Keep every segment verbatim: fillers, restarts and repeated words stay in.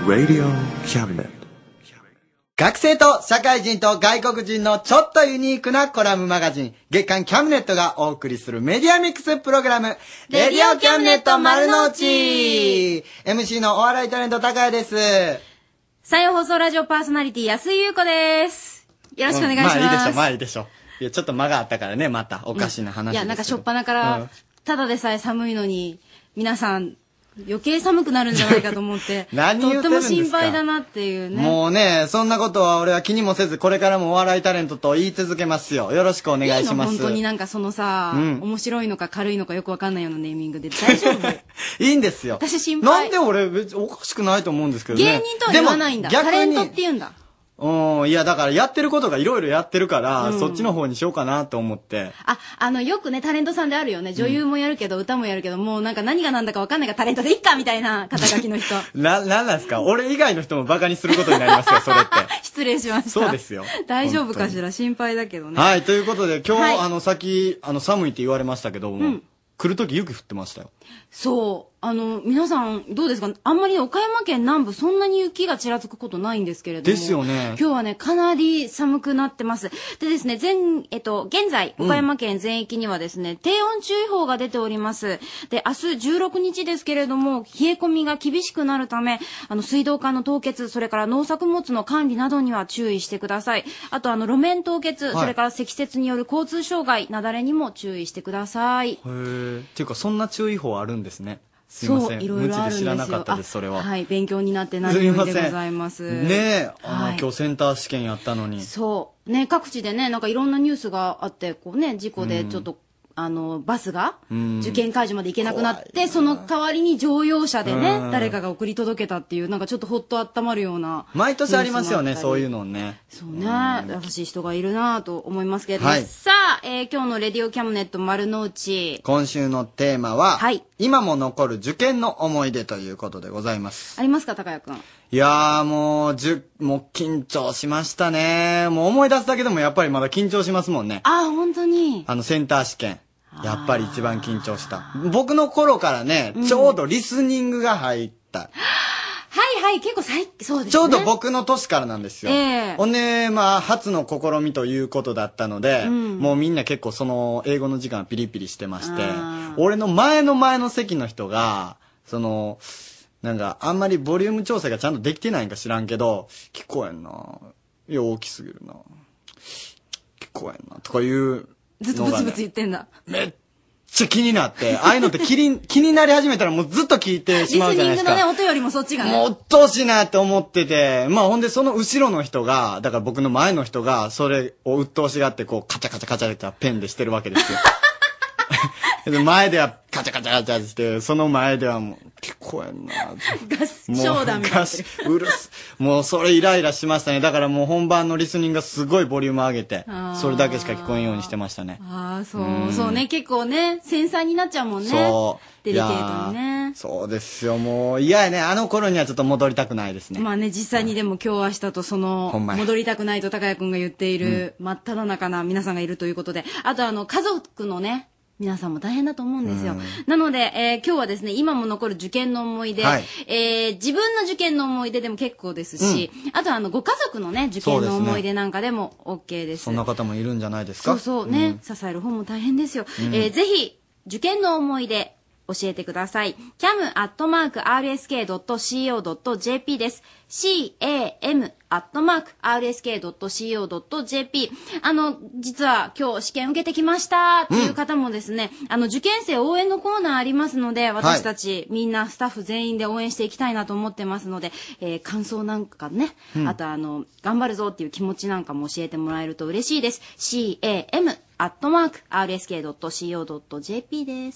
Radio Cabinet。 学生と社会人と外国人のちょっとユニークなコラムマガジン、月刊キャムネットがお送りするメディアミックスプログラム、レディオキャムネット丸の内。 エムシー のお笑いタレント高谷です。 山陽放送ラジオパーソナリティ安井優子です。よろしくお願いします。 うん、まあいいでしょ、まあいいでしょ。いや、ちょっと間があったからね、またおかしな話ですけど、 いや、なんかしょっぱなから、 うん、 ただでさえ寒いのに、皆さん、余計寒くなるんじゃないかと思って、 何言ってるんですか。 とっても心配だなっていうね。 もうね、そんなことは俺は気にもせず、これからもお笑いタレントと言い続けますよ。よろしくお願いします。 いいの本当になんかそのさ、 うん、 面白いのか軽いのかよくわかんないようなネーミングで大丈夫いいんですよ。 私心配。 なんで俺別におかしくないと思うんですけどね。 芸人とは言わないんだ。タレントって言うんだ。 うん、いや、だからやってることがいろいろやってるから、うん、そっちの方にしようかなと思って。 あ、あの、よくね、タレントさんであるよね。女優もやるけど、うん、歌もやるけど、もうなんか何が何だかわかんないからタレントでいっかみたいな肩書きの人。 な、なんなんですか。俺以外の人もバカにすることになりますよ、それって。 失礼しました。 そうですよ。 大丈夫かしら、心配だけどね。 はい、ということで、今日、 はい、 あの、先、あの、寒いって言われましたけども、うん、来るとき雪降ってましたよ。 そう。あの、皆さん、どうですか？あんまりね、岡山県南部、そんなに雪がちらつくことないんですけれども。 ですよね。 今日はね、かなり寒くなってます。でですね、全、えっと、現在、岡山県全域にはですね、うん、低温注意報が出ております。で、明日じゅうろくにちですけれども、冷え込みが厳しくなるため、あの、水道管の凍結、それから農作物の管理などには注意してください。あと、あの、路面凍結、はい、それから積雪による交通障害、雪崩にも注意してください。 へー。っていうか、そんな注意報あるんですね。すいません。 そう、いろいろあるんですよ。 無知で知らなかったです、それは。 はい、勉強になって何よりでございます。 ねえ、あの、はい、今日センター試験やったのに。 そう。ね、各地でね、なんかいろんなニュースがあって、こうね、事故でちょっと、うん、あの、バスが受験会場まで行けなくなって、その代わりに乗用車でね、誰かが送り届けたっていう、なんかちょっとほっと温まるような。 毎年ありますよね、そういうのね。 そうね、優しい人がいるなと思いますけれども。はい、さあ、えー、今日のレディオキャムネット丸の内。 今週のテーマは、はい、今も残る受験の思い出ということでございます。 ありますか、高谷くん。 いやーもう、じゅ、もう緊張しましたね。もう思い出すだけでもやっぱりまだ緊張しますもんね。 あ、本当に。 あの、センター試験。やっぱり一番緊張した。僕の頃からね、うん、ちょうどリスニングが入った。 はいはい、結構最近、そうですね。 ちょうど僕の年からなんですよ。 えー、 ほんで、まあ、初の試みということだったので、うん、もうみんな結構その、英語の時間ピリピリしてまして、俺の前の前の席の人が、その、なんか、あんまりボリューム調整がちゃんとできてないんか知らんけど、聞こえんな。いや、大きすぎるな。聞こえんな。とかいう、 ずっとブツブツ言ってんだ。 めっちゃ気になって、ああいうのって気に、気になり始めたらもうずっと聞いてしまうじゃないですか。 リスニングのね、音よりもそっちがね。 もううっとうしいなって思ってて、まあほんでその後ろの人が、だから僕の前の人が、それをうっとうしがってこう、カチャカチャカチャってペンでしてるわけですよ。で前ではカチャカチャカチャして、その前ではもう、聞こえんな。 合唱団みたいな。 うるす。もうそれイライラしましたね。だからもう本番のリスニングがすごいボリューム上げて、それだけしか聞こえんようにしてましたね。 ああ、そう。そうね、結構ね、繊細になっちゃうもんね。 そう。 デリケートにね。 そうですよ、もう嫌やね。あの頃にはちょっと戻りたくないですね。 まあね、実際にでも今日明日とその、戻りたくないと高谷くんが言っている、真っ只中な皆さんがいるということで、あとあの、家族のね、皆さんも大変だと思うんですよ。なので、えー、今日はですね、今も残る受験の思い出、はい、えー、自分の受験の思い出でも結構ですし、うん、あとあの、ご家族のね、受験の思い出なんかでも OK です。 そんな方もいるんじゃないですか。 そうそうね、うん、支える方も大変ですよ。うん、えー、ぜひ、受験の思い出、教えてください。キャム アットマーク アールエスケー ドット シーオー ドット ジェーピー です。シー エー エム アットマーク アールエスケー ドット シーオー ドット ジェーピー。あの、実は今日試験受けてきましたっていう方もですね、うん、あの、受験生応援のコーナーありますので、私たち、はい、みんなスタッフ全員で応援していきたいなと思ってますので、えー、感想なんかね、うん、あとあの、頑張るぞっていう気持ちなんかも教えてもらえると嬉しいです。シー エー エム アットマーク アールエスケー ドット シーオー ドット ジェーピー です。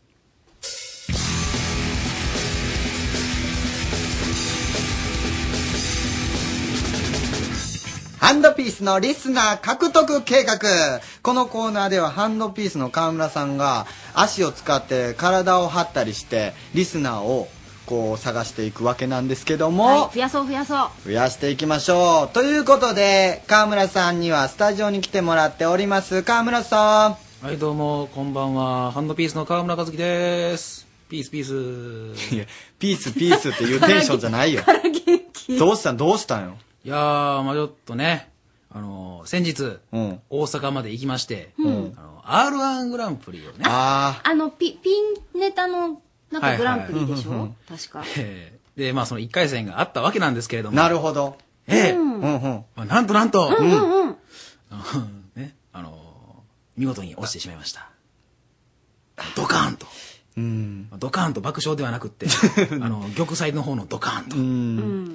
ハンドピースのリスナー獲得計画。このコーナーではハンドピースの川村さんが足を使って体を張ったりしてリスナーをこう探していくわけなんですけども、 はい、増やそう増やそう増やしていきましょうということで、川村さんにはスタジオに来てもらっております。川村さん。 はい、どうもこんばんは。ハンドピースの川村和樹です。 ピースピース。 いや、ピースピースっていうテンションじゃないよ。どうしたんどうしたんよ。 いやー、まあちょっとね、あのー、先日、うん、大阪まで行きまして、うん、あの アールワン グランプリをね。 ああ。あの、ピ、ピンネタの、なんかグランプリでしょ、はいはい、確か。 えー、で、まあそのいっかい戦があったわけなんですけれども。 なるほど。 ええー、うんうん。まあ、なんとなんと、うんうんうん。ね、あのー、見事に落ちてしまいました。ドカーンと。うん、ドカーンと爆笑ではなくってあの玉砕の方のドカーンと、うん、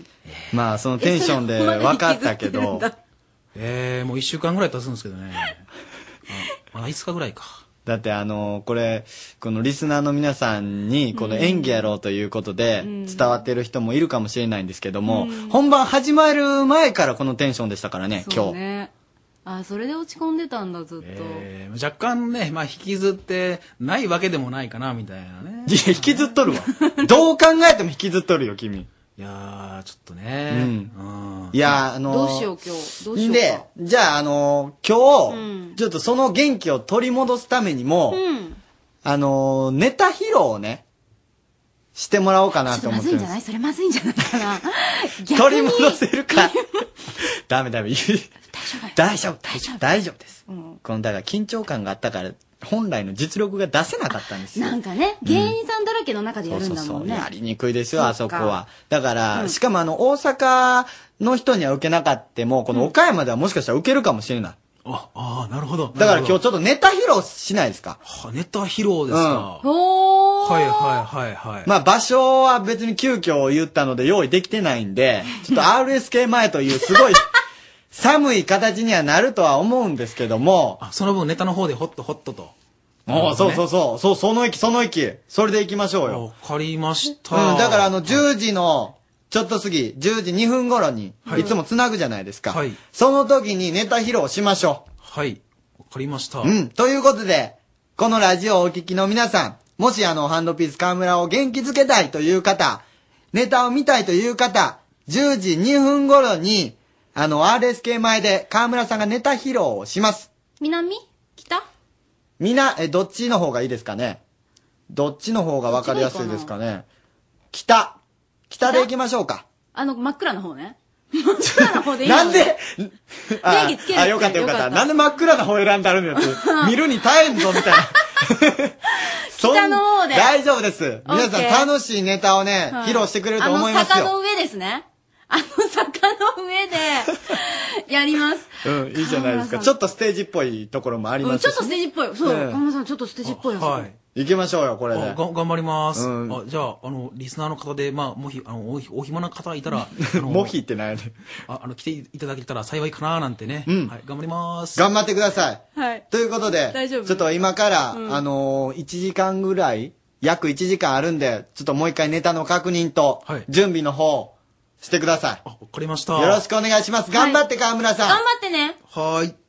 えー、まあそのテンションで分かったけどえー、もういっしゅうかんぐらい経つんですけどねまあいつかぐらいか。 だってあのこれこのリスナーの皆さんにこの演技やろうということで伝わってる人もいるかもしれないんですけども、うん、本番始まる前からこのテンションでしたからね今日。 あ、それで落ち込んでたんだ、ずっと。 えー、若干ね、まあ、引きずってないわけでもないかな、みたいなね。 いや、引きずっとるわ。どう考えても引きずっとるよ、君。 いやー、ちょっとね。うん。 うん、いや、あのー、 どうしよう、今日。どうしようで、じゃあ、あのー、今日、うん、ちょっとその元気を取り戻すためにも、うん、あのー、ネタ披露をね、してもらおうかなと思ってるんです。 まずいんじゃないそれまずいんじゃないかな。 取り戻せるか。ダメダメ。大丈夫、大丈夫、大丈夫です。うん、この、だから緊張感があったから、本来の実力が出せなかったんですよ。 なんかね、芸人さんだらけの中でやるんだもんね。そうそうそう、 やりにくいですよ、あそこは。だから、うん、しかもあの、大阪の人には受けなかったも、この岡山ではもしかしたら受けるかもしれない。 うん、あ、ああ、なるほど。 だから今日ちょっとネタ披露しないですか？ は、ネタ披露ですか。うん、おー。はいはいはいはい。 まあ場所は別に急遽言ったので用意できてないんで、ちょっと アールエスケー 前というすごい、寒い形にはなるとは思うんですけども。 あ、その分ネタの方でホットホットと。 お、ね、そうそうそう。そう、その息、その息。それで行きましょうよ。 わかりました。 うん、だからあの、じゅうじの、ちょっと過ぎ、じゅうじにふん頃に、いつも繋ぐじゃないですか。はい。その時にネタ披露しましょう。 はい。わかりました。 うん。ということで、このラジオをお聞きの皆さん、もしあの、ハンドピース河村を元気づけたいという方、ネタを見たいという方、じゅうじにふん頃に、あの、アールエスケー 前で河村さんがネタ披露をします。 南？北？ みな、え、どっちの方がいいですかね？どっちの方が分かりやすいですかね？北。北で行きましょうか。 あの、真っ暗な方ね。真っ暗な方でいいなんであ, 電気つけるあ、よかったよかった。なんで真っ暗な方選んだるんやって。見るに耐えんぞ、みたいな。 北の方で。 大丈夫です。皆さん楽しいネタをね、披露してくれると思いますよ。 あの坂の上ですね。あの坂の上で、やります。 うん、いいじゃないですか。ちょっとステージっぽいところもありますし、 うん、ちょっとステージっぽい。そう、河村さん、ちょっとステージっぽいよ。 はい。行きましょうよ、これで。 が、頑張ります。うん、あ、じゃあ、あの、リスナーの方で、まあ、もし、あの、お、お暇な方いたら、 もひってないね。 あ、あの、来ていただけたら幸いかななんてね。うん。はい、頑張ります。 頑張ってください。 はい。 ということで、 大丈夫。 ちょっと今から、うん、あのー、いちじかんぐらい、約いちじかんあるんで、ちょっともう一回ネタの確認と、準備の方、してください。 あ、わかりました。 よろしくお願いします。頑張って、河村さん。 頑張ってね。 はーい。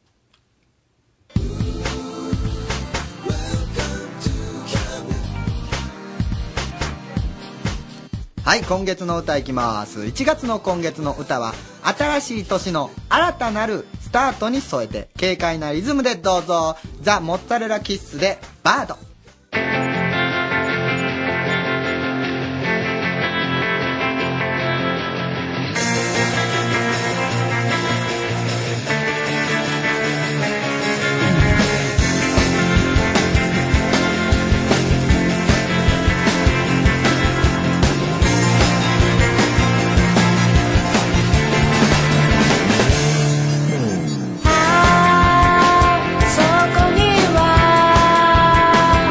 はい、今月の歌いきます。いちがつの今月の歌は、新しい年の新たなるスタートに添えて、軽快なリズムでどうぞ。ザ・モッツァレラキッスで、バード。 そこには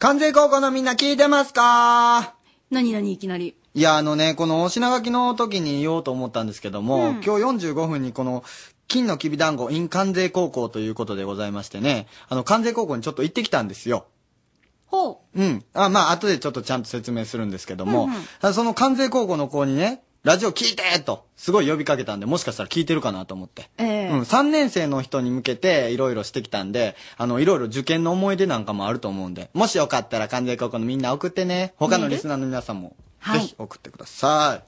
関西高校のみんな聞いてますか？ 何々いきなり。 いや、あのね、このお品書きの時に言おうと思ったんですけども、うん、今日よんじゅうごふんにこの、金のきびだんご in 関西高校ということでございましてね、あの、関西高校にちょっと行ってきたんですよ。 ほう。うん。あ、まあ、後でちょっとちゃんと説明するんですけども、うんうん、その関西高校の子にね、ラジオ聞いてと、すごい呼びかけたんで、もしかしたら聞いてるかなと思って。ええー。うん。さんねん生の人に向けて、いろいろしてきたんで、あの、いろいろ受験の思い出なんかもあると思うんで、もしよかったら関西高校のみんな送ってね、他のリスナーの皆さんも、ぜひ送ってください。はい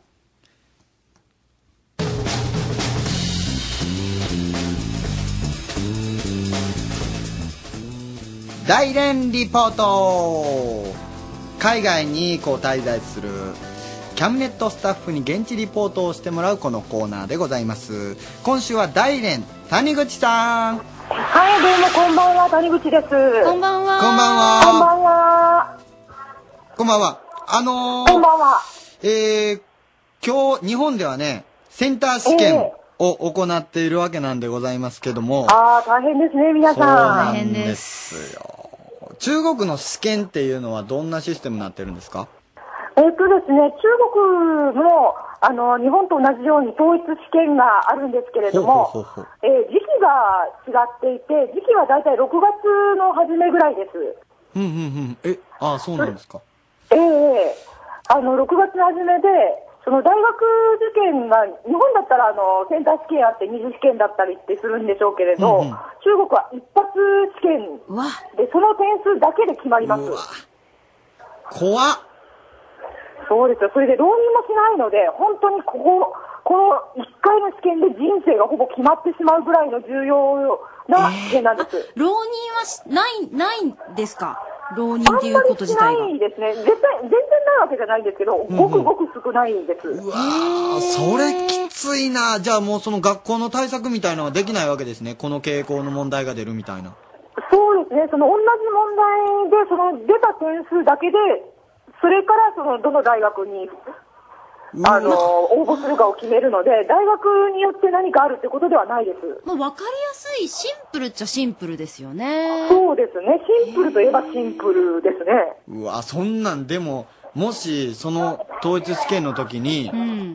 大連リポート。海外にこう滞在するキャムネットスタッフに現地リポートをしてもらうこのコーナーでございます。今週は大連谷口さん。 はい、どうもこんばんは、谷口です。 こんばんは。 こんばんは。 こんばんは。 こんばんは。あのー、 こんばんは。 えー、今日日本ではねセンター試験を行っているわけなんでございますけども、 えー、ああ大変ですね皆さん。 大変ですよ。中国の試験っていうのはどんなシステムになってるんですか？ えっとですね、中国もあの日本と同じように統一試験があるんですけれども、ほうほうほうほう、えー、時期が違っていて、時期はだいたいろくがつの初めぐらいです。 うんうんうん。え、ああそうなんですか。 ええー、あのろくがつの初めで、その大学受験が日本だったらあのセンター試験あって二次試験だったりってするんでしょうけれど、うんうん、中国は一発試験でその点数だけで決まります。うわ怖っ。 そうですよ。それで浪人もしないので、本当にこここのいっかいの試験で人生がほぼ決まってしまうぐらいの重要な試験なんです。 えー、浪人はしないないんですか？浪人っていうこと自体が。 あんまりしないですね。絶対全然ないわけじゃないんですけど、うんうん、ごくごく少ないんです。うわー、それきついな。じゃあもうその学校の対策みたいなのはできないわけですね。この傾向の問題が出るみたいな。 そうですね。その同じ問題でその出た点数だけで、それからそのどの大学にあの応募するかを決めるので、大学によって何かあるってことではないです。 まあ、分かりやすいシンプルっちゃシンプルですよね。 そうですね。シンプルといえばシンプルですね。 うわ、そんなんでももしその統一試験の時に、うん、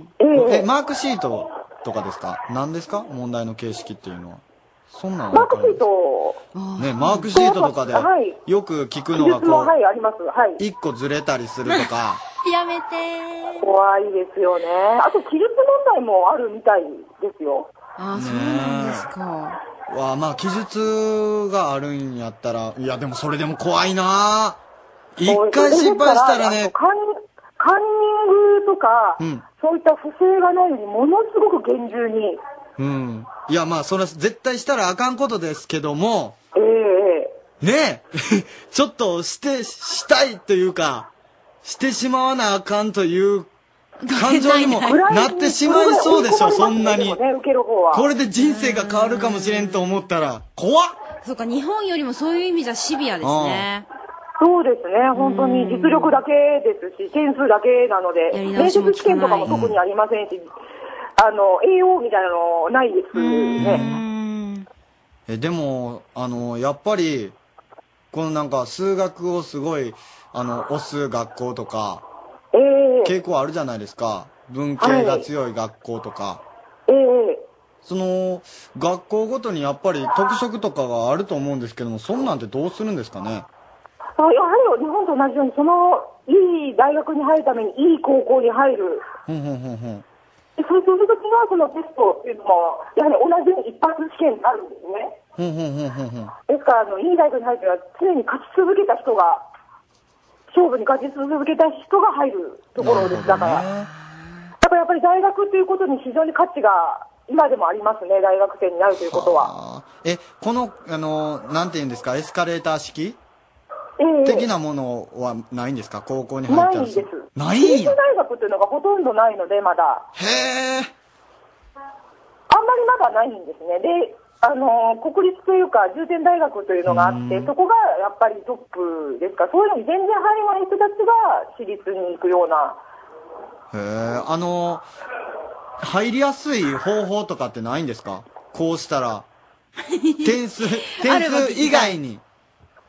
ええマークシートとかですか？何ですか？問題の形式っていうのは。そんなのマークシートね、マークシートとかでよく聞くのがこう、 はい、あります。はい。 一個ずれたりするとか。 やめてー。怖いですよね。あと記述問題もあるみたいですよ。 ああ、そうなんですか。 わあ、まあ記述があるんやったら、いやでもそれでも怖いな。一回失敗したらね。 カンカンニングとか、うん、そういった不正がないようにものすごく厳重に。 うん。いや、まあ、それは絶対したらあかんことですけども、 ええー、ねえ、ちょっとして、したいというか、してしまわなあかんという感情にもなってしまいそうでしょ、そんなに。これで人生が変わるかもしれんと思ったら、怖っ。 そうか、日本よりもそういう意味じゃシビアですね。 そうですね、本当に実力だけですし、点数だけなので、面接試験とかも特にありませんし、あの、栄養みたいなのないですね。 え、でも、あの、やっぱり、このなんか数学をすごい、あの、推す学校とか、 えー、 傾向あるじゃないですか。文系が強い学校とか。 ええー、 その、学校ごとにやっぱり特色とかがあると思うんですけども、そんなんてどうするんですかね？ あ、やはり日本と同じように、その、いい大学に入るためにいい高校に入る。 ふんふんふんふん。 そうするときは、そのテストっていうのも、やはり同じように一発試験になるんですね。 ふんふんふんふんふん。 ですから、あの、いい大学に入っては、常に勝ち続けた人が、勝負に勝ち続けた人が入るところです。だから。だからやっぱり大学ということに非常に価値が、今でもありますね、大学生になるということは。 はえ、この、あの、なんていうんですか、エスカレーター式えー、 的なものはないんですか？高校に入ったら。 ないです。 ないんや。私立大学っていうのがほとんどないので、まだ。 へー。 あんまりまだないんですね。で、あの、国立というか、重点大学というのがあって、そこがやっぱりトップですから、そういうのに全然入れない人たちが私立に行くような。 へー。あの、入りやすい方法とかってないんですか？こうしたら。点数、点数以外に。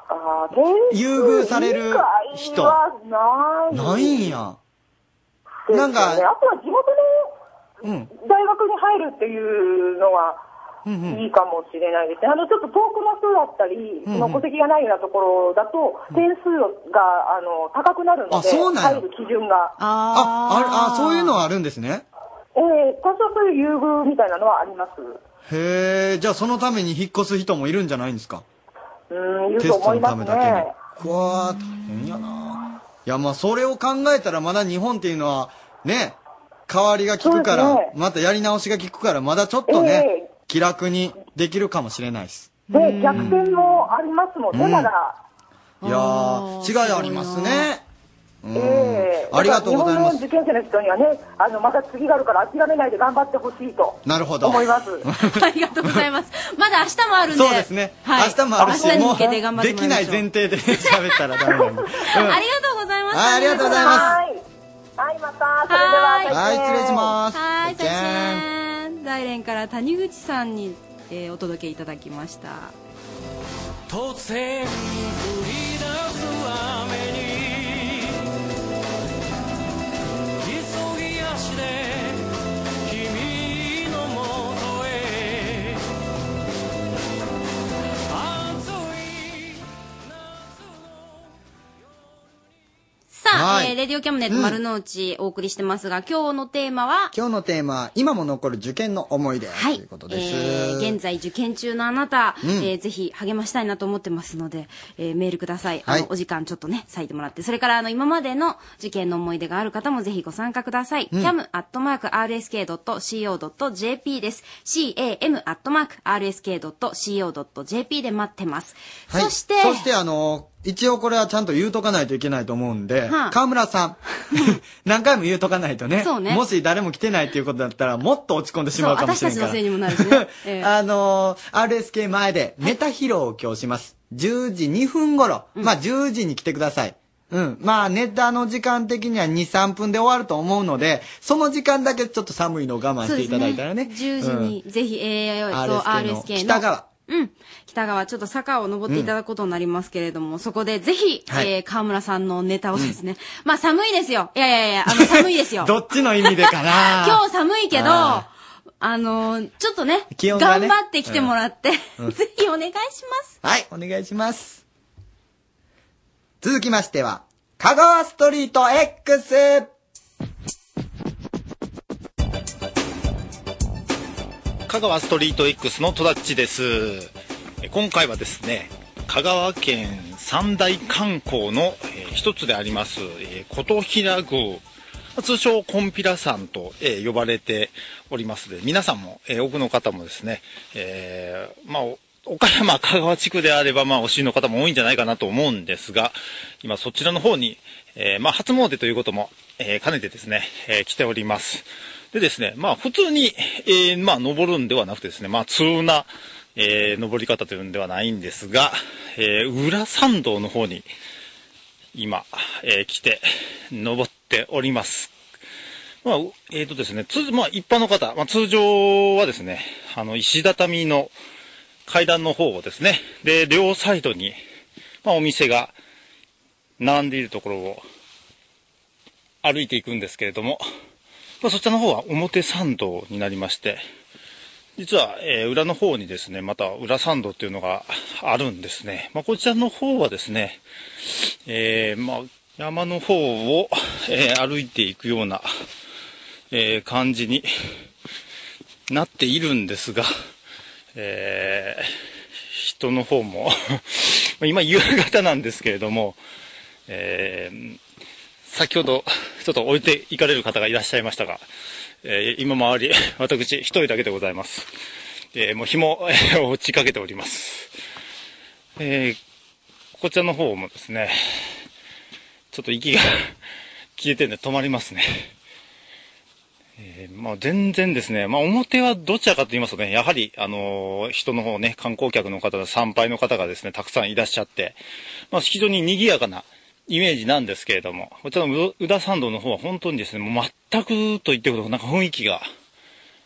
あ点数優遇される人はない。 ないんや。 ですね。 なんかあとは地元の大学に入るっていうのは、いいかもしれないですね。あの、ちょっと遠くの人だったり、その戸籍がないようなところだと、点数が、あの、高くなるので、入る基準が。 あ、あ、あ、そういうのはあるんですね。 ええ多少そういう優遇みたいなのはあります。 へえ、じゃあそのために引っ越す人もいるんじゃないんですか？ うん、いると思いますね。 テストのためだけに。うわー、大変やな。いや、まあ、それを考えたらまだ日本っていうのは、ね、代わりが効くから、ね、またやり直しが効くから、まだちょっとね、えー、気楽にできるかもしれないです。 で、逆転もありますもんね、まだ。 いやー、違いありますね。 ええー、 ありがとうございます。 日本の受験生の人にはね、あの、また次があるから諦めないで頑張ってほしいと。 なるほど。 思います。 ありがとうございます。まだ明日もあるんで。 そうですね。はい、明日もあるし、 明日に向けて頑張ってもらいましょう。 できない前提で喋ったらダメなんで。うん、 ありがとうございます。 ありがとうございます。 はい。はい、また、それでは、 はい、失礼します。 はい、再見。大連から谷口さんに、えー、お届けいただきました。突然降り出す雨にさあ、はい、えー、レディオキャムネット丸の内お送りしてますが、うん、今日のテーマは今日のテーマは今も残る受験の思い出、はい、ということです。 えー、現在受験中のあなた、うん、えー、ぜひ励ましたいなと思ってますので、えー、メールください。あの、はい、お時間ちょっとね、割いてもらって。それからあの、今までの受験の思い出がある方もぜひご参加ください。うん、キャム アットマーク アールエスケー ドット シーオー ドット ジェーピー です。キャム アットマーク アールエスケー ドット シーオー ドット ジェーピー で待ってます。はい、そして、 そしてあのー、一応これはちゃんと言うとかないといけないと思うんで、はあ、川村さん、何回も言うとかないとね、そうね、もし誰も来てないっていうことだったら、もっと落ち込んでしまうかもしれないから。 私たちのせいにもなるしね。 えー、あのー、アールエスケー 前でネタ披露を今日します。じゅうじにふん頃、うん、まあじゅうじに来てください。うん。まあネタの時間的にはに、さんぷんで終わると思うので、その時間だけちょっと寒いのを我慢していただいたらね。ねじゅうじに、うん、ぜひ、えー、アールエスケー の北側。 うん。北側、ちょっと坂を登っていただくことになりますけれども、うん、そこでぜひ、はい、えー、河村さんのネタをですね。うん、まあ寒いですよ。いやいやいや、あの寒いですよ。 どっちの意味でかな今日寒いけど、あ, あのー、ちょっとね、気温がね、頑張ってきてもらって、うん、ぜひお願いします。 はい、お願いします。続きましては、香川ストリート X。 香川ストリート X の戸田っちです。今回はですね、香川県三大観光の、えー、一つであります、えー、琴平宮、通称コンピラ山と、えー、呼ばれておりますので、皆さんも、えー、多くの方もですね、えー、まあ岡山香川地区であれば、まあ、お知りの方も多いんじゃないかなと思うんですが、今そちらの方に、えー、まあ、初詣ということも、えー、兼ねてですね、えー、来ております。でですね、まあ、普通に、えー、まあ、登るんではなくてですね、まあ、通な、えー、登り方というんではないんですが、えー、裏参道の方に、今、えー、来て、登っております。まあ、えーとですね、通、まあ、一般の方、まあ、通常はですね、あの、石畳の、階段の方をですね、で、両サイドに、まあ、お店が並んでいるところを歩いていくんですけれども、まあ、そちらの方は表参道になりまして、実は、えー、裏の方にですね、また裏参道っていうのがあるんですね。まあ、こちらの方はですね、えー、まあ、山の方を、えー、歩いていくような、えー、感じになっているんですが、えー、人の方も今夕方なんですけれども、えー、先ほどちょっと置いていかれる方がいらっしゃいましたが、えー、今周り私一人だけでございます。えー、もう日も落ちかけております。えー、こちらの方もですね、ちょっと息が消えてんで止まりますね。えー、まあ全然ですね、まあ表はどちらかと言いますとね、やはり、あのー、人の方ね、観光客の方、参拝の方がですね、たくさんいらっしゃって、まあ非常に賑やかなイメージなんですけれども、こちらの宇田参道の方は本当にですね、もう全くと言ってほどなんか雰囲気が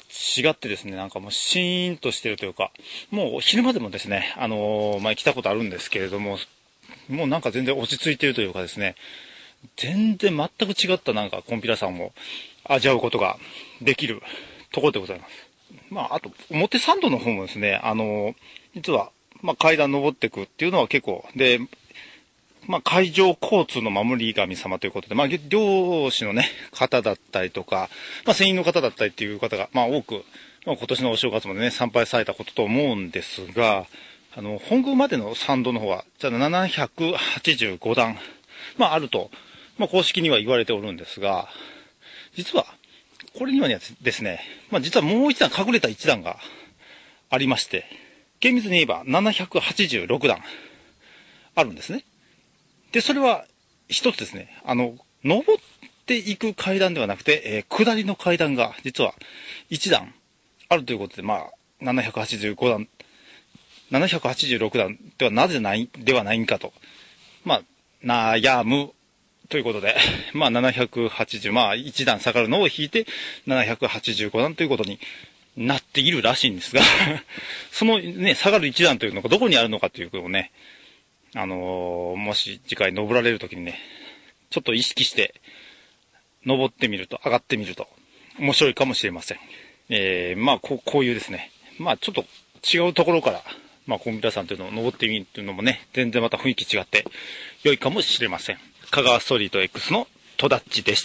違ってですね、なんかもうシーンとしてるというか、もう昼間でもですね、あのー、前来たことあるんですけれども、もうなんか全然落ち着いてるというかですね、全然全く違ったなんかコンピラさんを味わうことができるところでございます。まあ、あと、表参道の方もですね、あのー、実は、まあ、階段登っていくっていうのは結構、で、まあ、海上交通の守り神様ということで、まあ、漁師のね、方だったりとか、まあ、船員の方だったりっていう方が、まあ、多く、まあ、今年のお正月までね、参拝されたことと思うんですが、あの、本宮までの参道の方は、じゃあななひゃくはちじゅうごだん、まあ、あると、まあ、公式には言われておるんですが、実は、これにはですね、まあ、実はもう一段隠れた一段がありまして、厳密に言えばななひゃくはちじゅうろくだんあるんですね。で、それは一つですね、あの、登っていく階段ではなくて、えー、下りの階段が実は一段あるということで、まあ、ななひゃくはちじゅうごだん、ななひゃくはちじゅうろくだんではなぜない、ではないんかと、まあ、悩むということで、まあ、ななひゃくはちじゅう、まあ、一段下がるのを引いて、ななひゃくはちじゅうごだんということになっているらしいんですが、そのね、下がる一段というのがどこにあるのかということをね、あのー、もし次回登られるときにね、ちょっと意識して、登ってみると、上がってみると、面白いかもしれません。えー、まあ、こう、こういうですね、まあ、ちょっと違うところから、まあ、コンピラさんというのを登ってみるというのもね、全然また雰囲気違って、良いかもしれません。香川ストリート X のトダッチでした。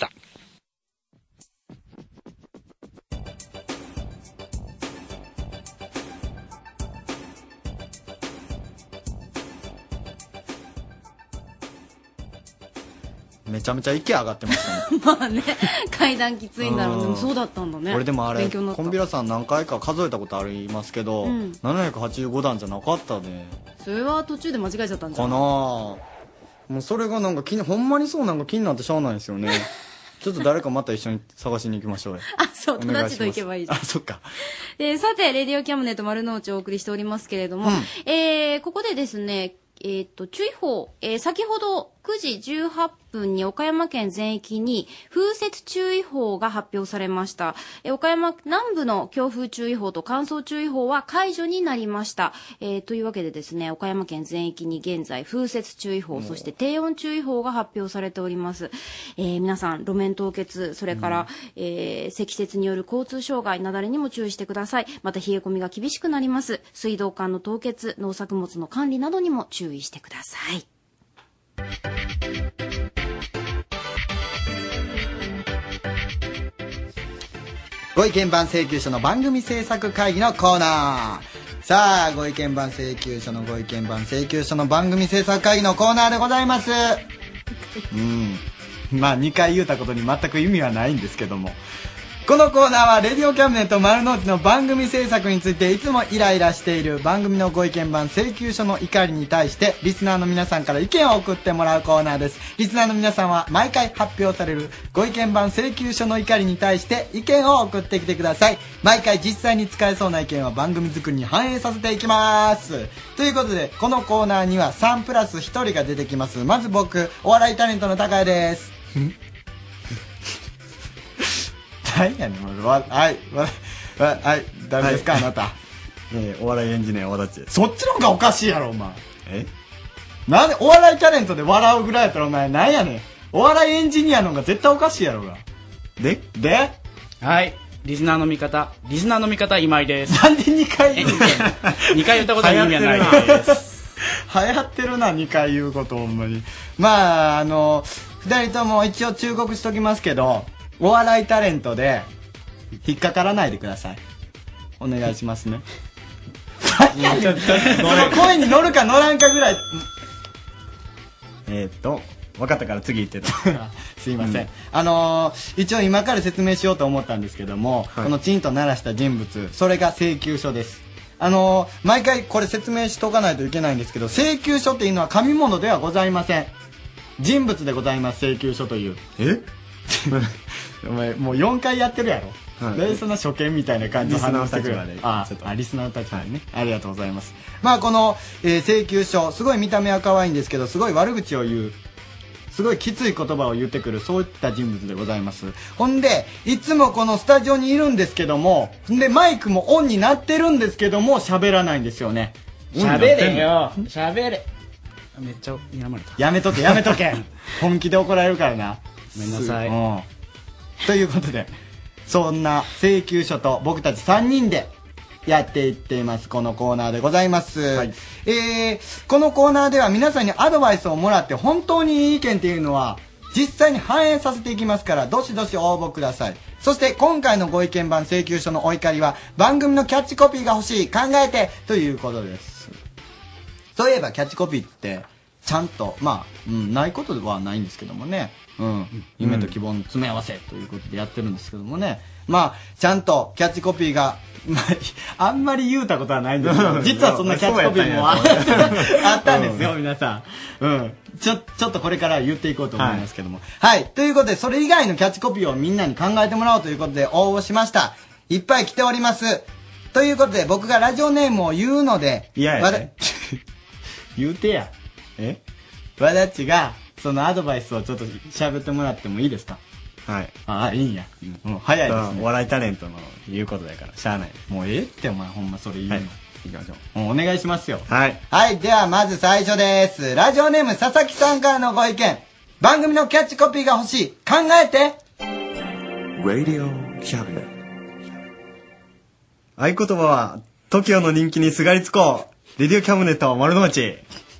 めちゃめちゃ息上がってましたね。 まあね、階段きついんだろうね。でもそうだったんだね。 これでもあれ、 勉強になった。 コンビラさん何回か数えたことありますけど、うん、ななひゃくはちじゅうごだんじゃなかったね。 それは途中で間違えちゃったんじゃないかなぁ。もうそれがなんか気に、ほんまにそうなんか気になってしゃあないんですよね。ちょっと誰かまた一緒に探しに行きましょうよ。 あ、そう、友達と行けばいいじゃん。 あ、そっか。 で、さて、レディオキャムネット丸の内をお送りしておりますけれども、うん、えー、ここでですね、えっと、注意報、えー、先ほどくじじゅうはっぷんに岡山県全域に風雪注意報が発表されました。えー、岡山南部の強風注意報と乾燥注意報は解除になりました。えー、というわけでですね、岡山県全域に現在風雪注意報、そして低温注意報が発表されております。えー、皆さん、路面凍結、それから、うん、えー、積雪による交通障害、雪崩にも注意してください。また冷え込みが厳しくなります。水道管の凍結、農作物の管理などにも注意してください。 ご意見番請求書の番組制作会議のコーナー。さあ、ご意見番請求書のご意見番請求書の番組制作会議のコーナーでございます。うん。まあ、にかい言うたことに全く意味はないんですけども。このコーナーはレディオキャムネット丸の内の番組制作についていつもイライラしている番組のご意見番請求書の怒りに対してリスナーの皆さんから意見を送ってもらうコーナーです。リスナーの皆さんは毎回発表されるご意見番請求書の怒りに対して意見を送ってきてください。毎回実際に使えそうな意見は番組作りに反映させていきます。ということでこのコーナーにはさんプラスひとりが出てきます。まず僕、お笑いタレントの高谷です。はいやねん、はい、はい、はい、誰ですか、はい、あなた。えー、お笑いエンジニア、和田ち。そっちの方がおかしいやろ、お前。えなんで、お笑いタレントで笑うぐらいやったら、お前、なんやねん。お笑いエンジニアの方が絶対おかしいやろが。でではい、リスナーの味方、リスナーの味方、今井です。 なんでにかい言うの ? に 回言ったことは意味はないです。 流行ってるな、にかい言うこと、ほんまに。まあ、あの、二人とも一応忠告しときますけど、お笑いタレントで引っかからないでください。お願いしますね。声に乗るか乗らんかぐらい。えーっと分かったから次言ってた。すいません、うん、あのー、一応今から説明しようと思ったんですけども、はい、このチンと鳴らした人物、それが請求書です。あのー、毎回これ説明しとかないといけないんですけど、請求書っていうのは紙物ではございません。人物でございます。請求書という。えお前もうよんかいやってるやろ、はい、でそんな初見みたいな感じで反応してくる。ああ、リスナーの立場でね、はい、ありがとうございます。まあこの、えー、請求書すごい見た目は可愛いんですけど、すごい悪口を言うすごいきつい言葉を言ってくる、そういった人物でございます。ほんで、いつもこのスタジオにいるんですけども、で、マイクもオンになってるんですけども、喋らないんですよね。 喋れよ。喋れ。めっちゃ睨まれた。 やめとけ、やめとけ。本気で怒られるからな。 ごめんなさい。 うん。ということで、そんな請求書と僕たちさんにんでやっていっています、このコーナーでございます。はい、えー、このコーナーでは皆さんにアドバイスをもらって本当にいい意見っていうのは実際に反映させていきますから、どしどし応募ください。そして今回のご意見番請求書のお怒りは番組のキャッチコピーが欲しい、考えてということです。そういえばキャッチコピーってちゃんと、まあ、うん、ないことではないんですけどもね。うん。夢と希望の詰め合わせということでやってるんですけどもね。まあ、ちゃんとキャッチコピーが、まあ、あんまり言うたことはないんですけど、実はそんなキャッチコピーもあったんですよ、皆さん。うん。ちょ、ちょっとこれから言っていこうと思いますけども。はい。はい。ということで、それ以外のキャッチコピーをみんなに考えてもらおうということで応募しました。いっぱい来ております。ということで、僕がラジオネームを言うので、 いやいや、ね、 言うてや。えわだっちが、そのアドバイスをちょっと喋ってもらってもいいですか？ はい。 ああ、いいんや。うん。もう早いですね。 お笑いタレントの言うことだから、しゃあない。 もうええって、お前ほんまそれ言うの。はい。 行きましょう。もうお願いしますよ。 はい。 はい。では、まず最初です。ラジオネーム佐々木さんからのご意見。番組のキャッチコピーが欲しい。考えて。 Radio Cabinet。合言葉は、トキオの人気にすがりつこう。レディオキャビネット丸の内。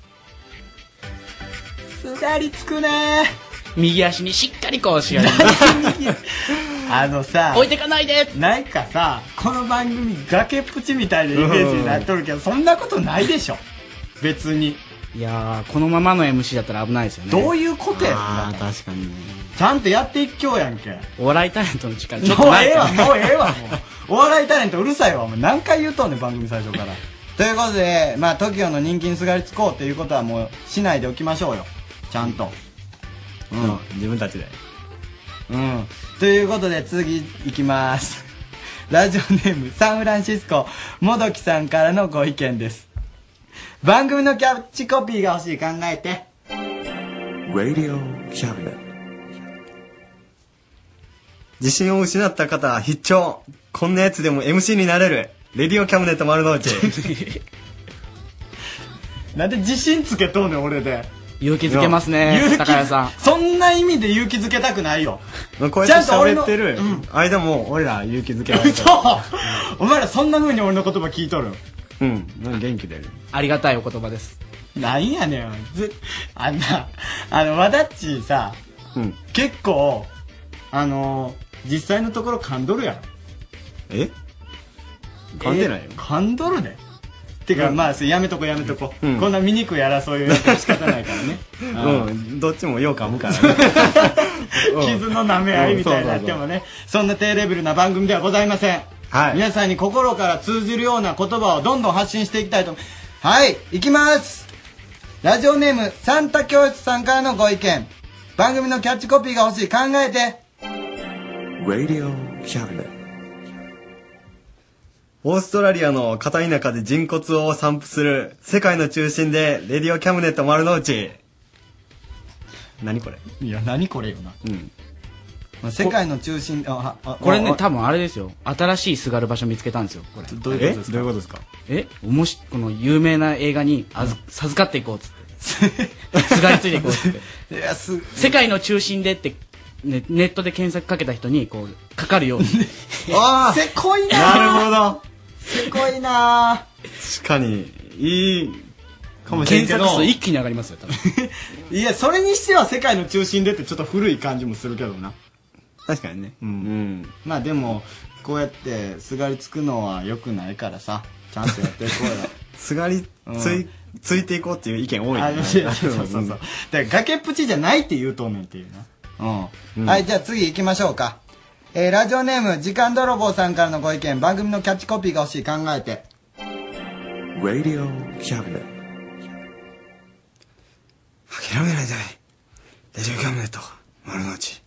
すがりつくねー。右足にしっかりこうしよう。 あのさ、 置いてかないで。 なんかさ、この番組崖っぷちみたいなイメージになっとるけど、そんなことないでしょ。別に。 いやー、このままの エムシー だったら危ないですよね。 どういうことや。 ああ、確かにね。 ちゃんとやっていきょうやんけ。 お笑いタレントの力ちょっとないから。 もうええわ、もうええわ、もう。お笑いタレントうるさいわ、もう何回言うとんねん、番組最初から。ということで、まあ、トキオの人気にすがりつこうっていうことはもうしないでおきましょうよ。ちゃんと。 うん。自分たちで。 うん。ということで、次いきます。ラジオネーム、サンフランシスコ、もどきさんからのご意見です。番組のキャッチコピーが欲しい、考えて。 Radio Cabinet。自信を失った方は必聴。こんなやつでも エムシー になれる。レディオキャビネット丸の内。 なんで自信つけとうねん、俺で。 勇気づけますね、高谷さん。 そんな意味で勇気づけたくないよ。 こうやって喋ってる間も俺ら勇気づけられてる。 お前らそんな風に俺の言葉聞いとる。 うん。元気出る。 ありがたいお言葉です。 なんやねん。ずあんな、あの、わだっちさ、うん、結構、あのー、実際のところ噛んどるやろ。 え噛んでないよ。 噛んどるね。てか、うん、まあ、やめとこやめとこ。うん、こんな醜い争いをやって仕方ないからね。 うん。どっちもよう噛むからね。 傷の舐め合いみたいになってもね、そんな低レベルな番組ではございません。はい。皆さんに心から通じるような言葉をどんどん発信していきたいと思います。はい、いきます。ラジオネーム、サンタ教室さんからのご意見。番組のキャッチコピーが欲しい、考えて。 Radio Cabinet。オーストラリアの片田舎で人骨を散布する世界の中心でレディオキャビネット丸の内。何これ？ いや、何これよな。うん。まあ、世界の中心、あ、 あ、これね、多分あれですよ。新しいすがる場所見つけたんですよ、これ。 どういうことですか？ どういうことですか？ えおもし、この有名な映画にあず、うん、授かっていこうっつって。すがりついていこうっつって。いや、す、世界の中心でって、ね、ネットで検索かけた人に、こう、かかるように。 ああせこいなー。なるほど。 せこいなー。確かに、いい、 かもしれんけど。検索数一気に上がりますよ、多分。 いや、それにしては世界の中心でってちょっと古い感じもするけどな。 確かにね。うん。うん、 まあでも、こうやってすがりつくのは良くないからさ、ちゃんとやっていこうよ。 すがりつい、ついていこうっていう意見多いね。 そうそうそう。だから崖っぷちじゃないって言うとんねんっていうな。うん。はい、じゃあ次行きましょうか。えー、ラジオネーム、時間泥棒さんからのご意見、番組のキャッチコピーが欲しい、考えて。 Radio Cabinet。諦めないで。レディオキャビネット、丸の内。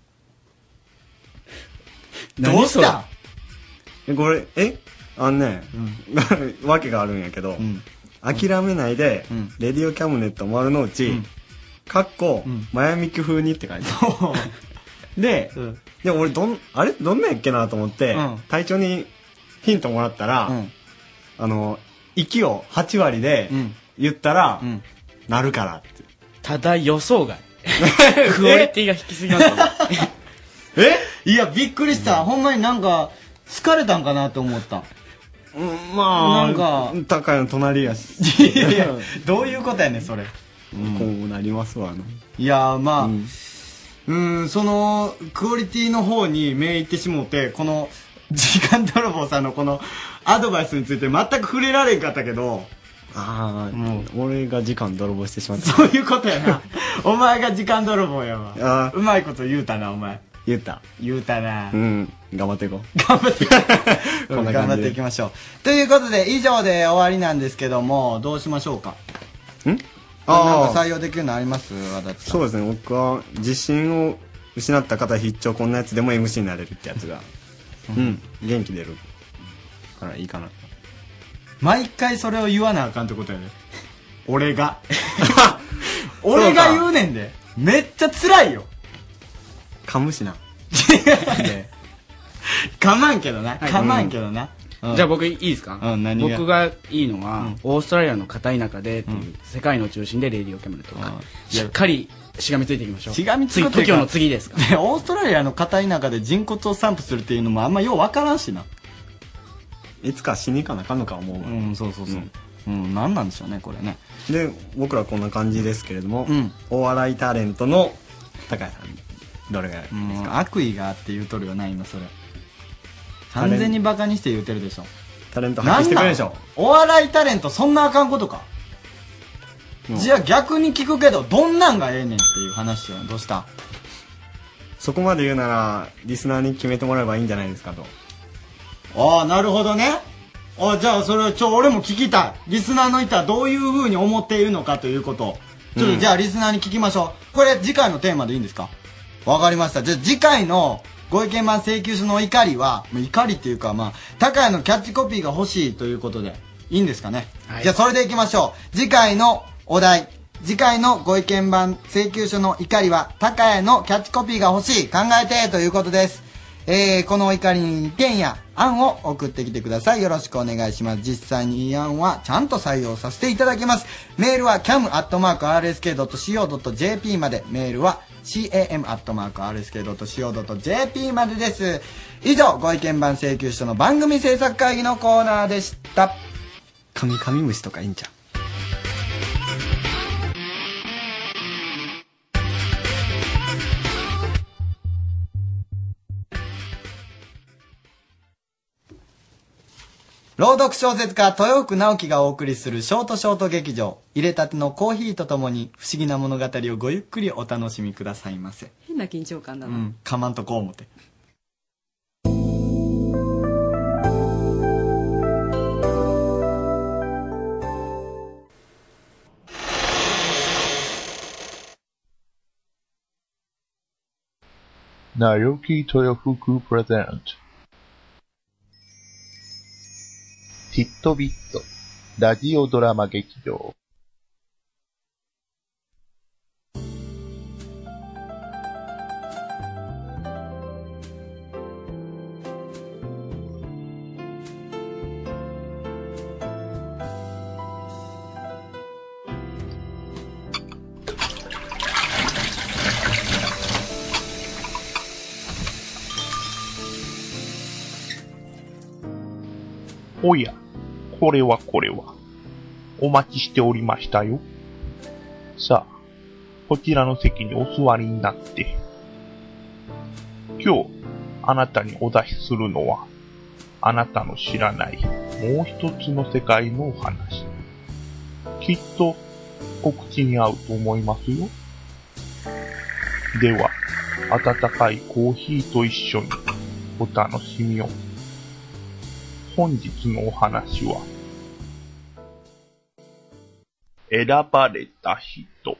どうしたえ、これ、えあのね、うん、わけがあるんやけど、うん、諦めないで、うん、レディオキャビネット丸の内、うん、 かっこ、マヤミキ風にって書いてある。で、うん、でも俺どん、あれどんなんやっけなと思って、うん、隊長にヒントもらったら、うん、あの、息をはち割で言ったら、うん、なるからって。 ただ予想外。クオリティが低すぎますよね。 えいや、びっくりした。ほんまになんか、疲れたんかなと思った。うん、まあ、なんか、高いの隣やし。いやいや、どういうことやねん、それ。うん、こうなりますわな。いや、まあ、うん、うん、その、クオリティの方に目いってしもうて、この、時間泥棒さんのこの、アドバイスについて全く触れられんかったけど、ああ、もう、俺が時間泥棒してしまった。そういうことやな。お前が時間泥棒やわ。あうまいこと言うたな、お前。言った。言うたな。うん。頑張っていこう。頑張っていこう。こんな頑張っていきましょう。ということで、以上で終わりなんですけども、どうしましょうか。んなんか採用できるのあります和田さん。そうですね、僕は自信を失った方必聴、こんなやつでも エムシー になれるってやつが、うん、元気出るからいいかな。毎回それを言わなあかんってことやね。俺が。俺が言うねんで。めっちゃ辛いよ。噛むしな。噛まんけどな。噛まんけどな。 じゃあ僕いいですか、うん、何が僕がいいのは、うん、オーストラリアの片田舎でっていう、うん、世界の中心でレディオキャメルとか、うん、しっかりしがみついていきましょう。しがみついていく トキオの次ですか。 オーストラリアの片田舎で人骨を散布するっていうのもあんまようわからんしな。いつか死にかなかんのか思うわ。うんそうそうそう、うん、うん、何なんでしょうねこれね。で僕らこんな感じですけれども、うん、お笑いタレントの高谷さんどれがいいですか。悪意があって言うとるよな今それ。完全にバカにして言うてるでしょ。タレント発揮してくれるでしょ。お笑いタレントそんなあかんことか、うん、じゃあ逆に聞くけどどんなんがええねんっていう話はどうした。そこまで言うならリスナーに決めてもらえばいいんじゃないですかと。ああなるほどね。あじゃあそれちょ俺も聞きたい。リスナーの人はどういうふうに思っているのかということをちょっと、うん、じゃあリスナーに聞きましょう。これ次回のテーマでいいんですか。わかりました。じゃあ次回のご意見番請求書の怒りは、怒りっていうかまあ、高谷のキャッチコピーが欲しいということで、いいんですかね。はい、じゃあそれでいきましょう。次回のお題、次回のご意見番請求書の怒りは、高谷のキャッチコピーが欲しい、考えてということです。えー、このお怒りに意見や案を送ってきてください。よろしくお願いします。実際にいい案はちゃんと採用させていただきます。メールは キャム アットマーク アールエスケー ドット シーオー ドット ジェーピー まで、メールはキャム アットマーク アールエスケー ドット シーオー ドット ジェーピー までです。以上、ご意見番請求書の番組制作会議のコーナーでした。カミカミムシとかいいんじゃん。朗読小説家豊福直樹がお送りするショートショート劇場、入れたてのコーヒーとともに不思議な物語をごゆっくりお楽しみくださいませ。 変な緊張感だな。うん、 かまんとこう思て。 なよき豊福プレゼントティットビットラジオドラマ劇場。おや、これはこれは。お待ちしておりましたよ。さあ、こちらの席にお座りになって。今日、あなたにお出しするのは、あなたの知らないもう一つの世界のお話。きっと、お口に合うと思いますよ。では、温かいコーヒーと一緒にお楽しみを。本日のお話は、選ばれた人。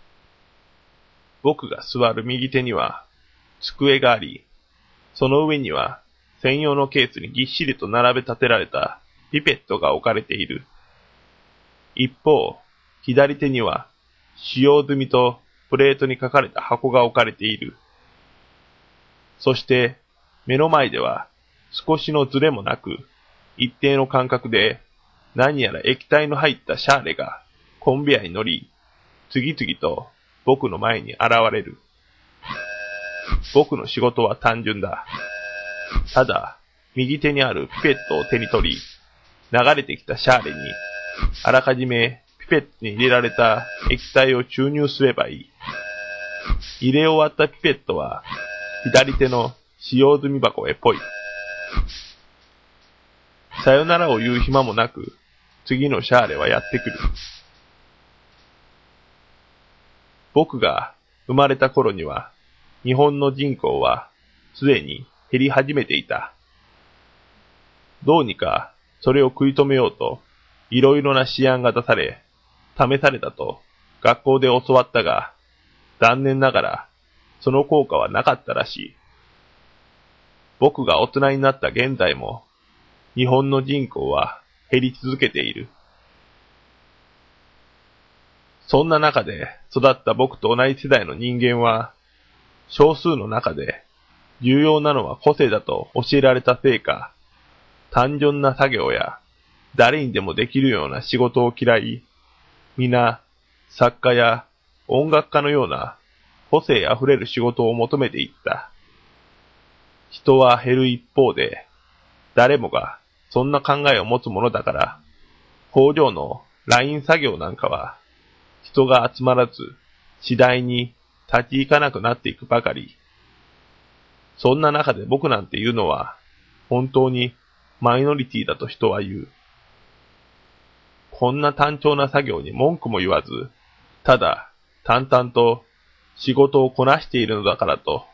僕が座る右手には机があり、その上には専用のケースにぎっしりと並べ立てられたピペットが置かれている。一方、左手には使用済みとプレートに書かれた箱が置かれている。そして、目の前では少しのズレもなく、一定の間隔で何やら液体の入ったシャーレがコンベヤに乗り、次々と僕の前に現れる。僕の仕事は単純だ。ただ、右手にあるピペットを手に取り、流れてきたシャーレに、あらかじめピペットに入れられた液体を注入すればいい。入れ終わったピペットは、左手の使用済み箱へポイ。さよならを言う暇もなく、次のシャーレはやってくる。僕が生まれた頃には、日本の人口はすでに減り始めていた。どうにかそれを食い止めようと、いろいろな試案が出され、試されたと学校で教わったが、残念ながらその効果はなかったらしい。僕が大人になった現在も、日本の人口は減り続けている。そんな中で育った僕と同じ世代の人間は、少数の中で重要なのは個性だと教えられたせいか、単純な作業や誰にでもできるような仕事を嫌い、皆作家や音楽家のような個性あふれる仕事を求めていった。人は減る一方で、誰もがそんな考えを持つものだから、工場のライン作業なんかは、人が集まらず、次第に立ち行かなくなっていくばかり。そんな中で僕なんて言うのは、本当にマイノリティだと人は言う。こんな単調な作業に文句も言わず、ただ淡々と仕事をこなしているのだからと。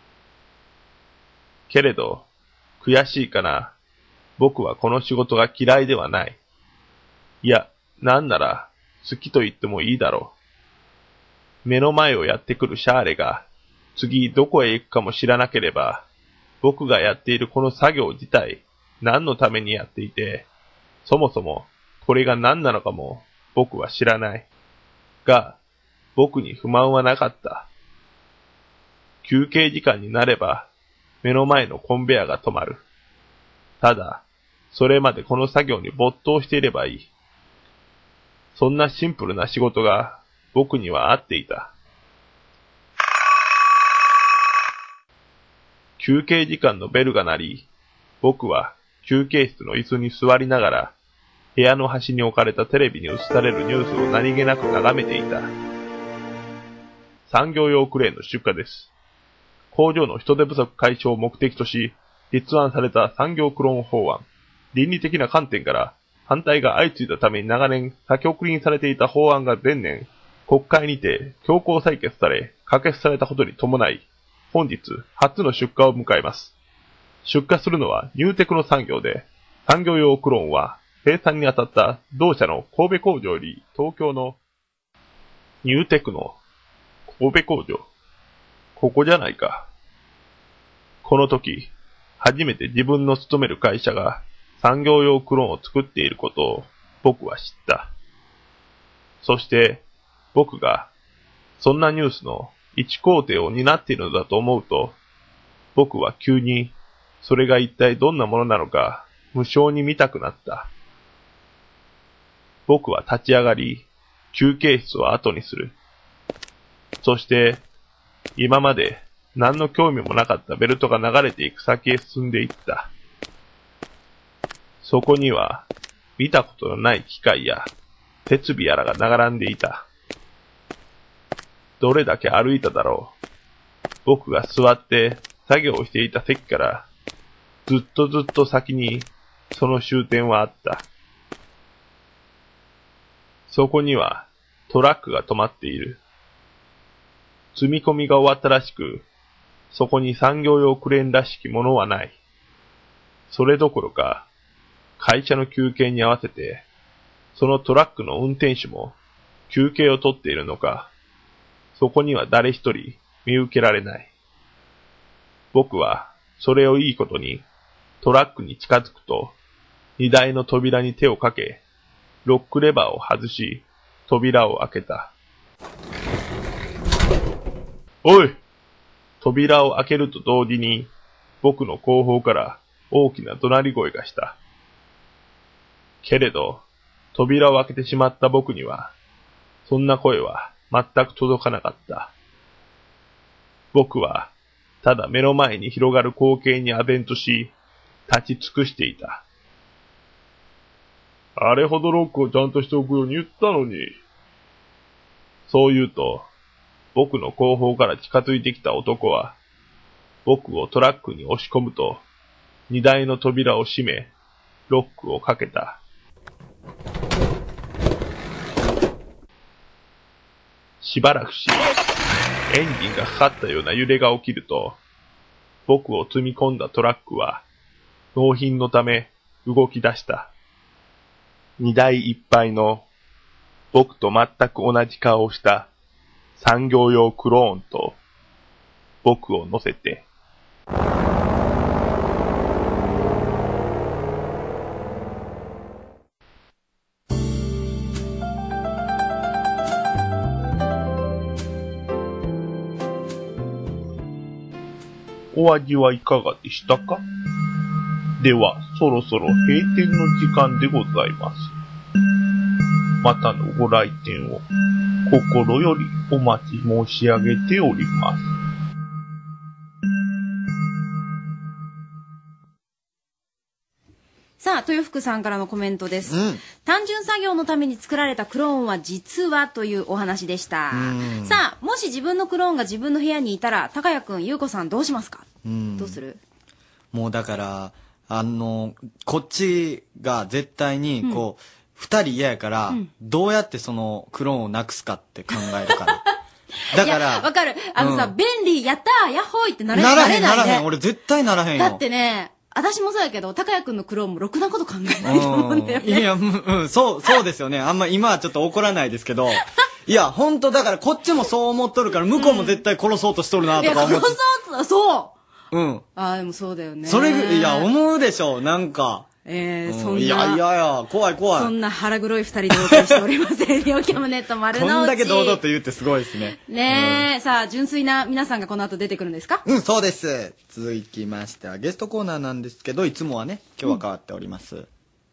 けれど、悔しいかな。僕はこの仕事が嫌いではない。いや、なんなら好きと言ってもいいだろう。目の前をやってくるシャーレが、次どこへ行くかも知らなければ、僕がやっているこの作業自体、何のためにやっていて、そもそもこれが何なのかも僕は知らない。が、僕に不満はなかった。休憩時間になれば、目の前のコンベヤが止まる。ただ、それまでこの作業に没頭していればいい。そんなシンプルな仕事が僕には合っていた。休憩時間のベルが鳴り、僕は休憩室の椅子に座りながら、部屋の端に置かれたテレビに映されるニュースを何気なく眺めていた。産業用クレーンの出荷です。工場の人手不足解消を目的とし、立案された産業クローン法案。倫理的な観点から反対が相次いだために長年先送りにされていた法案が前年、国会にて強行採決され、可決されたことに伴い、本日初の出荷を迎えます。出荷するのはニューテクの産業で、産業用クローンは生産にあたった同社の神戸工場より東京のニューテクの神戸工場。ここじゃないか。この時、初めて自分の勤める会社が産業用クローンを作っていることを僕は知った。そして僕がそんなニュースの一工程を担っているのだと思うと、僕は急にそれが一体どんなものなのか無性に見たくなった。僕は立ち上がり、休憩室を後にする。そして今まで何の興味もなかったベルトが流れていく先へ進んでいった。そこには見たことのない機械や設備やらが並んでいた。どれだけ歩いただろう。僕が座って作業をしていた席からずっとずっと先にその終点はあった。そこにはトラックが止まっている。積み込みが終わったらしく、そこに産業用クレーンらしきものはない。それどころか、会社の休憩に合わせて、そのトラックの運転手も休憩を取っているのか、そこには誰一人見受けられない。僕はそれをいいことにトラックに近づくと、荷台の扉に手をかけ、ロックレバーを外し、扉を開けた。 おい！扉を開けると同時に、僕の後方から大きな怒鳴り声がした。けれど、扉を開けてしまった僕には、そんな声は全く届かなかった。僕は、ただ目の前に広がる光景に唖然とし、立ち尽くしていた。あれほどロックをちゃんとしておくように言ったのに。そう言うと、僕の後方から近づいてきた男は、僕をトラックに押し込むと、荷台の扉を閉め、ロックをかけた。しばらくし、エンジンがかかったような揺れが起きると、僕を積み込んだトラックは、納品のため動き出した。荷台いっぱいの、僕と全く同じ顔をした産業用クローンと、僕を乗せて、お味はいかがでしたか？では、そろそろ閉店の時間でございます。またのご来店を心よりお待ち申し上げております。 さあ、豊福さんからのコメントです、うん、単純作業のために作られたクローンは実はというお話でした。さあ、もし自分のクローンが自分の部屋にいたら、高谷くん、ゆうこさんどうしますか？どうする？ もうだからあのこっちが絶対にこう、うん、二人嫌やから、うん、どうやってそのクローンをなくすかって考えるからだからわかる。あのさ、うん、便利やったーヤッホーイってなれならへん、 なれないね。 ならへん。俺絶対ならへんよ。 だってね、私もそうやけど、高谷くんのクローンもろくなこと考えないと思うんだよね。 いや、うん、そう、そうですよね。あんま今はちょっと怒らないですけど、いや、ほんとだからこっちもそう思っとるから、向こうも絶対殺そうとしとるなとか思って。いや、 殺そうと、そううん。 ああ、でもそうだよね。 それ、いや、思うでしょ、なんか。 えー、そんな。 いやいやいや、怖い怖い。 そんな腹黒い二人でお送りしております。レディオキャムネット丸の内。 こんだけ堂々と言ってすごいですね。 ねえ、うん、さあ、純粋な皆さんがこの後出てくるんですか？ うん、そうです。続きましてはゲストコーナーなんですけど、いつもはね、今日は変わっております。うん、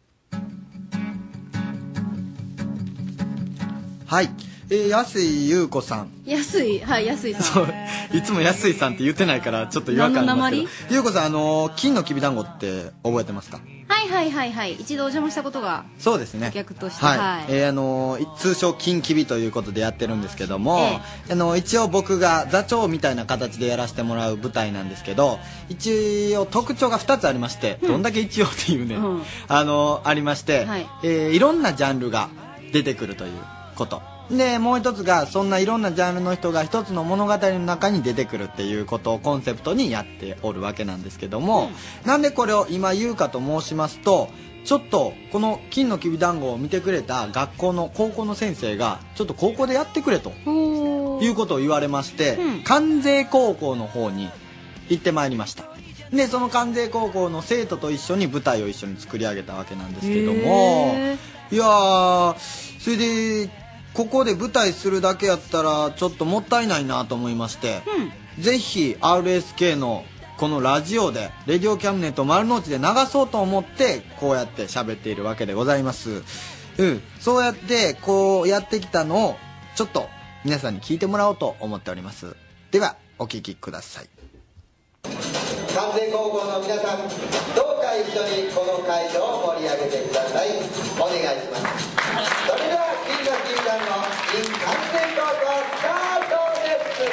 はい。えー、安井優子さん。 安井、はい、安井さん。 そう。いつも安井さんって言ってないから、ちょっと違和感ありますけど。優子さん、あのー、金のきびだんごって覚えてますか？ はいはいはいはい。一度お邪魔したことが。 そうですね。 お客として。 はい。はい、えー、あのー、通称金きびということでやってるんですけども、えー、あのー、一応僕が座長みたいな形でやらせてもらう舞台なんですけど、一応特徴がふたつありまして、うん、どんだけ一応っていうね、うん、あのー、ありまして、はい、えー、いろんなジャンルが出てくるということ。でもう一つが、そんないろんなジャンルの人が一つの物語の中に出てくるっていうことをコンセプトにやっておるわけなんですけども、うん、なんでこれを今言うかと申しますと、ちょっとこの金のきびだんごを見てくれた学校の高校の先生がちょっと高校でやってくれということを言われまして、うん、関西高校の方に行ってまいりました。でその関西高校の生徒と一緒に舞台を一緒に作り上げたわけなんですけども、いやー、それでここで舞台するだけやったらちょっともったいないなと思いまして、うん、ぜひ アールエスケー のこのラジオでレディオキャムネット丸の内で流そうと思ってこうやって喋っているわけでございます。うん、そうやってこうやってきたのをちょっと皆さんに聞いてもらおうと思っております。ではお聞きください。関西高校の皆さん、どうか一緒にこの会場を盛り上げてください。お願いします。それでは金のきびだんご in 関西高校スタートです。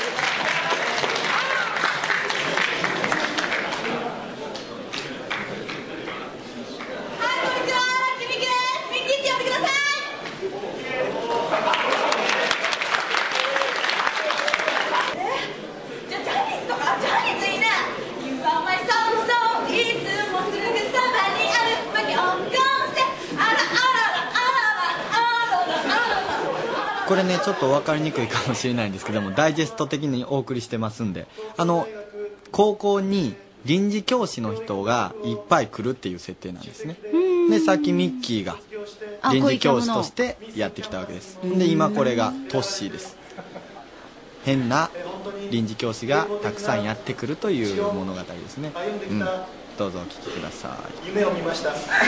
これねちょっと分かりにくいかもしれないんですけども、ダイジェスト的にお送りしてますんで、あの高校に臨時教師の人がいっぱい来るっていう設定なんですね。でさっきミッキーが臨時教師としてやってきたわけです。で今これがトッシーです。変な臨時教師がたくさんやってくるという物語ですね。うん、どうぞお聞きください。 夢を見ました。高卒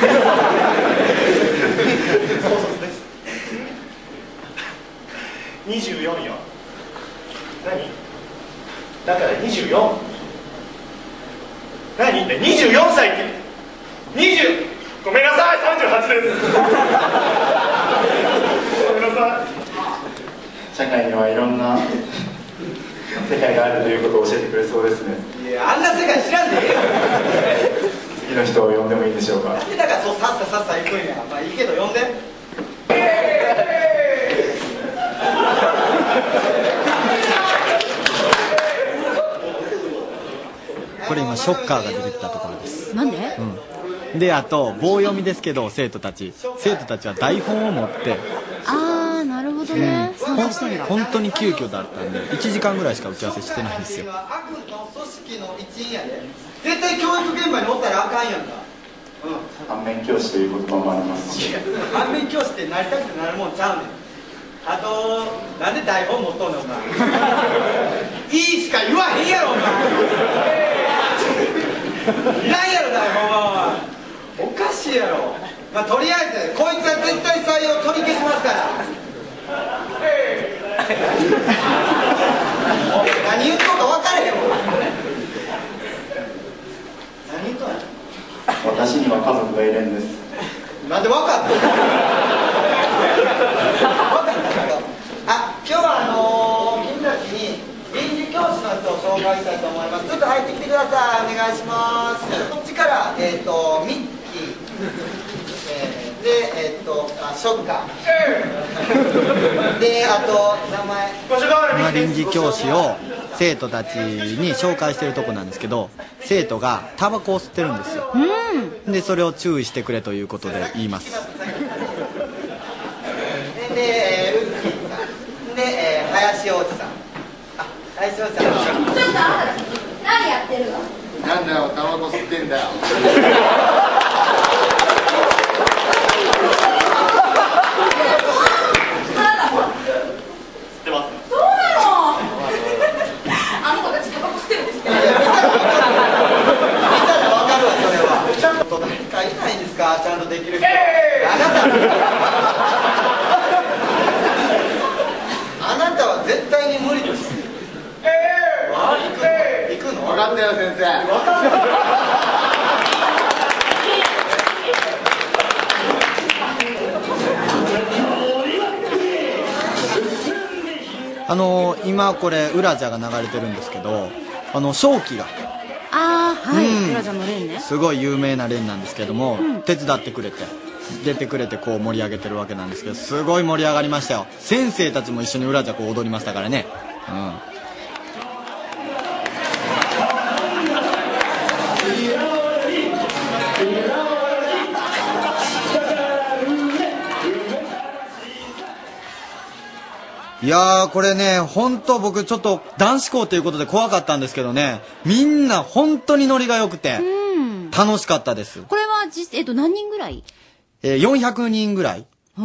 です。にじゅうよんよ。何？だからにじゅうよん。何ってにじゅうよんさいってにじゅうごめんなさいさんじゅうはちです。ごめんなさい。社会にはいろんな世界があるということを教えてくれそうですね。 いや、あんな世界知らんでええよ。 次の人を呼んでもいいでしょうか。 なんでだからそうさっささっさ行くんや。まあいいけど呼んで。 これ今ショッカーが出てきたところです。 なんで？ うん、であと棒読みですけど、生徒たち生徒たちは台本を持って、 ああなるほどね、参加してんだ。 本当に急遽だったんでいちじかんぐらいしか打ち合わせしてないんですよ。 悪の組織の一員やで。絶対教育現場におったらあかんやんか。 うん、反面教師という言葉もありますし。 反面教師ってなりたくてなるもんちゃうねん。あとなんで台本持っとんねんお前。いいしか言わへんやろお前。いらんやろ台本は。おかしいやろ。まあとりあえずこいつは絶対採用取り消しますから。何言うとか分からへんもん。何言うとんや。 私には家族がいるんです。 なんで分かった分かったあ、今日はあのー、君たちに臨時教師の人を紹介したいと思います。ちょっと入ってきてください。お願いします。こっちからえっ、ー、とミッキー、えー、でえっ、ー、とあショッカーで、あと名前今臨時教師を生徒たちに紹介してるとこなんですけど、生徒がタバコを吸ってるんですよ。うん、でそれを注意してくれということで言います。 で、えー、ウッキーさんで、えー、林王子さん。あ、林王子さん。ちょっとあんた何やってるの？ なんだよ、タバコ吸ってんだよ。 誰かいないんですか、ちゃんとできる人。あなたあなたは絶対に無理です。行くの？ 分かったよ先生。分かった。 あのー、今これウラジャが流れてるんですけど、あの正気がああはい、 うん、 ウラジャの連ね、 すごい有名な連なんですけども、 うん、 手伝ってくれて出てくれてこう盛り上げてるわけなんですけど、すごい盛り上がりましたよ。先生たちも一緒にウラジャこう踊りましたからね。うん、いやーこれね、本当僕ちょっと男子校ということで怖かったんですけどね、みんな本当にノリが良くて楽しかったです。 これは実、えっと、何人ぐらい？ えー、よんひゃくにんぐらい。うん、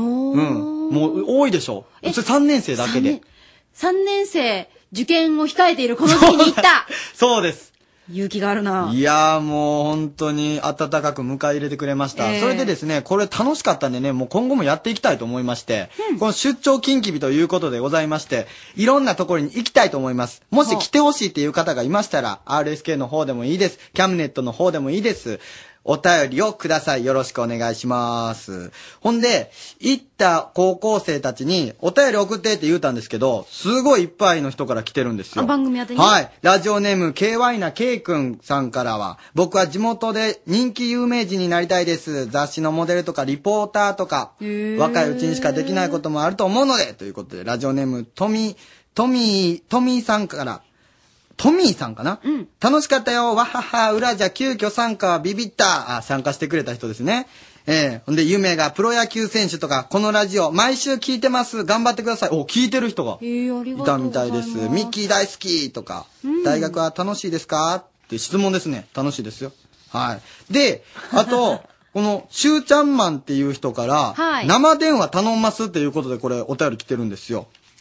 もう多いでしょ。それさんねん生だけで。 さんねん生受験を控えているこの時期に行った。 そうです。 勇気があるな。 いやーもう本当に温かく迎え入れてくれました、えー、それでですね、これ楽しかったんでね、もう今後もやっていきたいと思いまして、うん、この出張近畿日ということでございまして、いろんなところに行きたいと思います。もし来てほしいっていう方がいましたら アールエスケー の方でもいいです、キャムネットの方でもいいです、お便りをください。よろしくお願いします。ほんで、行った高校生たちにお便り送ってって言うたんですけど、すごいいっぱいの人から来てるんですよ。 番組宛てに？ はい。ラジオネーム ケーワイ な K 君さんからは、僕は地元で人気有名人になりたいです。雑誌のモデルとかリポーターとか、若いうちにしかできないこともあると思うので、ということで、ラジオネームトミ、トミ、トミーさんから、トミーさんかな、うん、楽しかったよ。わはは、裏じゃ急遽参加、ビビった。あ、参加してくれた人ですね。えー、ほんで、夢がプロ野球選手とか、このラジオ、毎週聞いてます。頑張ってください。お、聞いてる人がいたみたいです。ミッキー大好きとか、うん、大学は楽しいですかって質問ですね。楽しいですよ。はい。で、あと、この、しゅうちゃんマンっていう人から、はい、生電話頼んますっていうことで、これ、お便り来てるんですよ。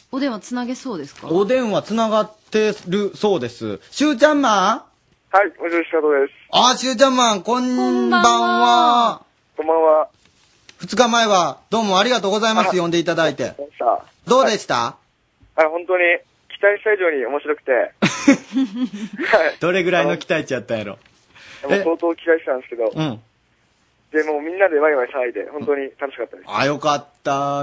お電話つなげそうですか？ お電話つながってるそうです。しゅうちゃんマン？ はい、もしもし、加藤です。 あー、しゅうちゃんマン、こんばんは。 こんばんは。 二日前は、どうもありがとうございます。呼んでいただいて。どうでした、 はい、あ、本当に、期待した以上に面白くて。はい。 どれぐらいの期待値やったやろ？ もう相当期待したんですけど。 うん。 で、もうみんなでワイワイ騒いで、本当に楽しかったです。 あ、よかった。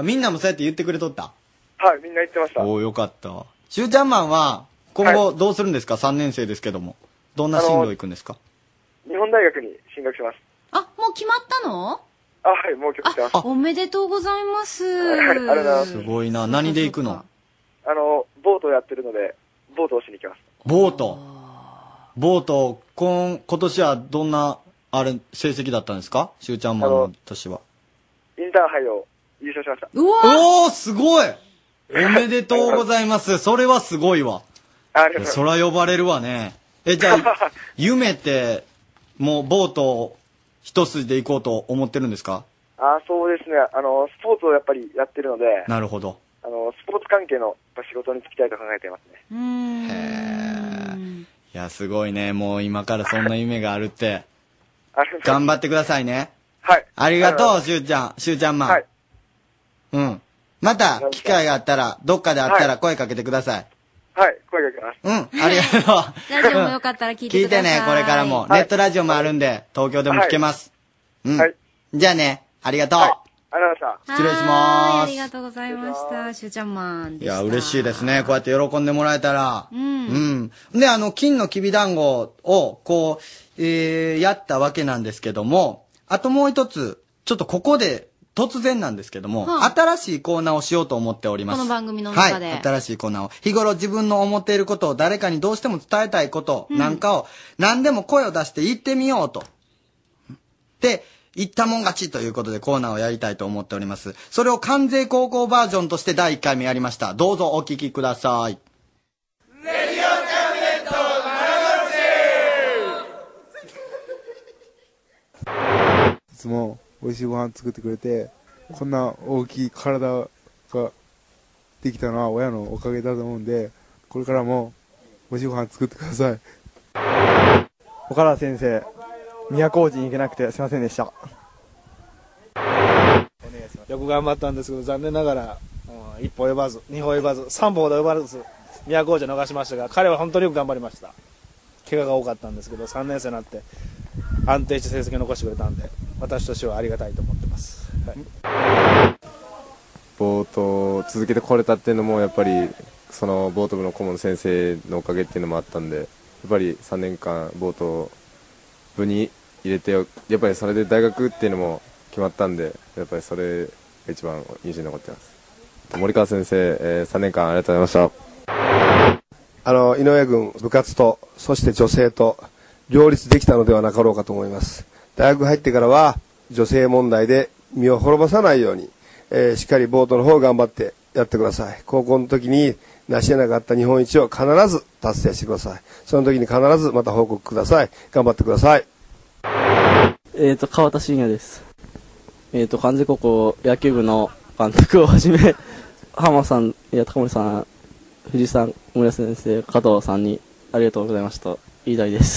みんなもそうやって言ってくれとった？ はい、みんな言ってました。 おー、よかった。しゅうちゃんマンは、今後どうするんですか？ さん 年生ですけども。どんな進路行くんですか？ 日本大学に進学します。 あ、もう決まったの？ あ、はい、もう決まってます。 おめでとうございます。 はい、ありがとうございます。 すごいな。何で行くの？ あの、ボートをやってるので、ボートをしに行きます。 ボート。ボート、今、今年はどんな、あれ、成績だったんですか？しゅうちゃんマンの年は。 インターハイを優勝しました。 うわおー、すごい！おめでとうございます。それはすごいわ。 ありがとうございます。 そら呼ばれるわね。え、じゃあ、夢って、もうボート一筋で行こうと思ってるんですか？ あ、そうですね。あの、スポーツをやっぱりやってるので、 なるほど。 あの、スポーツ関係の仕事に就きたいと考えていますね。 うーん。 いや、すごいね。もう今からそんな夢があるって。 ありがとうございます。 頑張ってくださいね。 はい。 ありがとう、しゅうちゃん。しゅうちゃんマン。はい。うん。また、機会があったら、どっかであったら声かけてください。 はい、声かけます。 うん、ありがとう。 ラジオもよかったら聞いてください。 聞いてね、これからも。ネットラジオもあるんで、東京でも聞けます。うん。じゃあね、ありがとう。 ありがとうございました。 失礼しまはい、あーす。 りがとうございました。しゅうちゃんマンでした。 いや、嬉しいですね。こうやって喜んでもらえたら。 うんうん。で、あの、金のきびだんごを、こう、えー、やったわけなんですけども、あともう一つ、ちょっとここで、突然なんですけども、 はあ新しいコーナーをしようと思っております。 この番組の中ではい、新しいコーナーを。日頃自分の思っていることを誰かにどうしても伝えたいことなんかを、何でも声を出して言ってみようと。で、言ったもん勝ちということでコーナーをやりたいと思っております。それを関西高校バージョンとしてだいいっかいめやりました。どうぞお聞きください。 レディオキャビネットいつも美味しいご飯作ってくれて、こんな大きい体ができたのは親のおかげだと思うんで、これからも美味しいご飯作ってください。 岡田先生、都大路に行けなくてすいませんでした。 よく頑張ったんですけど、残念ながら、うん、一歩及ばず、二歩及ばず、三歩ほど及ばず、都大路を逃しましたが、彼は本当によく頑張りました。怪我が多かったんですけど、さんねん生になって安定して成績を残してくれたんで、私としてはありがたいと思ってます。はい、 ボートを続けてこれたっていうのもやっぱりそのボート部の顧問の先生のおかげっていうのもあったんで、やっぱりさんねんかんボート部に入れて、やっぱりそれで大学っていうのも決まったんで、やっぱりそれが一番印象に残ってます。森川先生、えー、さんねんかんありがとうございました。 あの井上軍部活とそして女性と両立できたのではなかろうかと思います。大学入ってからは女性問題で身を滅ぼさないように、えー、しっかりボートの方を頑張ってやってください。高校の時に成し得なかった日本一を必ず達成してください。その時に必ずまた報告ください。頑張ってください。 えっと川田信也です。えっと関西高校野球部の監督をはじめ浜さん、いや高森さん、藤井さん、村先生、加藤さんにありがとうございました。飯田です。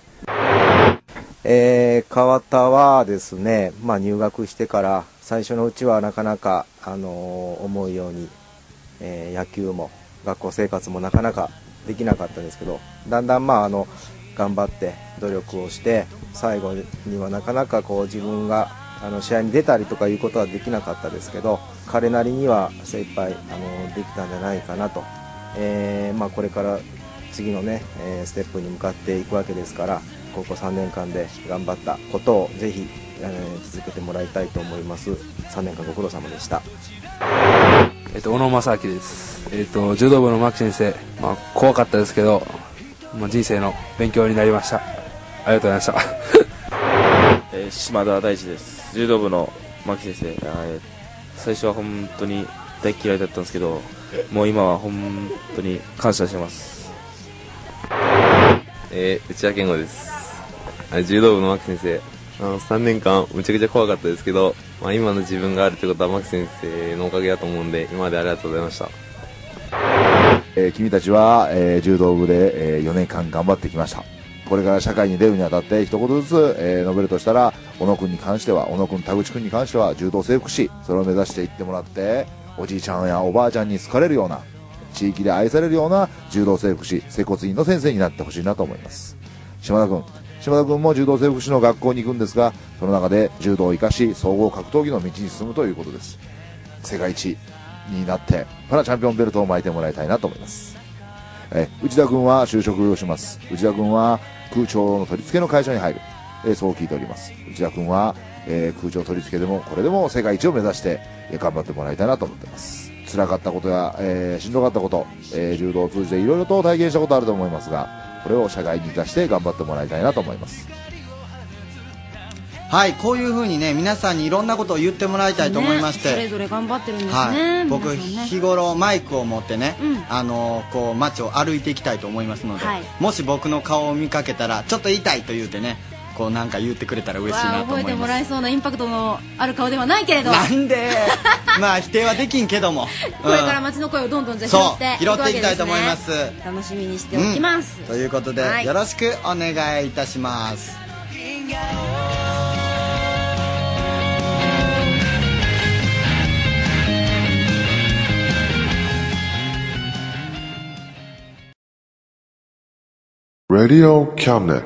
えー、川田はですね、まあ、入学してから最初のうちはなかなか、あのー、思うように、えー、野球も学校生活もなかなかできなかったんですけど、だんだん、まあ、あの頑張って努力をして最後にはなかなかこう自分があの試合に出たりとかいうことはできなかったですけど、彼なりには精一杯あのできたんじゃないかなと、えーまあ、これから次のね、えー、ステップに向かっていくわけですから、高校さんねんかんで頑張ったことをぜひ、えー、続けてもらいたいと思います。さんねんかんご苦労様でした。 えっと小野正明です。えっと柔道部の牧先生、まあ怖かったですけど、まあ、人生の勉強になりました。ありがとうございました。 えー、島田大地です。柔道部の牧先生、えー、最初は本当に大嫌いだったんですけど、もう今は本当に感謝してます。 えー、内田健吾です。柔道部の牧先生、あのさんねんかんむちゃくちゃ怖かったですけど、まあ、今の自分があるということは牧先生のおかげだと思うんで、今までありがとうございました。 えー君たちは、えー柔道部で、えーよねんかん頑張ってきました。これから社会に出るにあたって一言ずつ、えー述べるとしたら、小野くんに関しては、小野くん、田口くんに関しては柔道整復師、それを目指していってもらって、おじいちゃんやおばあちゃんに好かれるような、地域で愛されるような柔道整復師、接骨院の先生になってほしいなと思います。島田くん、島田くんも柔道整復師の学校に行くんですが、その中で柔道を生かし、総合格闘技の道に進むということです。世界一になってパラチャンピオンベルトを巻いてもらいたいなと思います。え内田君は就職をします。内田君は空調の取り付けの会社に入る、えそう聞いております。内田君は、えー空調取り付けでもこれでも世界一を目指して、えー頑張ってもらいたいなと思っています。辛かったことや、えーしんどかったこと、えー柔道を通じていろいろと体験したことあると思いますが、これを社会に生かして頑張ってもらいたいなと思います。 はい、こういう風にね、皆さんにいろんなことを言ってもらいたいと思いまして、 ね、それぞれ頑張ってるんですね、 はい、僕、 皆さんね日頃マイクを持ってね、 うんあのこう街を歩いていきたいと思いますので、 はいもし僕の顔を見かけたらちょっと痛いと言うてね、こうなんか言ってくれたら嬉しいなと思います。 覚えてもらえそうなインパクトのある顔ではないけれど、 なんでまあ否定はできんけども、 これから街の声をどんどんじゃそうあ拾っていくわけですね。 拾っていきたいと思います。 楽しみにしておきます、 うんということで、 はいよろしくお願いいたします。 Radio Cabinet.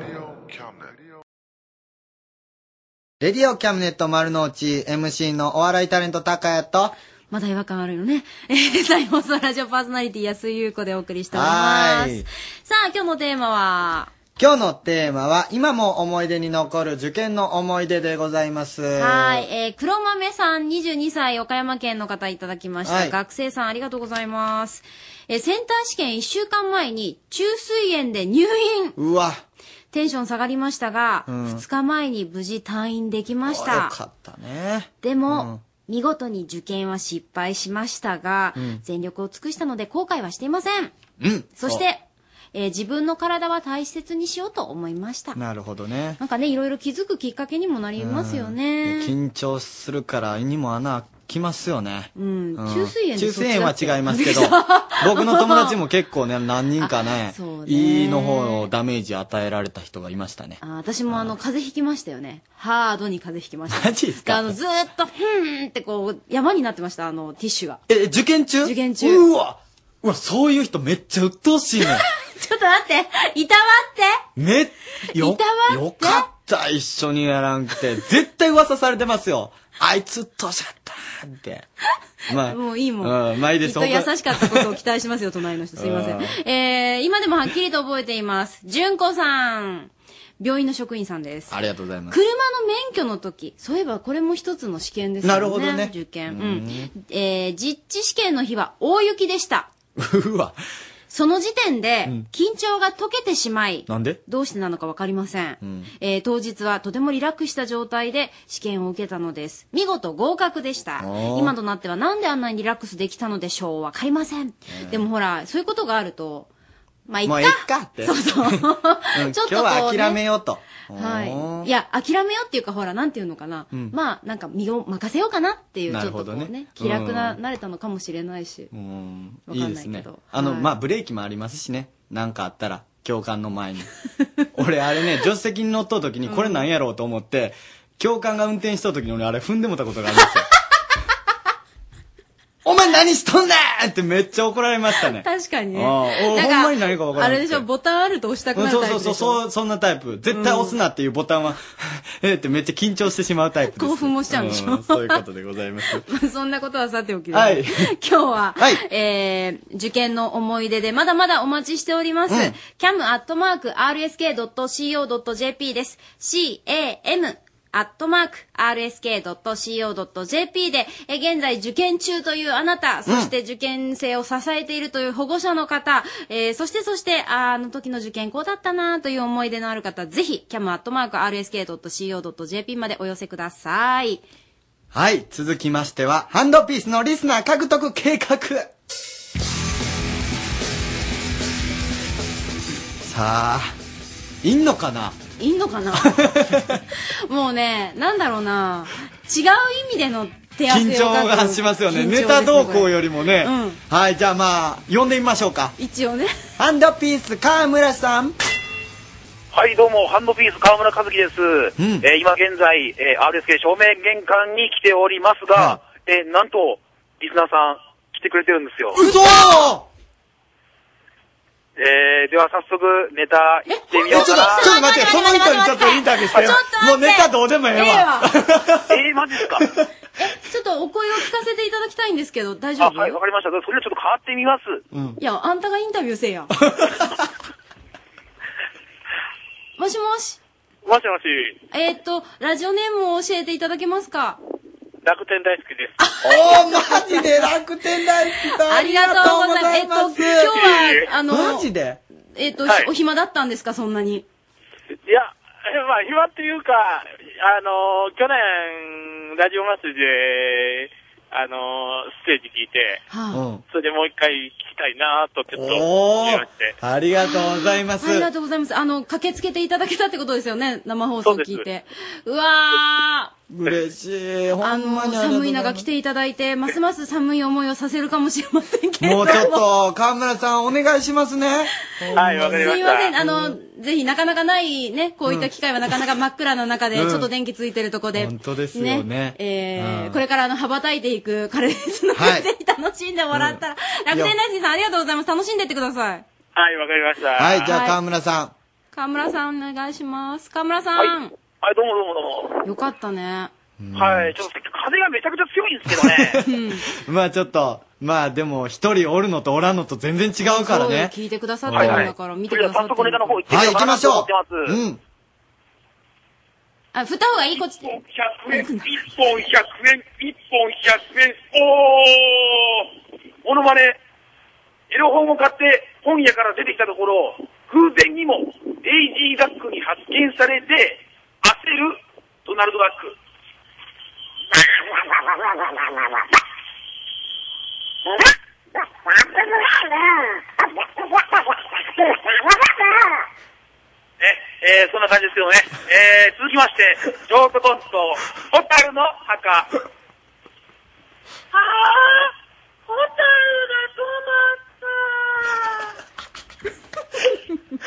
レディオキャムネット丸の内 エムシー のお笑いタレント高谷と、 まだ違和感あるよね。えー、再放送ラジオパーソナリティ安井優子でお送りしております。さあ、今日のテーマは、 今日のテーマは今も思い出に残る受験の思い出でございます。 はい、えー、黒豆さんにじゅうにさい岡山県の方いただきました、 はい学生さんありがとうございます。えー、センター試験いっしゅうかんまえに虫垂炎で入院。 うわ。 テンション下がりましたが、 うんふつかまえに無事退院できましよた。 かったね。 でも、 うん見事に受験は失敗しましたが、 うん全力を尽くしたので後悔はしていません。 うん。 そして、えー自分の体は大切にしようと思いました。 なるほどね。 なんかね、いろいろ気づくきっかけにもなりますよね。 緊張するから胃にも穴きますよね。 うん。 うん虫垂炎で虫垂炎は違いますけどそっちだった、 僕の友達も結構ね、何人かね、 そうね胃の方のダメージ与えられた人がいましたね。 あ私もあの、風邪ひきましたよね。ハードに風邪ひきました。 マジですかあの、ずーっと、ふーんってこう、山になってました、あの、ティッシュが。 え、受験中受験中。 うわうわ、そういう人めっちゃ鬱陶しいね。 ちょっと待って、いたわってめっ、よいたわ、 よかった、一緒にやらんくて。絶対噂されてますよ。あいつ鬱陶しかったって。まあ、 もういいもん。 うん、まあいいです。 きっと優しかったことを期待しますよ、隣の人。すいませんうん。 えー、今でもはっきりと覚えています。純子さん。病院の職員さんです。 ありがとうございます。 車の免許の時、そういえばこれも一つの試験ですよね。 なるほどね受験。 ううんん。えー、実地試験の日は大雪でした。 うわ。 その時点でうん、 緊張が解けてしまい、 なんでどうしてなのかわかりません。 うんえー当日はとてもリラックスした状態で試験を受けたのです。見事合格でしたお。ー今となってはなんであんなにリラックスできたのでしょうわかりません。でもほら、そういうことがあると、まあ、いっか。 もういっかって。 そうそう。 うんちょっとこう、ね、 今日は諦めようと。 はい。いや、諦めようっていうか、ほら、なんていうのかな。 うんまあ、なんか身を任せようかなっていう、ちょっとこうなるほどねね、気楽な、 うんなれたのかもしれないし。 うんわかんないいいですねけど。 あの、 はいまあ、ブレーキもありますしね。なんかあったら、教官の前に。俺、あれね、助手席に乗っとう時に、これなんやろうと思って、教官が運転しとう時に俺、あれ踏んでもたことがあるんですよ。お前何しとんねんってめっちゃ怒られましたね。 確かにね。 ああおなんかほんまに何かわからんあれでしょ、ボタンあると押したくうんそうなるタイプでしょ。 そうそう、そうそんなタイプ。絶対押すなっていうボタンは、えってめっちゃ緊張してしまうタイプです。 興奮もしちゃうんでしょんそういうことでございます。 まあそんなことはさておきで、 はい今日は、えー、受験の思い出でまだまだお待ちしております。 うんキャム アットマーク アールエスケー ドット シーオー ドット ジェーピー です。シーエーエム アットマーク アールエスケー ドット シーオー ドット ジェーピー で、えー現在受験中というあなた、そして受験生を支えているという保護者の方、えーそしてそして、あーあの時の受験こうだったなという思い出のある方、ぜひ、キャム アットマーク アールエスケー ドット シーオー ドット ジェーピー までお寄せください。 はい、続きましては、ハンドピースのリスナー獲得計画。さあ、いんのかないいんのかなもうね、なんだろうな、違う意味での手汗を緊張がしますよね。ネタ動向よりもね。はい、じゃあまあ、呼んでみましょうか。 一応ね。 ハンドピース川村さん。 はい、どうも、ハンドピース川村和樹です。うん、えー、今現在、えー、アールエスケー 正面玄関に来ておりますが、はい、えー、なんと、リスナーさん、来てくれてるんですよ。 嘘えー、では早速、ネタ、行ってみようかな。 ちょっと待って、その人にちょっとインタビューしてよ。もうネタどうでもええわ。 えー、マジですか。 え、ちょっとお声を聞かせていただきたいんですけど、大丈夫？ あ、はい、わかりました。それはちょっと変わってみます。 うん、 いや、あんたがインタビューせえや。もしもし。 もしもし。 えーっと、ラジオネームを教えていただけますか？ 楽天大好きです。 おー、マジで楽天大好きさん。 ありがとうございます。えっと、今日は、あの、 マジでえっと、 はい、 お暇だったんですか、そんなに。 いや、まあ、暇っていうか、あの、去年、ラジオ祭りで、あの、ステージ聞いて、はあ、それでもう一回聞きたいなと、ちょっと思いまして。 ありがとうございます。 ありがとうございます。あの、駆けつけていただけたってことですよね、生放送聞いて。う, うわー。 嬉しい。 あの、寒い中来ていただいて、ますます寒い思いをさせるかもしれませんけれども。 もうちょっと、川村さんお願いしますね。 はい、わかりました。 すいません。あの、ぜひなかなかないね、こういった機会はなかなか真っ暗な中で、ちょっと電気ついてるとこで。 本当ですよね。 えー、これからあの、羽ばたいていく彼ですので、ぜひ楽しんでもらったら。楽天大好きさんありがとうございます。楽しんでってください。 はい、わかりました。 はい、じゃあ川村さん。 川村さんお願いします。川村さん。 はい、どうもどうもどうも。 よかったね。 はい、ちょっと風がめちゃくちゃ強いんですけどね。 まあちょっと、まあでも一人おるのとおらんのと全然違うからね。 聞いてくださってるんだから、見てくださってる。 早速ネタの方行ってみようかなと思ってます。うん。 あ、振った方がいいこっちで。 ひゃくえん、いっぽんひゃくえん、いっぽんひゃくえん、おー、モノマネ。エロ本を買って本屋から出てきたところ、偶然にもデイジーダックに発見されて、焦るドナルドダック。え、えー、そんな感じですけどね。えー、続きまして、ショートコント、ホタルの墓。はぁ、ホタルが止まった。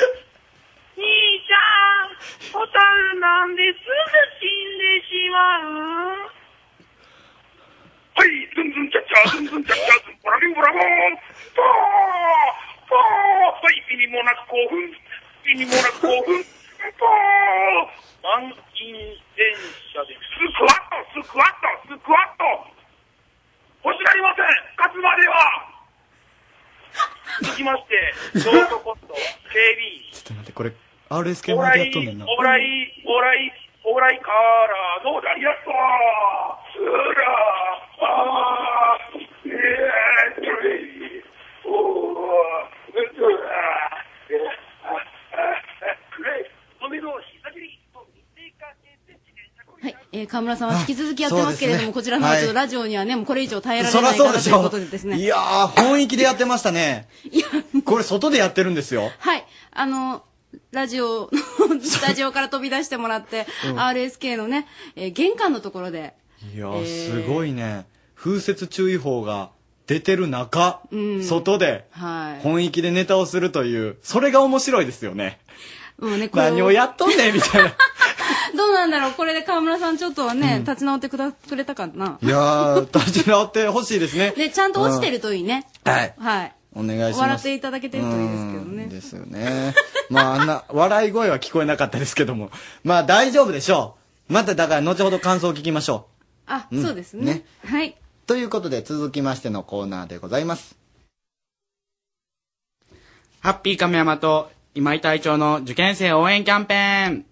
兄ちゃん、ホタルなんですぐ死んでしまう。はい、ズンズンチャッチャー、ズンズンチャッチャー、ズンボラビンボラボーン、ポー、ポー、はい、意味もなく興奮、意味もなく興奮、ポー、満員電車で、スクワット、スクワット、スクワット、欲しがりません、勝つまでは。続きまして、ショートコント、ケービー。 ちょっと待って、これ、アールエスケー までやっとんねんな。 オーライ、オーライ、オーライからのラリアットー、スラー、あー、えー、トレイ、おー、うつー、えー、クレイ、飲みの膝切りと見せかけて自転車こり。 はい、えー、河村さんは引き続きやってますけれども、ね、こちらのちょっとラジオにはね、もうこれ以上耐えられないからということでですね。 いやー、本域でやってましたね。いや、これ外でやってるんですよ。 はい、あの、ラジオのスタジオから飛び出してもらって、うん、アールエスケー のね、えー、玄関のところで。 いやー、えー、すごいね。風雪注意報が出てる中、うん、外で、本域でネタをするという、それが面白いですよね。もうね、これ何をやっとんねんみたいな。 どうなんだろうこれで河村さんちょっとはね、うん、立ち直ってくだくれたかな。 いやー、立ち直ってほしいですね。 ね、ちゃんと落ちてるといいね。 うん、はい。 はい。 お願いします。 笑っていただけてるといいですけどね。 ですよね。まあ、あんな、笑い声は聞こえなかったですけども。まあ、大丈夫でしょう。また、だから、後ほど感想を聞きましょう。あ、うん、そうですね。ね。はい。 ということで、続きましてのコーナーでございます。 ハッピー亀山と今井隊長の受験生応援キャンペーン。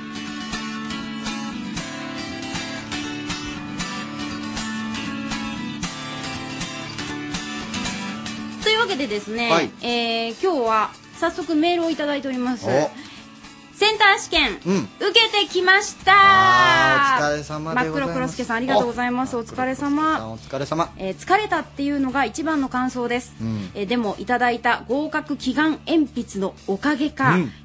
というわけでですね、はい、えー、今日は早速メールをいただいております。センター試験、うん、受けてきました。 お疲れ様でございます。 真っ黒黒助さんありがとうございます。お疲れ様。 お疲れ様。 えー、疲れたっていうのが一番の感想です。うん、えー、でもいただいた合格祈願鉛筆のおかげか、うん、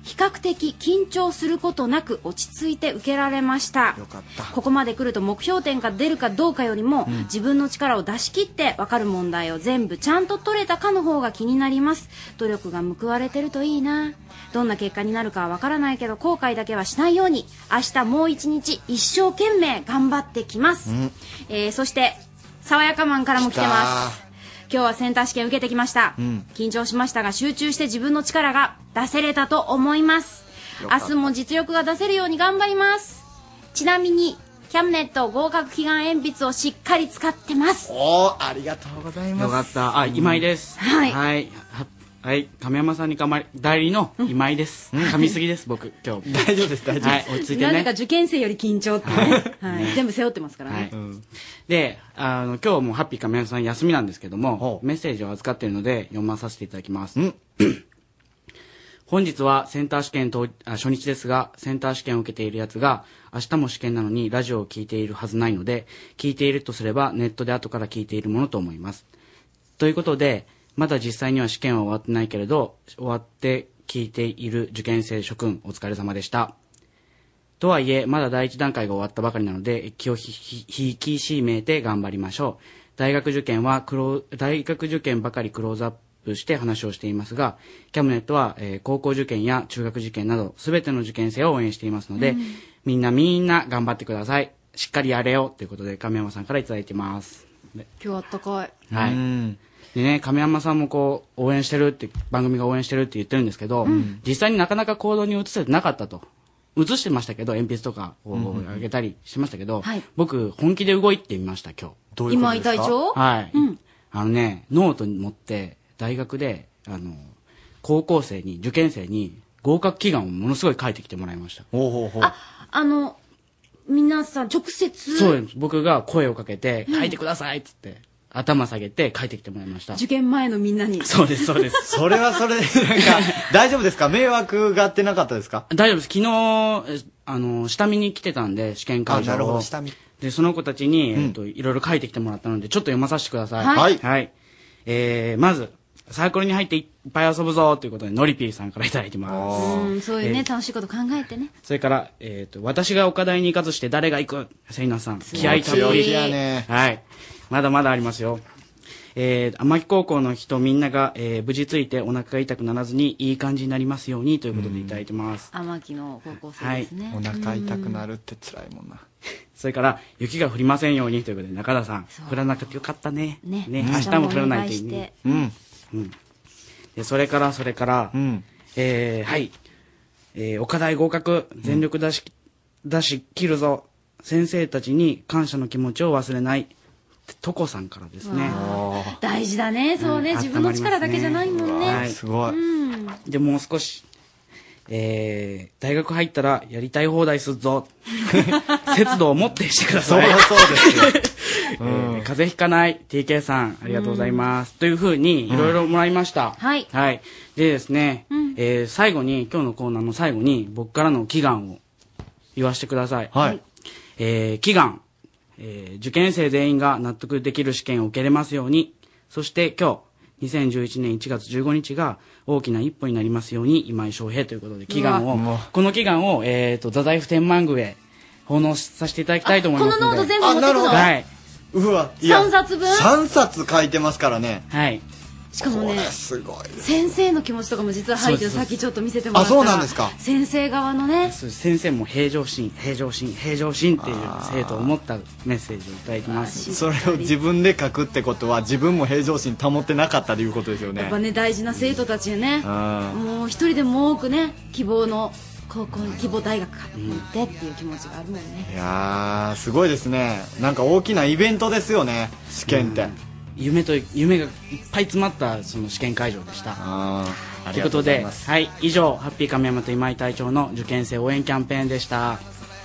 比較的緊張することなく落ち着いて受けられました。 よかった。 ここまで来ると目標点が出るかどうかよりも、うん、自分の力を出し切って分かる問題を全部ちゃんと取れたかの方が気になります。努力が報われてるといいな。どんな結果になるかは分からないけど後悔だけはしないように明日もう一日一生懸命頑張ってきます、うんえー、そして爽やかマンからも来てます。今日はセンター試験受けてきました、うん、緊張しましたが集中して自分の力が出せれたと思います。明日も実力が出せるように頑張ります。ちなみにキャムネット合格祈願鉛筆をしっかり使ってます。 おー、ありがとうございます。 よかった。あ、今井です。 はいはいはい、亀山さんにかまり代理の今井です。噛みすぎです僕今日。 大丈夫です大丈夫です。 はい、落ち着いてね。 なぜか受験生より緊張ってね。はい、全部背負ってますからね。はいうん、 で、あの今日もハッピー亀山さん休みなんですけども、メッセージを預かっているので読まさせていただきます。本日はセンター試験当初日ですが、センター試験を受けているやつが明日も試験なのにラジオを聞いているはずないので、聞いているとすればネットで後から聞いているものと思います。ということで。まだ実際には試験は終わってないけれど、終わって聞いている受験生諸君お疲れ様でした。とはいえ、まだ第一段階が終わったばかりなので、気を引き締めて頑張りましょう。大学受験はクロ、大学受験ばかりクローズアップして話をしていますが、キャムネットは、えー、高校受験や中学受験など、すべての受験生を応援していますので、うん、みんなみんな頑張ってください。しっかりやれよということで、亀山さんからいただいてます。 今日あったかい。 はい。うんでね、亀山さんもこう、応援してるって、番組が応援してるって言ってるんですけど、うん、実際になかなか行動に移せてなかったと。移してましたけど、鉛筆とかをあげたりしてましたけど、うんうん、僕、本気で動いてみました、今日。 どういうことですか？今井隊長？ はい、うん。あのね、ノートに持って、大学で、あの、高校生に、受験生に、合格祈願をものすごい書いてきてもらいました。 ほうほうほう。 あ、あの、皆さん直接？ そうです。僕が声をかけて、書いてくださいっつって。うん頭下げて書いてきてもらいました。 受験前のみんなに。 そうです、そうです。 それはそれで、なんか、大丈夫ですか？迷惑があってなかったですか？ 大丈夫です。昨日、あの、下見に来てたんで、試験会場を。 なるほど、下見。 で、その子たちに、えっと、いろいろ書いてきてもらったので、ちょっと読まさせてください。 はい。 はい。えー、まず、サークルに入っていっぱい遊ぶぞということで、のりぴーさんからいただいてます。 うん、そういうね、えー、楽しいこと考えてね。 それから、えっと、私が岡大に行かずして誰が行くセイナさん。気合たっぷり。 やね。 はい。まだまだありますよ。えー、天城高校の人みんなが、えー、無事ついてお腹が痛くならずにいい感じになりますようにということでいただいてます。 天城の高校生ですね。 はい、お腹痛くなるって辛いもんな。 それから雪が降りませんようにということで中田さん降らなくてよかったね。ね、ね、明日も降らないといいね。うん。うん。でそれからそれから、うん、えー、はい、えー、岡大合格全力出し、うん、出し切るぞ。先生たちに感謝の気持ちを忘れない。トコさんからですね。 大事だね、そうね、うん、自分の力だけじゃないもんね。 はい、すごい。うん、 でもう少し、えー、大学入ったらやりたい放題すっぞ。節度を持ってしてください。 そうそうですよ。 えー、風邪ひかない ティーケー さんありがとうございます。うん、というふうにいろいろもらいました。 はい。 はい。でですね、うん、えー、最後に今日のコーナーの最後に僕からの祈願を言わせてください。 はい。 えー、祈願。えー、受験生全員が納得できる試験を受けれますように、そして今日にせんじゅういちねんいちがつじゅうごにちが大きな一歩になりますように今井翔平ということで祈願をこの祈願を、えー、と太宰府天満宮へ奉納させていただきたいと思いますので。 このノート全部持ってくの？ はい。 うわ、 いやさんさつぶんさんさつ書いてますからね。 はい。 しかもね、 すごい先生の気持ちとかも実は入ってる。さっきちょっと見せてもらった。 あ、そうなんですか。 先生側のね。 先生も平常心平常心平常心っていう生徒を持ったメッセージをいただきます。 それを自分で書くってことは自分も平常心保ってなかったということですよね。 やっぱね、大事な生徒たちへね、もう一人でも多くね、希望の高校希望大学が行ってっていう気持ちがあるもんね。 いやー、すごいですね。なんか大きなイベントですよね、試験って。 夢と夢がいっぱい詰まったその試験会場でした。 ああ、 ということで、はい、以上ハッピー亀山と今井隊長の受験生応援キャンペーンでした。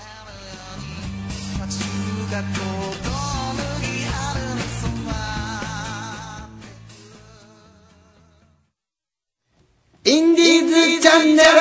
インディーズチャンネル。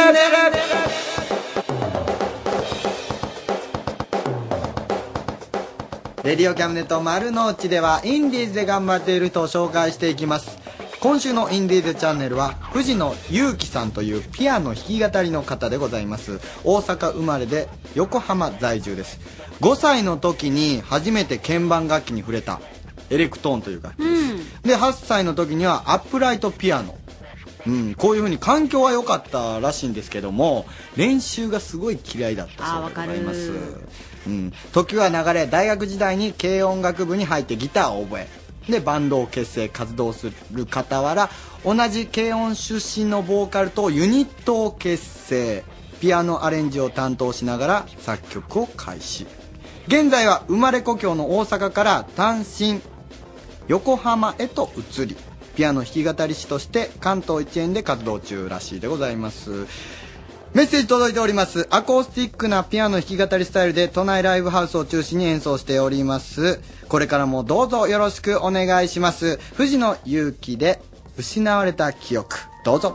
レディオキャムネット丸の内ではインディーズで頑張っている人を紹介していきます。 今週のインディーズチャンネルは藤野祐樹さんというピアノ弾き語りの方でございます。大阪生まれで横浜在住です。ごさいの時に初めて鍵盤楽器に触れたエレクトーンという楽器です、うん、ではっさいの時にはアップライトピアノ、うん、こういう風に環境は良かったらしいんですけども練習がすごい嫌いだったそうでございます。うん、時は流れ大学時代に軽音楽部に入ってギターを覚えでバンドを結成活動する傍ら同じ軽音出身のボーカルとユニットを結成、ピアノアレンジを担当しながら作曲を開始。現在は生まれ故郷の大阪から単身横浜へと移りピアノ弾き語り師として関東一円で活動中らしいでございます。メッセージ届いております。アコースティックなピアノ弾き語りスタイルで都内ライブハウスを中心に演奏しております。これからもどうぞよろしくお願いします。藤野祐樹で失われた記憶、どうぞ。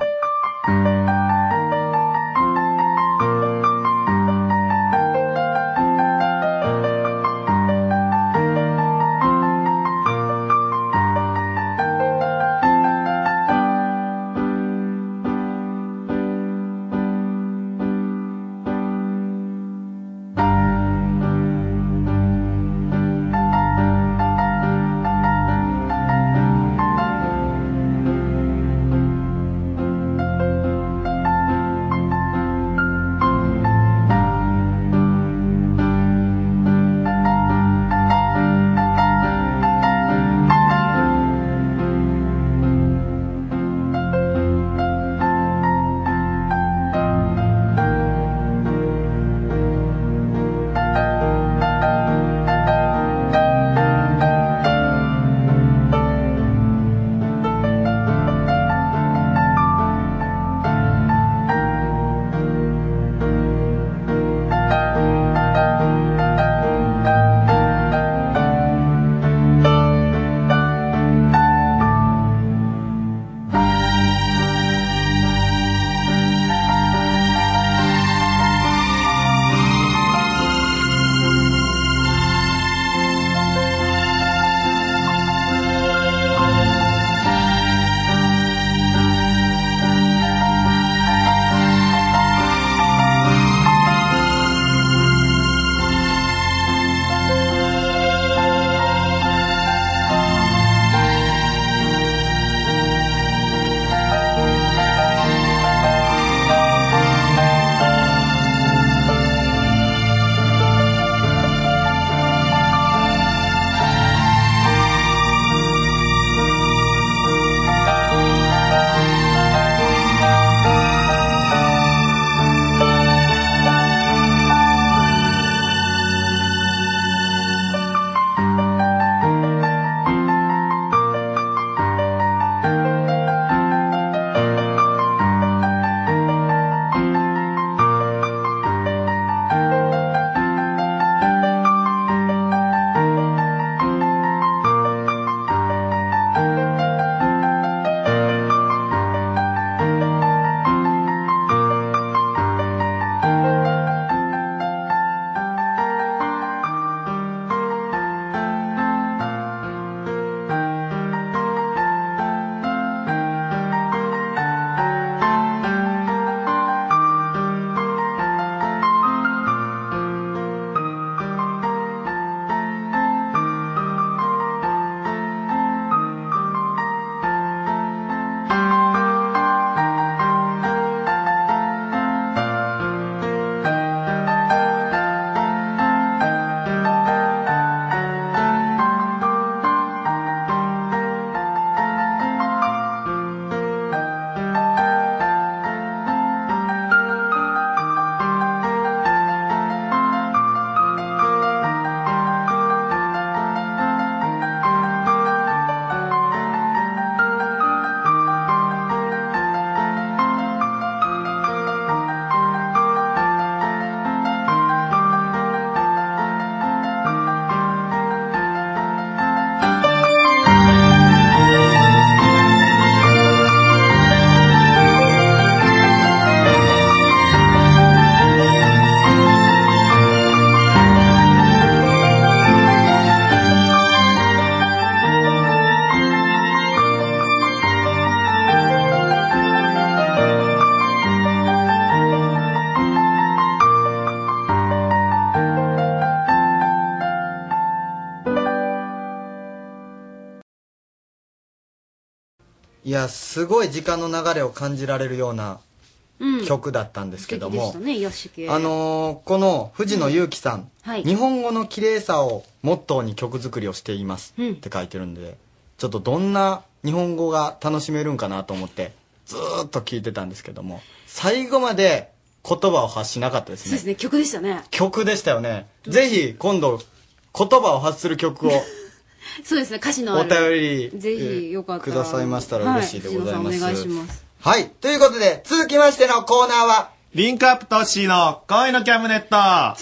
いや、すごい時間の流れを感じられるようなうん曲だったんですけども、 素敵でしたね、癒し系。 あのーこの藤野祐樹さん、 はい日本語の綺麗さをモットーに曲作りをしていますって書いてるんで、ちょっとどんな日本語が楽しめるんかなと思ってずーっと聞いてたんですけども、最後まで言葉を発しなかったですね。 そうですね、曲でしたね。 曲でしたよね。ぜひ今度言葉を発する曲をそうですね、歌詞のあおる。 便りぜひよかったらくださいましたら嬉しいでございます。 はい、藤野さんお願いします。 はい。ということで、続きましてのコーナーは、 リンクアップトッシーの恋のキャムネット。 女子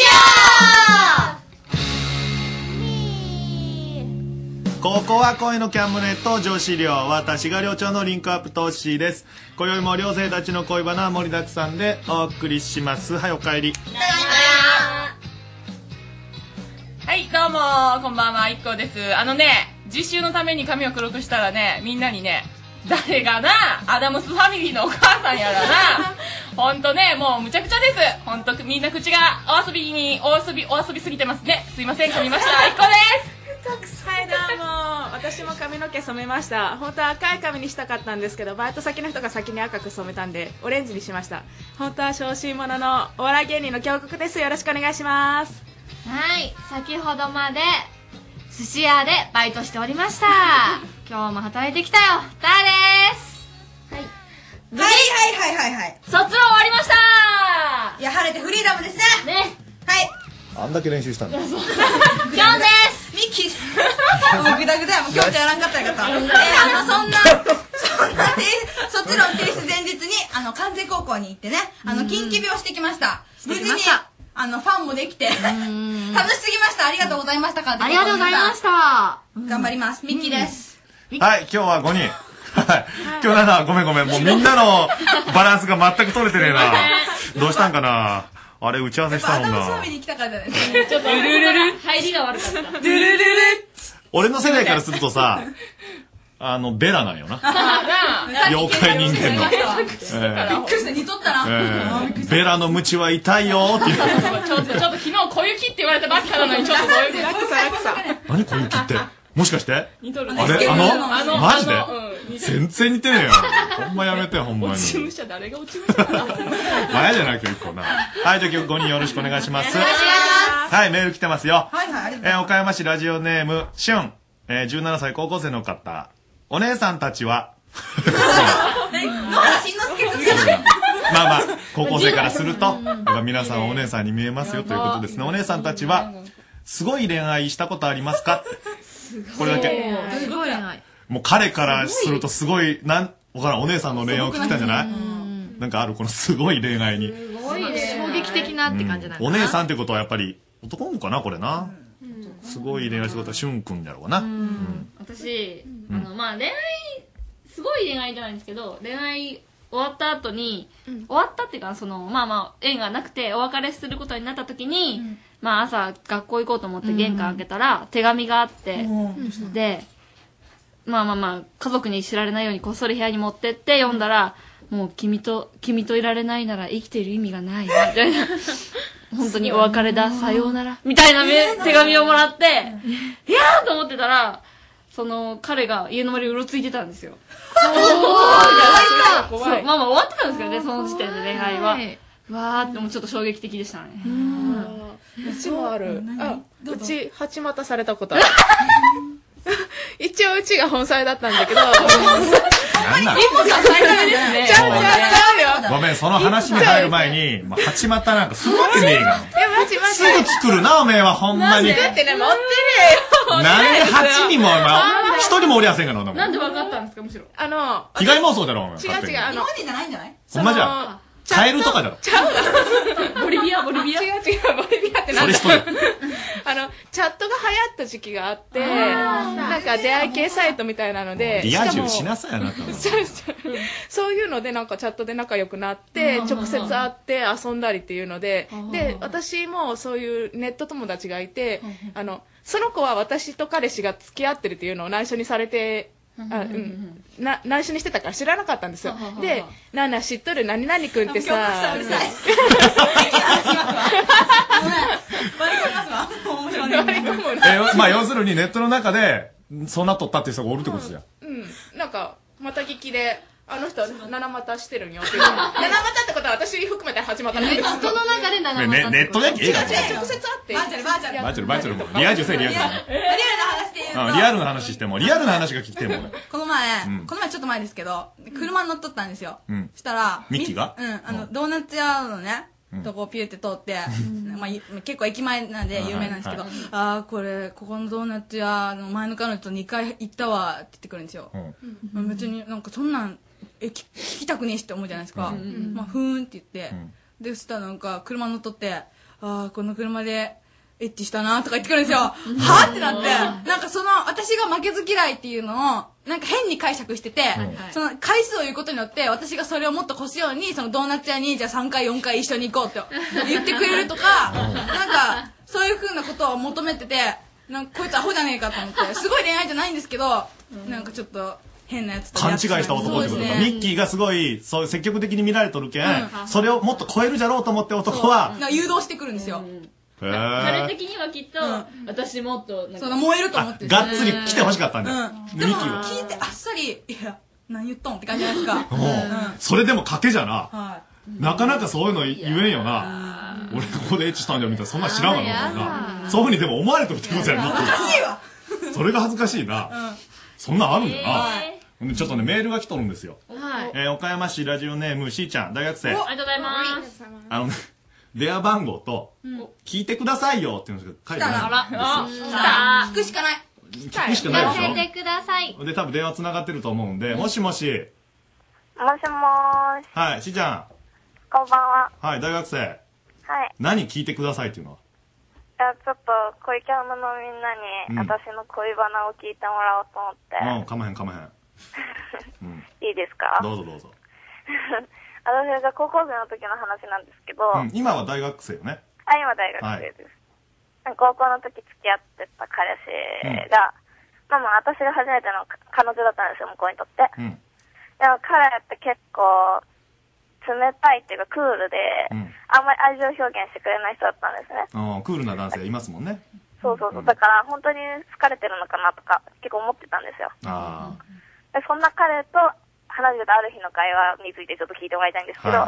ここは恋のキャムネット女子寮。私が寮長のリンクアップトッシーです。今宵も寮生たちの恋バナ盛りだくさんでお送りします。はい、お帰り。 はい、どうも、こんばんは、いっこです。あのね、実習のために髪を黒くしたらね、みんなにね、誰がな、アダムスファミリーのお母さんやらな、ほんとね、もうむちゃくちゃです。ほんと、みんな口がお遊びに、お遊び、お遊びすぎてますね。すいません、噛みました。いっこです。 はい、どうも、私も髪の毛染めました。本当は赤い髪にしたかったんですけど、バイト先の人が先に赤く染めたんでオレンジにしました。本当は小心者のお笑い芸人の京極です。よろしくお願いします。 はい、先ほどまで寿司屋でバイトしておりました。今日も働いてきたよ、ターです。 はいはいはいはいはい。 卒論終わりました。 いや、晴れてフリーダムですね。 ね。 はい。 あんだけ練習したんだ。 今日ですミッキーもうグダグダやもん。今日じゃやらんかったらよかった。えー、あのそんなそんな卒論提出前日にあの関西高校に行ってね、あの近畿病してきました。無事にあのファンもできて楽しすぎました。ありがとうございました。 ありがとうございました。 頑張ります。ミッキーです。 はい、今日はごにん。はい。今日なな、ごめんごめん。もうみんなのバランスが全く取れてねえな。どうしたんかな。あれ打ち合わせしたもんな。 頭のみに来たからじゃないですかね。 ちょっとルルルル入りが悪かった。ルルルル俺の世代からするとさ、あの、ベラなんよな。妖怪人間の。 びっくりした、似とったな。 ベラのムチは痛いよーっていう。 ちょっと、ちょっと昨日小雪って言われたばっかなのに、ちょっとどういう楽さ楽さ。 何小雪って。もしかして似とる。 あれあのマジでうん全然似てねえよ。ほんまやめてよ、ほんまに。 落ち武者誰が落ち武者だ。 前じゃなくて一個な。はい、じゃあ今日ごにんよろしくお願いします。はい、メール来てますよ。 はいはい、ありがとうございます。 えー岡山市ラジオネーム、しゅん。えーじゅうななさい高校生の方。お姉さんたちは、 野原しんのすけくんじゃない。 まあまあ、高校生からすると、やっぱ皆さんはお姉さんに見えますよということですね。お姉さんたちは、すごい恋愛したことありますか？これだけ。 すごい恋愛。 もう彼からするとすごい、なん、わからん、お姉さんの恋愛を聞きたんじゃないなんかある、このすごい恋愛に。 すごい衝撃的なって感じなんだ。 お姉さんってことはやっぱり、男の子かな、これな。すごい恋愛したことは、しゅんくんだろうな。 私、あの、まあ、恋愛、すごい恋愛じゃないんですけど、恋愛終わった後に、終わったっていうか、その、まあまあ、縁がなくてお別れすることになった時に、まあ朝学校行こうと思って玄関開けたら、手紙があって、で、まあまあまあ、家族に知られないようにこっそり部屋に持ってって読んだら、もう君と、君といられないなら生きている意味がない、みたいな。本当にお別れだ、さようなら、みたいな手紙をもらって、いやーと思ってたら、その、彼が家の周りうろついてたんですよ。怖い。まあまあ終わってたんですけどね、その時点で恋愛は。わーってもうちょっと衝撃的でしたね。 うちもある。あ、うち、八股されたことある。一応うちが本妻だったんだけど。 なんだ一歩さ最大ですね。 ちゃうちゃうちゃうよ。 ごめん、その話に入る前に、まあ、八股なんかするわけねえが。 いや、マジマジ。 すぐ作るな、おめえは、ほんまに。 作ってね、持ってるよ。 なんで八にも、お前、一人もおりゃせんがな、 なんで分かったんですか、むしろ。 あの、 被害妄想だろ、お前。 違う違う、あの、 日本人じゃないんじゃない？ ほんまじゃ。カエルとかだろ。 ちゃうボリビア、ボリビア。 違う違う、ボリビアってなんだ。 それ一人。 あの、チャットが流行った時期があって、なんか出会い系サイトみたいなので、 リア充しなさい、あなたは。 そういうのでなんかチャットで仲良くなって、直接会って遊んだりっていうので、で、私もそういうネット友達がいて、あの、その子は私と彼氏が付き合ってるっていうのを内緒にされて、あうん、な内緒にしてたから知らなかったんですよ。で、なな知っとる何々くんってさ、 うるさい。 え、まあ、要するにネットの中で、そうなっとったっていう人がおるってことじゃん。 うん、なんか、 また聞きで、あの人、七股してるんよっていう。七股ってことは私含めて八股なんです。 ネットの中で七股。 ねネットだけ映画直接会って。バーチャル、バーチャル。 バーチャル、バーチャルも。リア充せえ、リア充。 リアルな話で言うと。 リアルな話しても、リアルな話が聞きてえもんね。 この前、 うんこの前ちょっと前ですけど、車に乗っとったんですよ。 うん。 したら、 ミッキーがうん、あの、ドーナツ屋のね、 うんとこをピューって通って、まあ、ゆ結構駅前なんで有名なんですけど、 はいあー、これ、ここのドーナツ屋の前の彼女とにかい行ったわって言ってくるんですよ。まあ別になんかそんなん、え、聞聞きたくねえしって思うじゃないですか。 うんまあ、ふーんって言って、で、そしたらなんか車乗っとって、あー、この車で、エッチしたなとか言ってくるんですよ。はぁってなって、なんかその、私が負けず嫌いっていうのを、なんか変に解釈してて、その回数を言うことによって、私がそれをもっと越すように、そのドーナツ屋に、じゃあさんかいよんかい一緒に行こうって言ってくれるとか、なんか、そういう風なことを求めてて、なんかこいつアホじゃねえかと思って、すごい恋愛じゃないんですけど、なんかちょっと、変なやつと勘違いした男ってことか。ミッキーがすごい、そう積極的に見られとるけん、それをもっと超えるじゃろうと思って男は、 なんか誘導してくるんですよ。 へ彼ー的にはきっと、私もっと、なんかその燃えると思ってる。 がっつり来てほしかったんだよ。 うん。でも、聞いてあっさり、いや、何言っとんって感じじゃないですか。 うんそれでも賭けじゃな。 はなかなかそういうの言えんよな。俺ここでエッチしたんじゃんみたいな、そんなん知らんわな、俺な。そういうふうにでも思われてるってことやな。 恥ずかしいわ。 それが恥ずかしいな。そんなんあるんだな。ちょっとね、メールが来とるんですよ。 はい。 えー岡山市ラジオネームしーちゃん、大学生。 ありがとうございます。 あのね、電話番号と、聞いてくださいよっていうのが書いてあるんですよ。 聞くしかない。 聞くしかないでしょ聞かせてください。 で、多分電話繋がってると思うんで、もしもし。 もしもーし。 はい、しーちゃん。 こんばんは。 はい、大学生。 はい。 何聞いてくださいっていうのは。 いや、ちょっと、恋キャムのみんなに、 うん私の恋バナを聞いてもらおうと思って。 うん、かまへんかまへん。 いいですか？ どうぞどうぞ。 私が高校生の時の話なんですけど、 うん、今は大学生よね。 あ、今大学生です。高校の時付き合ってた彼氏が、まあまあ私が初めての彼女だったんですよ、向こうにとって。 うん。 でも彼って結構、冷たいっていうかクールで、あんまり愛情表現してくれない人だったんですね。 あークールな男性いますもんね。 そうそうそう。だから本当に好かれてるのかなとか結構思ってたんですよ。 あでそんな彼と話してたある日の会話についてちょっと聞いてもらいたいんですけど、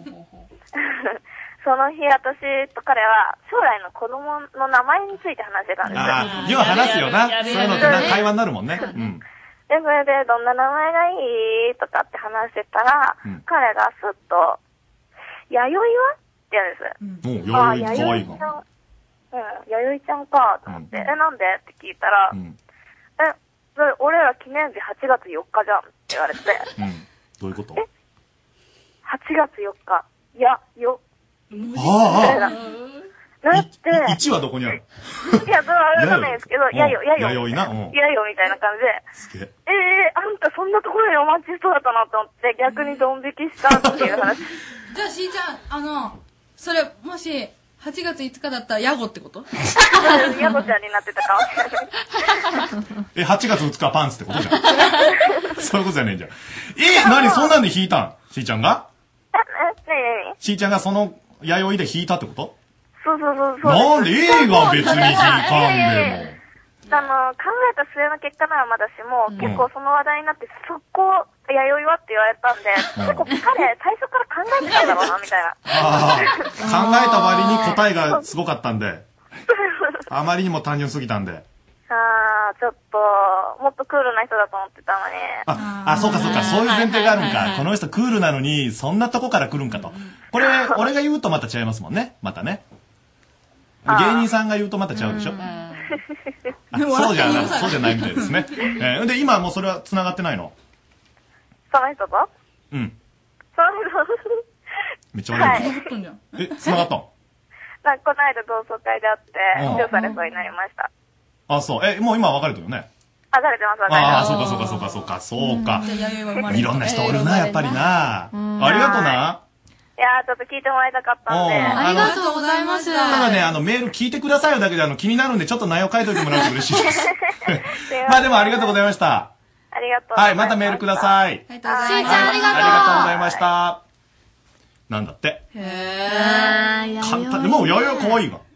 その日私と彼は将来の子供の名前について話してたんですよ。 ああ、要は話すよな。そういうのってな会話になるもんね。うん。 で、それでどんな名前がいいとかって話してたら、彼がスッと、弥生はって言うんです。 おああ、 弥生弥かわいいな。 生ちゃん。うん、弥生ちゃんかと思って、え、なんでって聞いたら、え、それ俺ら記念日はちがつよっかじゃんって言われて、 うん。どういうことはちがつよっか、いや、よ、みたいな。 ああなって、 いちはどこにあるいや、どうわかんないですけど、 うんやよ、やよ。 弥生なうんやよみたいな感じで、 すげえ。 ええー、あんたそんなところにお待ちしそうだったなと思って、逆にドン引きしたっていう話。 じゃあ、しーちゃん、あの、それ、もし、はちがついつかだったら、ヤゴってことヤゴちゃんになってたかもしれない。 え、はちがつふつかパンツってことじゃん。そういうことじゃねえじゃん。え、なにそんなんで弾いたんしーちゃんがえ、え、なになにしーちゃんがその弥生で弾いたってことそうそうそうそう。 なんで映画別に弾かんでも。 あの、考えた末の結果ならまだしも、結構その話題になって、速攻、弥生はって言われたんで、結構彼、最初から考えてたんだろうな、みたいな。 ああ、考えた割に答えがすごかったんで、あまりにも単純すぎたんで。 あー、ちょっと、もっとクールな人だと思ってたのに。 あ、あ、そうかそうか、そういう前提があるんか。この人クールなのに、そんなとこから来るんかと。これ、俺が言うとまた違いますもんね。またね。芸人さんが言うとまた違うでしょ。あそうじゃない、そうじゃないみたいですね。えー、で、今はもうそれは繋がってないのその人とうん。 その人めっちゃ悪い。 はい。 え、繋がったんなんかこの間同窓会で会って、 うん発表されそうになりました。 あ、そう。え、もう今は別れてるよね。 あ、別れてます、別れてああ、 ます。 そうかそうかそうかそうか、そうか。 じゃあ弥生は生まれたいろんな人おるな、やっぱりな。ありがとな。 いやー、ちょっと聞いてもらいたかったんで。 うんありがとうございました。 ただね、あの、メール聞いてくださいよだけで、あの、気になるんで、ちょっと内容書いといてもらうと嬉しいです。まあでもありがとうございました。 ありがとう。 はい、またメールください。 ありがとうございます。 しーちゃんありがとうありがとうございました。なんだって。 へ簡単で、もう、やや可愛いが。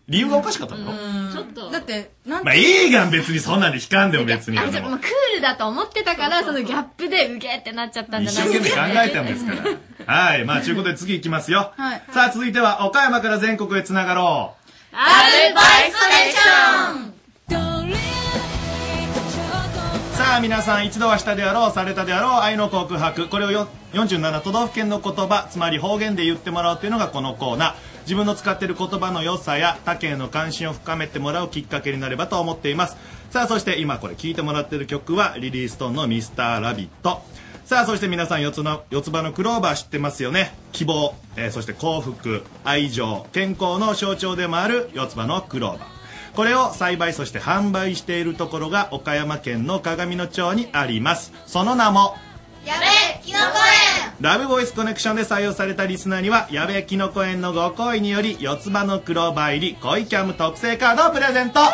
理由がおかしかったの？ ちょっと。 だって、なんまあいいがん、別にそんなんで引かんでも別に。 あ、じゃあもうクールだと思ってたから、そのギャップでうげーってなっちゃったんじ一ゃない生懸命考えたんですから。はい。まあ、ということで次行きますよ。 はい。 さあ、続いては岡山から全国へつながろう。 アルバイステーション。 さあ皆さん一度はしたであろうされたであろう愛の告白、これをよよんじゅうなな都道府県の言葉、つまり方言で言ってもらうというのがこのコーナー。自分の使っている言葉の良さや他県への関心を深めてもらうきっかけになればと思っています。さあそして今これ聴いてもらっている曲はリリー・ストーンのミスターラビット。さあそして皆さん四つの四つ葉のクローバー知ってますよね。希望、えー、そして幸福、愛情、健康の象徴でもある四つ葉のクローバー、これを栽培そして販売しているところが岡山県の鏡野町にあります。その名もやべきのこ園。 ラブボイスコネクションで採用されたリスナーにはやべきのこ園のご好意により四つ葉のクローバー入り恋キャム特製カードをプレゼント。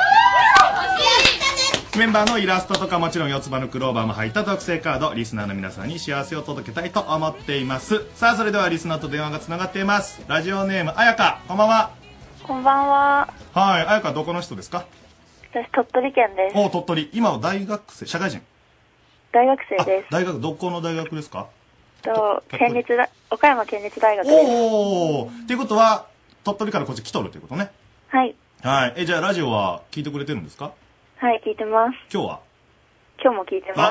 メンバーのイラストとかもちろん四つ葉のクローバーも入った特製カード、リスナーの皆さんに幸せを届けたいと思っています。さあそれではリスナーと電話がつながっています。ラジオネームあやか、こんばんは。 こんばんは。 はい、あやかどこの人ですか？ 私鳥取県です。 お、鳥取。今は大学生、社会人？ 大学生です。 大学、どこの大学ですか？ と、県立大、岡山県立大学です。 おー、っていうことは鳥取からこっち来とるってことね。 はい。 はい。え、じゃあラジオは聞いてくれてるんですか？ はい、聞いてます。 今日は？ 今日も聞いてます。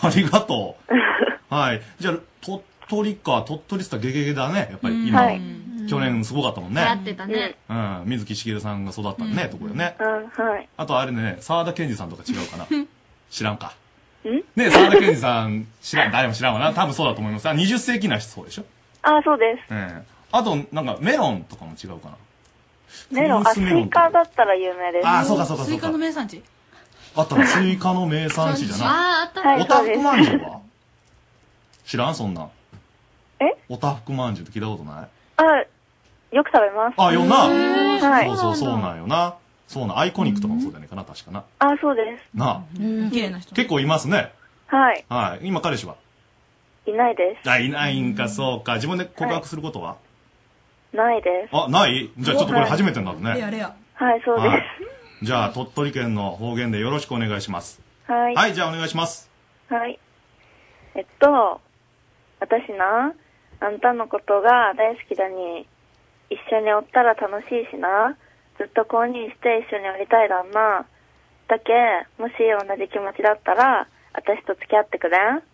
あ、ありがとう。はい。じゃあ鳥取か、鳥取したらゲゲゲだね。やっぱり今、はい、去年すごかったもんね。 やってたね。 うん。水木しげるさんが育ったね、ところね。 うん、はい。 あとあれね、沢田研二さんとか違うかな。知らんか。 んね、沢田研二さん、知らん、誰も知らんわな。多分そうだと思います。あ、にじゅっ世紀な人でしょ？ あ、そうです。 ええ。あと、なんか、メロンとかも違うかな。 メロン、あ、スイカだったら有名です。 あ、そうかそうかそうか。 スイカの名産地？ あったの、スイカの名産地じゃない。 ああ、あった。 おたふくまんじゅうは知らんそんなん。 えおたふくまんじゅうって聞いたことない？ あ、よく食べます。 あ、よな。 はい。 そうそうそうなんよな。そうなん、アイコニックとかもそうだよねかな、確かな。 あ、そうです。 なあ。 綺麗な人。 結構いますね。 はい。 はい。今彼氏はいないです。 あ、いないんか、そうか。自分で告白することはないです。 あ、ないじゃあちょっとこれ初めてになるね。 レアレア。 はい、そうです。 じゃあ、鳥取県の方言でよろしくお願いします。 はい。 はい、じゃあお願いします。 はい。えっと、私な、あんたのことが大好きだに、一緒におったら楽しいしな、ずっと公認して一緒におりたいだんな。だけ、もし同じ気持ちだったら、私と付き合ってくれん？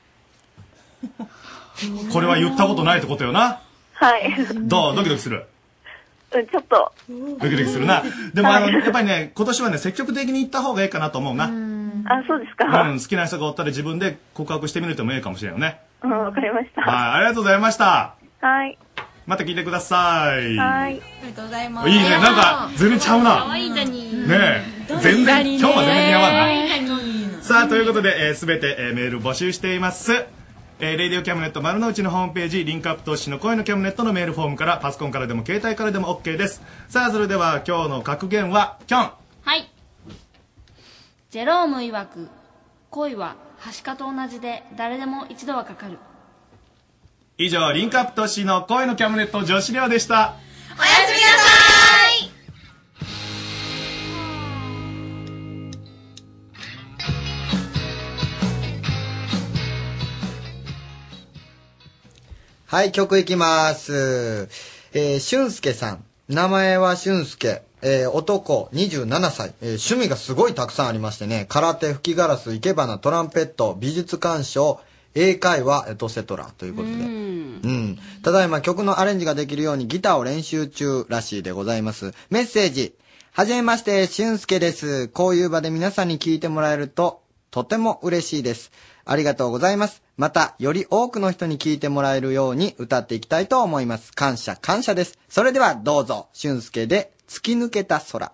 これは言ったことないってことよな。 はい。 どうドキドキする？ うん、ちょっと。 ドキドキするな。でもあの、やっぱりね、今年はね、積極的に行った方がいいかなと思うな。 あ、そうですか。 うん、好きな人がおったら自分で告白してみるともいいかもしれんよね。 うん、わかりました。 はい、ありがとうございました。 はい。 また聞いてください。 はい。 ありがとうございます。 いいね、なんか、全然ちゃうな。 可愛いだに。 ねえ。全然、今日は全然似合わない。 可愛いだに。 さあ、ということで、すべて、えー、メール募集しています。えー、レディオキャムネット丸の内のホームページ、リンクアップ投資の声のキャムネットのメールフォームから、パソコンからでも携帯からでも OK です。さあ、それでは今日の格言は、キョン。 はい。ジェローム曰く、恋ははしかと同じで誰でも一度はかかる。 以上、リンクアップ投資の声のキャムネット女子寮でした。 おやすみなさい。 はい、曲いきます。えー、俊介さん。名前は俊介。えー、男にじゅうななさい、えー。趣味がすごいたくさんありましてね。空手、吹きガラス、生け花、トランペット、美術鑑賞、英会話、エトセトラということで。うん。ただいま曲のアレンジができるようにギターを練習中らしいでございます。メッセージ。はじめまして、俊介です。こういう場で皆さんに聞いてもらえると、とても嬉しいです。ありがとうございます。また、より多くの人に聞いてもらえるように歌っていきたいと思います。感謝、感謝です。それではどうぞ、俊介で突き抜けた空。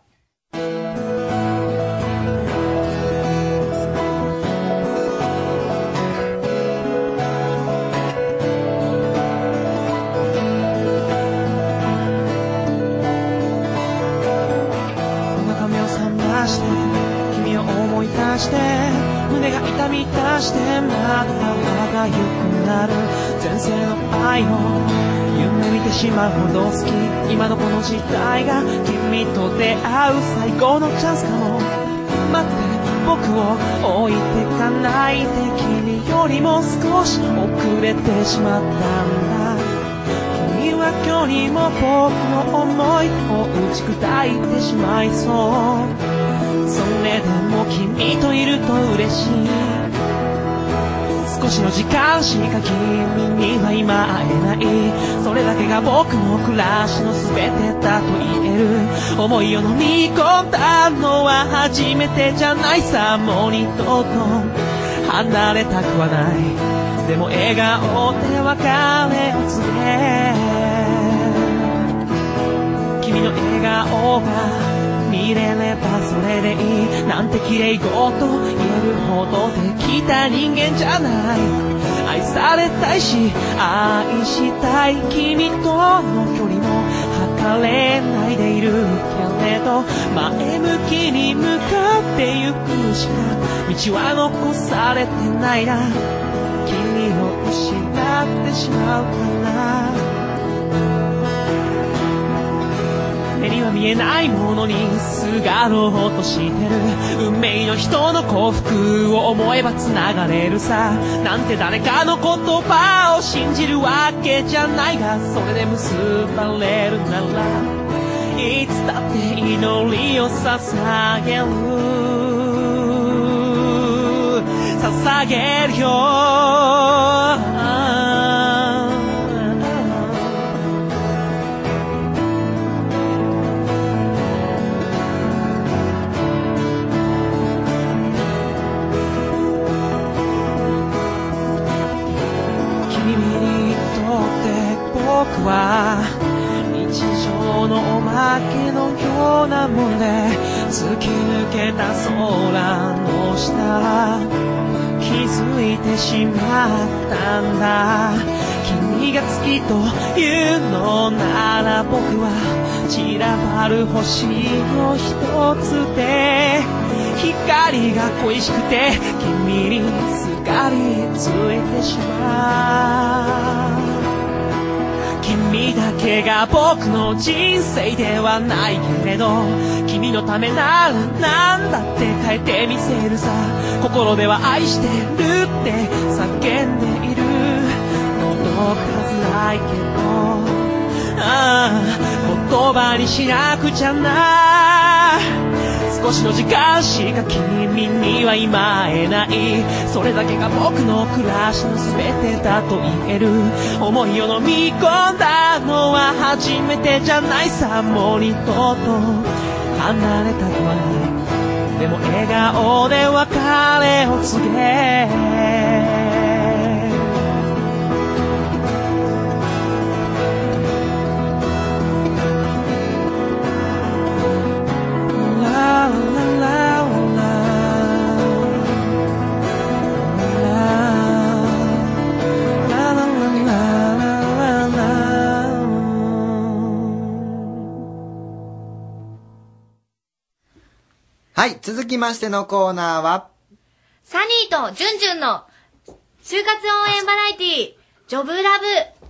君を思い出して胸が痛み出してまた歯がゆくなる前世の愛を夢見てしまうほど好き。今のこの時代が君と出会う最後のチャンスかも。待って、僕を置いてかないで、君よりも少し遅れてしまったんだ。君は今日にも僕の思いを打ち砕いてしまいそう。それでも君といると嬉しい。少しの時間しか君には今会えない。それだけが僕の暮らしの全てだと言える。思いを飲み込んだのは初めてじゃないさ。もう二度と離れたくはない。でも笑顔で別れを告げ、君の笑顔が見れればそれでいい。なんて綺麗事言えるほどできた人間じゃない。愛されたいし愛したい。君との距離も測れないでいるけれど、前向きに向かってゆくしか道は残されてないな。君を失ってしまうかな。目には見えないものにすがろうとしてる。運命の人の幸福を思えば繋がれるさ。なんて誰かの言葉を信じるわけじゃないが、それで結ばれるならいつだって祈りを捧げる捧げるよ。僕は日常のおまけのようなもんで、突き抜けた空の下気づいてしまったんだ。君が好きというのなら僕は散らばる星の一つで、光が恋しくて君にすがりついてしまう。君だけが僕の人生ではないけれど、君のためなら何だって変えてみせるさ。心では愛してるって叫んでいる。届くはずないけど、ああ言葉にしなくちゃな。少しの時間しか君には今会えない。それだけが僕の暮らしの全てだと言える。思いを飲み込んだのは初めてじゃないさ。もう二度と離れたくはない。でも笑顔で別れを告げ、 はい、続きましてのコーナーは、 サニーとジュンジュンの就活応援バラエティー、ジョブラブ。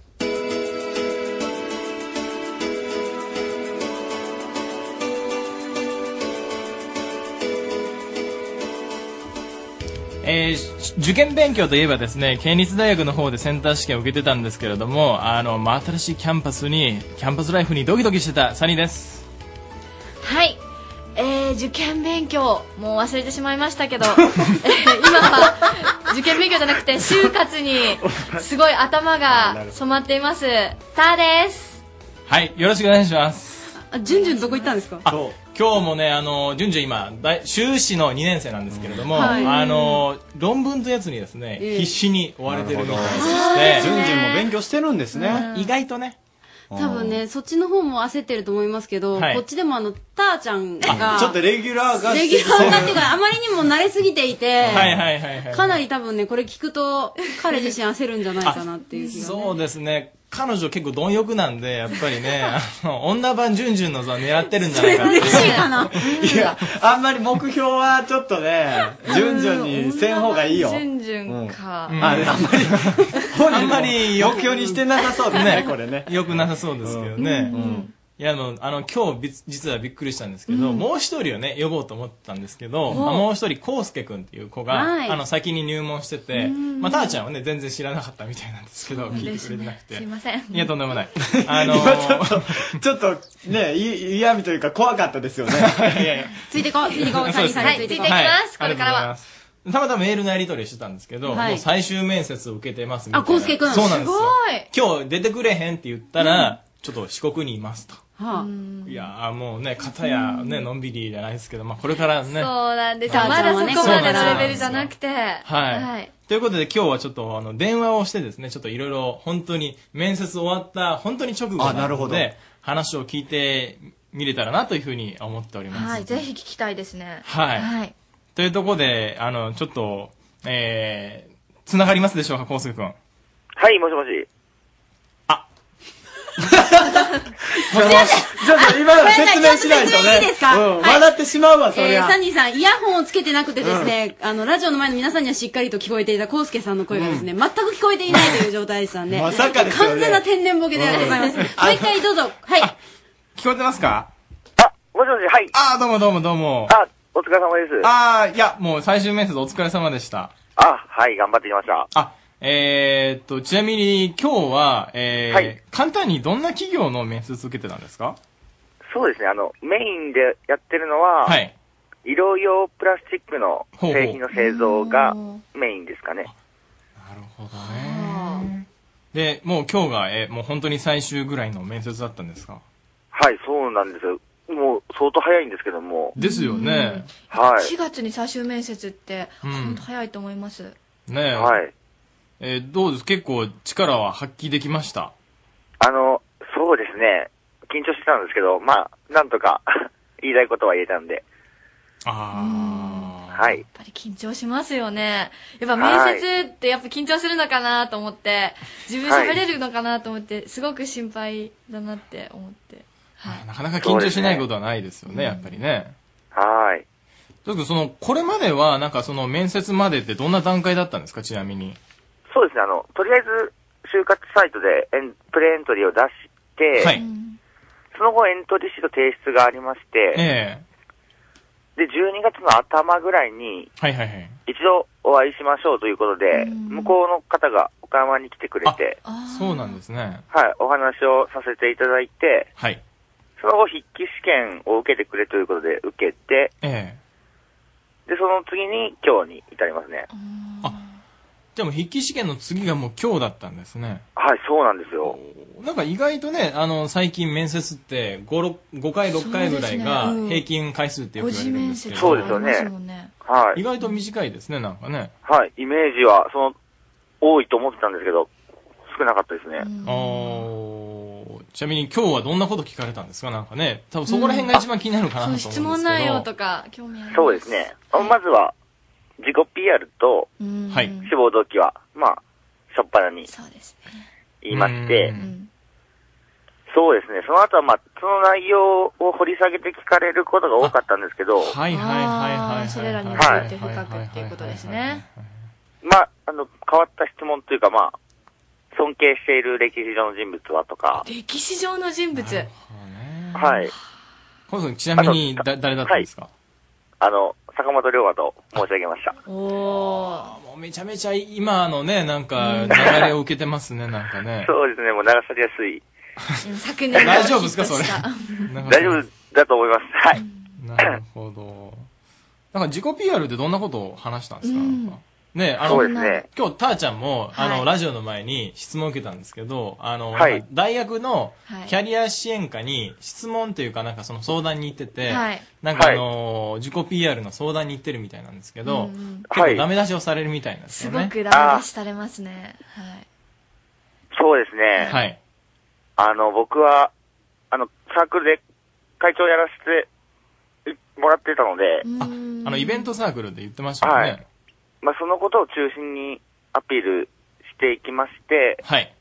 えー、受験勉強といえばですね、県立大学の方でセンター試験を受けてたんですけれども、あの、まあ、新しいキャンパスに、キャンパスライフにドキドキしてたサニーです。 はい。えー、受験勉強、もう忘れてしまいましたけど、えー、今は受験勉強じゃなくて就活にすごい頭が染まっています。ターです。 はい、よろしくお願いします。 あ、ジュンジュンどこ行ったんですか？ あ、今日もね、あの、ジュンジュン今、修士のにねん生なんですけれども、はい、あの、論文というやつにですね、えー、必死に追われてるみたいでして、 ジュンジュンも勉強してるんですね。 意外とね。 多分ね、そっちの方も焦ってると思いますけど、はい、こっちでもあの、ターちゃんが、 ちょっとレギュラーが、 レギュラーがっていうか、あまりにも慣れすぎていて、 はいはいはいはい、 かなり多分ね、これ聞くと、彼自身焦るんじゃないかなっていう気が、ね、 そうですね。 彼女結構貪欲なんで、やっぱりね、あの、女版ジュンジュンの座を狙ってるんじゃないかっていう。 嬉しいかないや、あんまり目標はちょっとね、ジュンジュンにせん方がいいよ。 ジュンジュンか。 うん、あ、あんまり、 あんまり目標にしてなさそうですね、これね。 よくなさそうですけどね。うんいや、あの、あの、今日び、実はびっくりしたんですけど、うん、もう一人をね、呼ぼうと思ったんですけど、まあ、もう一人、コウスケくんっていう子が、はい、あの、先に入門してて、まあ、たーちゃんはね、全然知らなかったみたいなんですけど、聞いてくれてなくて。 すいません。 いや、とんでもない。あのー、 ちょっと、ちょっと、ね、嫌味というか怖かったですよね。いやいや。 ついてこう、ついてこう、サニーさんについてこう。 はい、ついていきます、これからは。 たまたまメールのやり取りしてたんですけど、はい、もう最終面接を受けてますみたいな。 あ、コウスケくん。 そうなんですよ。 す今日出てくれへんって言ったら、うん、ちょっと四国にいますと。 はあ、いやーもうね、片やね、のんびりじゃないですけど、まあこれからね。 そうなんですよ。まだそこまでのレベルじゃなくて。はい。 はい。ということで今日はちょっとあの、電話をしてですね、ちょっといろいろ本当に面接終わった本当に直後なので、話を聞いてみれたらなというふうに思っております。 はい、ぜひ聞きたいですね。 はい。はい。というところで、あの、ちょっと、えー、つながりますでしょうか、コウスケくん。 はい、もしもし。 ちょっと今の説明しないとね。 いいですか、 うん、笑ってしまうわ、それえー、サニーさん、イヤホンをつけてなくてですね、うん、あの、ラジオの前の皆さんにはしっかりと聞こえていたコウスケさんの声がですね、うん、全く聞こえていないという状態でしたんで。 まさかですよね。 完全な天然ボケでありがとうございます。もう一回どうぞ。はい。 聞こえてますか？ あ、もしもし、はい。 あ、どうもどうもどうも。 あ、お疲れ様です。 あ、いや、もう最終面接お疲れ様でした。 あ、はい、頑張ってきました。 あ、えー、っと、ちなみに今日は、えーはい、簡単にどんな企業の面接受けてたんですか？ そうですね、あの、メインでやってるのは、はい、医療用プラスチックの製品の製造がメインですかね。 なるほどね。で、もう今日が、えー、もう本当に最終ぐらいの面接だったんですか？ はい、そうなんですよ。もう相当早いんですけども。 ですよね。 はい。 しがつに最終面接って、うん、本当早いと思います。 ねえ。 はい。 えー、どうです？結構力は発揮できました？ あの、そうですね。緊張してたんですけど、まあ、なんとか言いたいことは言えたんで。 ああ。はい。 やっぱり緊張しますよね。やっぱ面接ってやっぱ緊張するのかなと思って、自分喋れるのかなと思って、すごく心配だなって思って。 はい。なかなか緊張しないことはないですよね、やっぱりね。 はい。 というか、その、これまでは、なんかその面接までってどんな段階だったんですか、ちなみに。 そうですね、あの、とりあえず、就活サイトでエンプレエントリーを出して、はい、その後エントリーシート提出がありまして、 えー、で、じゅうにがつの頭ぐらいに、 はいはいはい、 一度お会いしましょうということで、向こうの方が岡山に来てくれて、 そうなんですね。 はい、お話をさせていただいて、 はい、 その後筆記試験を受けてくれということで受けて、 えー、で、その次に今日に至りますね。 あ、でも筆記試験の次がもう今日だったんですね。 はい、そうなんですよ。 なんか意外とね、あの、最近面接ってご、ろく、ごかい、ろっかいぐらいが平均回数ってよく言われるんですけど。 そうですよね。はい。 意外と短いですね、なんかね。 はい、イメージは、その、多いと思ってたんですけど、少なかったですね。 あちなみに今日はどんなこと聞かれたんですか？なんかね、多分そこら辺が一番気になるかなと思うんですけど。 質問内容とか興味あります。 そうですね。まずは、自己 ピーアール と、 はい。 志望動機は、まあ、しょっぱなに言いまして、そうですね。その後は、まあ、その内容を掘り下げて聞かれることが多かったんですけど、 はいはいはいはい。 それらについて深くっていうことですね。 まあ、あの、変わった質問というか、まあ、尊敬している歴史上の人物はとか。 歴史上の人物。 はい。 コウさん、ちなみに、だ、誰だったんですか？はい、 あの、坂本龍馬と申し上げました。 おー。 もうめちゃめちゃ今のね、なんか、流れを受けてますね、なんかね。 そうですね、もう流されやすい。 昨年大丈夫ですか、それ。 大丈夫だと思います。はい。 なるほど。なんか自己 ピーアール でどんなことを話したんですか？なんかね、あの、 そうですね、 今日、たーちゃんも、あの、はい、ラジオの前に質問を受けたんですけど、あの、はい、大学のキャリア支援課に質問というか、なんかその相談に行ってて、はい、なんかあの、自己 ピーアール の相談に行ってるみたいなんですけど、うんうん、結構ダメ出しをされるみたいなんですよね。 すごくダメ出しされますね。はい。 そうですね。 はい。 あの、僕は、あの、サークルで会長やらせてもらってたので、 あ、あの、イベントサークルで言ってましたよね。はい。 まあ、そのことを中心にアピールしていきまして、 はい。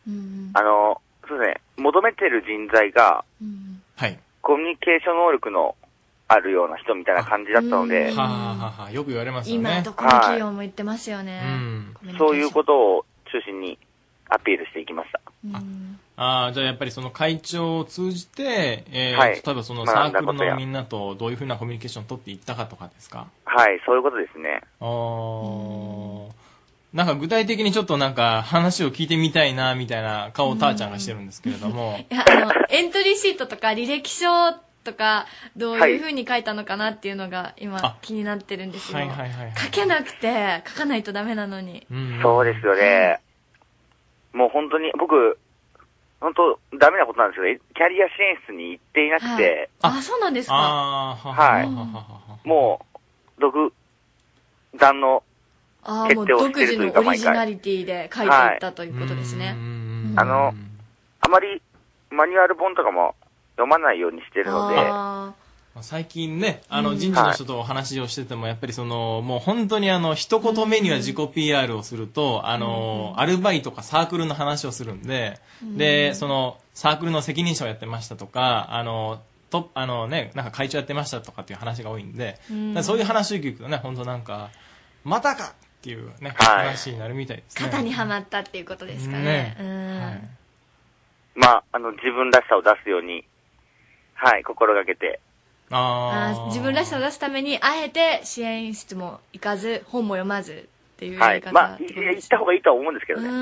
あの、そうですね、求めてる人材が、 はい。 コミュニケーション能力のあるような人みたいな感じだったので、 はあ、はあはあ、よく言われますよね。 今どこの企業も言ってますよね。 そういうことを中心にアピールしていきました。 ああ、じゃあやっぱりその会長を通じて、えーはい例えばそのサークルのみんなとどういうふうなコミュニケーションを取っていったかとかですか？ はい、そういうことですね。 あーなんか具体的にちょっとなんか話を聞いてみたいなみたいな顔をたーちゃんがしてるんですけれども。 いや、あの、エントリーシートとか履歴書とか、どういう風に書いたのかなっていうのが今気になってるんですよ。 はいはいはいはい。 書けなくて、書かないとダメなのに。 そうですよね。もう本当に、僕、本当ダメなことなんですけど、キャリア支援室に行っていなくて。 あ、そうなんですか。 はい。もう、独断のああ、もう決定をし独自のてるというか、毎回。 オリジナリティで書いていったということですね。 あの、あまりマニュアル本とかも読まないようにしてるので、 あ最近ね、あの人事の人とお話をしてても、やっぱりその、もう本当にあの、一言目には自己 ピーアール をすると、あの、アルバイトかサークルの話をするんで、で、その、サークルの責任者をやってましたとか、あの、と、あのね、なんか会長やってましたとかっていう話が多いんで、 うんだからそういう話を聞くとね、本当なんか、またかっていうね、 はい話になるみたいですね。 型にはまったっていうことですかね。 ねうん。 まあ、あの、自分らしさを出すように、はい、心がけて、 あー自分らしさを出すために、あえて支援室も行かず、本も読まずっていうやはい、 り方。 まあ、い行った方がいいとは思うんですけどね。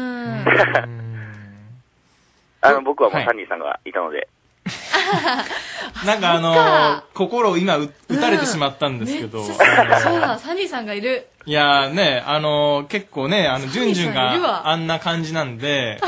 あの、僕はもうサニーさんがいたので、 なんかあのー、心を今う打たれてしまったんですけど。 そうあのーだ、サニーさんがいる。 いやーね、あのー、結構ね、あの、ジュンジュンサニーさんいるがわあんな感じなんで、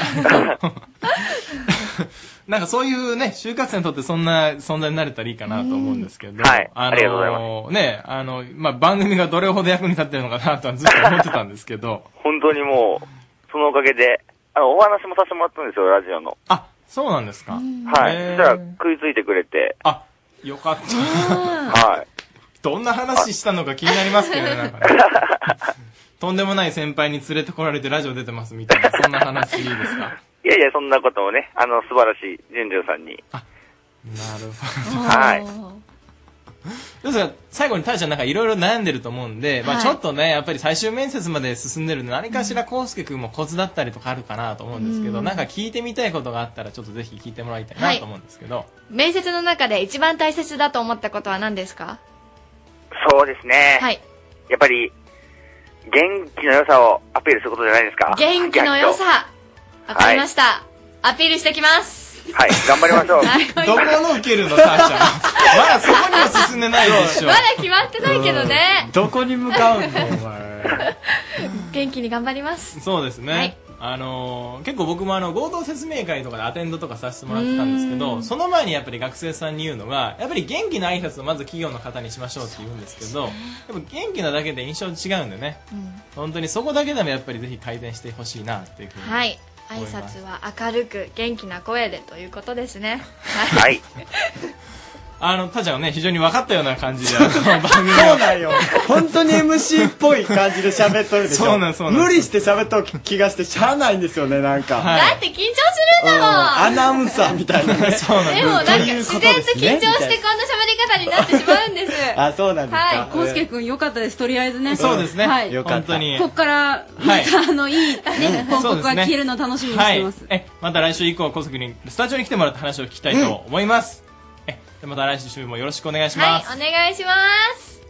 なんかそういうね、就活生にとってそんな存在になれたらいいかなと思うんですけど、 はいあありがとうございのー、ね、あの、まあ、番組がどれほど役に立ってるのかなとはずっと思ってたんですけど、 本当にもう、そのおかげで、あの、お話もさせてもらったんですよ、ラジオの。 そうなんですか。 はい。 へーそしたら食いついてくれて。 あ、よかった。 はい。 どんな話したのか気になりますけどね、なんかね。とんでもない先輩に連れてこられてラジオ出てますみたいな、そんな話いいですか？ いやいや、そんなこともね、あの、素晴らしい、ジュンジュンさんに。 なるほど。 はい。 ですが、最後にタイちゃんなんかいろいろ悩んでると思うんで、まあはいちょっとね、やっぱり最終面接まで進んでるんで、何かしらコウスケ君もコツだったりとかあるかなと思うんですけど、 うんなんか聞いてみたいことがあったら、ちょっとぜひ聞いてもらいたいなと思うんですけど。 面接の中で一番大切だと思ったことは何ですか？ そうですね。 はい。 やっぱり、元気の良さをアピールすることじゃないですか。 元気の良さ。わかりました。アピールしてきます。 はい、頑張りましょう。 どこの受けるの、ターちゃん。まだそこにも進んでないでしょ。 まだ決まってないけどね。 どこに向かうんだ、お前。 元気に頑張ります。 そうですね。 はいあのー結構僕もあの合同説明会とかでアテンドとかさせてもらってたんですけど、その前にやっぱり学生さんに言うのが、やっぱり元気な挨拶をまず企業の方にしましょうって言うんですけど、やっぱ元気なだけで印象違うんでね、本当にそこだけでもやっぱりぜひ改善してほしいなっていうふうに。 はい。挨拶は明るく元気な声でということですね。 はい。 あの、たちゃんはね、非常に分かったような感じで、あの番組をそうなんよ。本当に エムシー っぽい感じで喋っとるでしょ。 そうなんそうなん無理して喋っとる気がしてしゃあないんですよね、なんか。 はいだって緊張するんだもん。 アナウンサーみたいなね。 そうなんでもなんかという自然ことですねと緊張してこんな喋り方になってしまうんです。 あ、そうなんですか。 はいコウスケくんよかったです、とりあえずね。 そうですね。 はい。 よかった。 本当に。 こっから、また、あの、いい、ね、報告が聞けるの楽しみにしてます。 はい、えまた来週以降、小関にスタジオに来てもらって話を聞きたいと思います。えでまた来週もよろしくお願いしはいます。、 お願いします。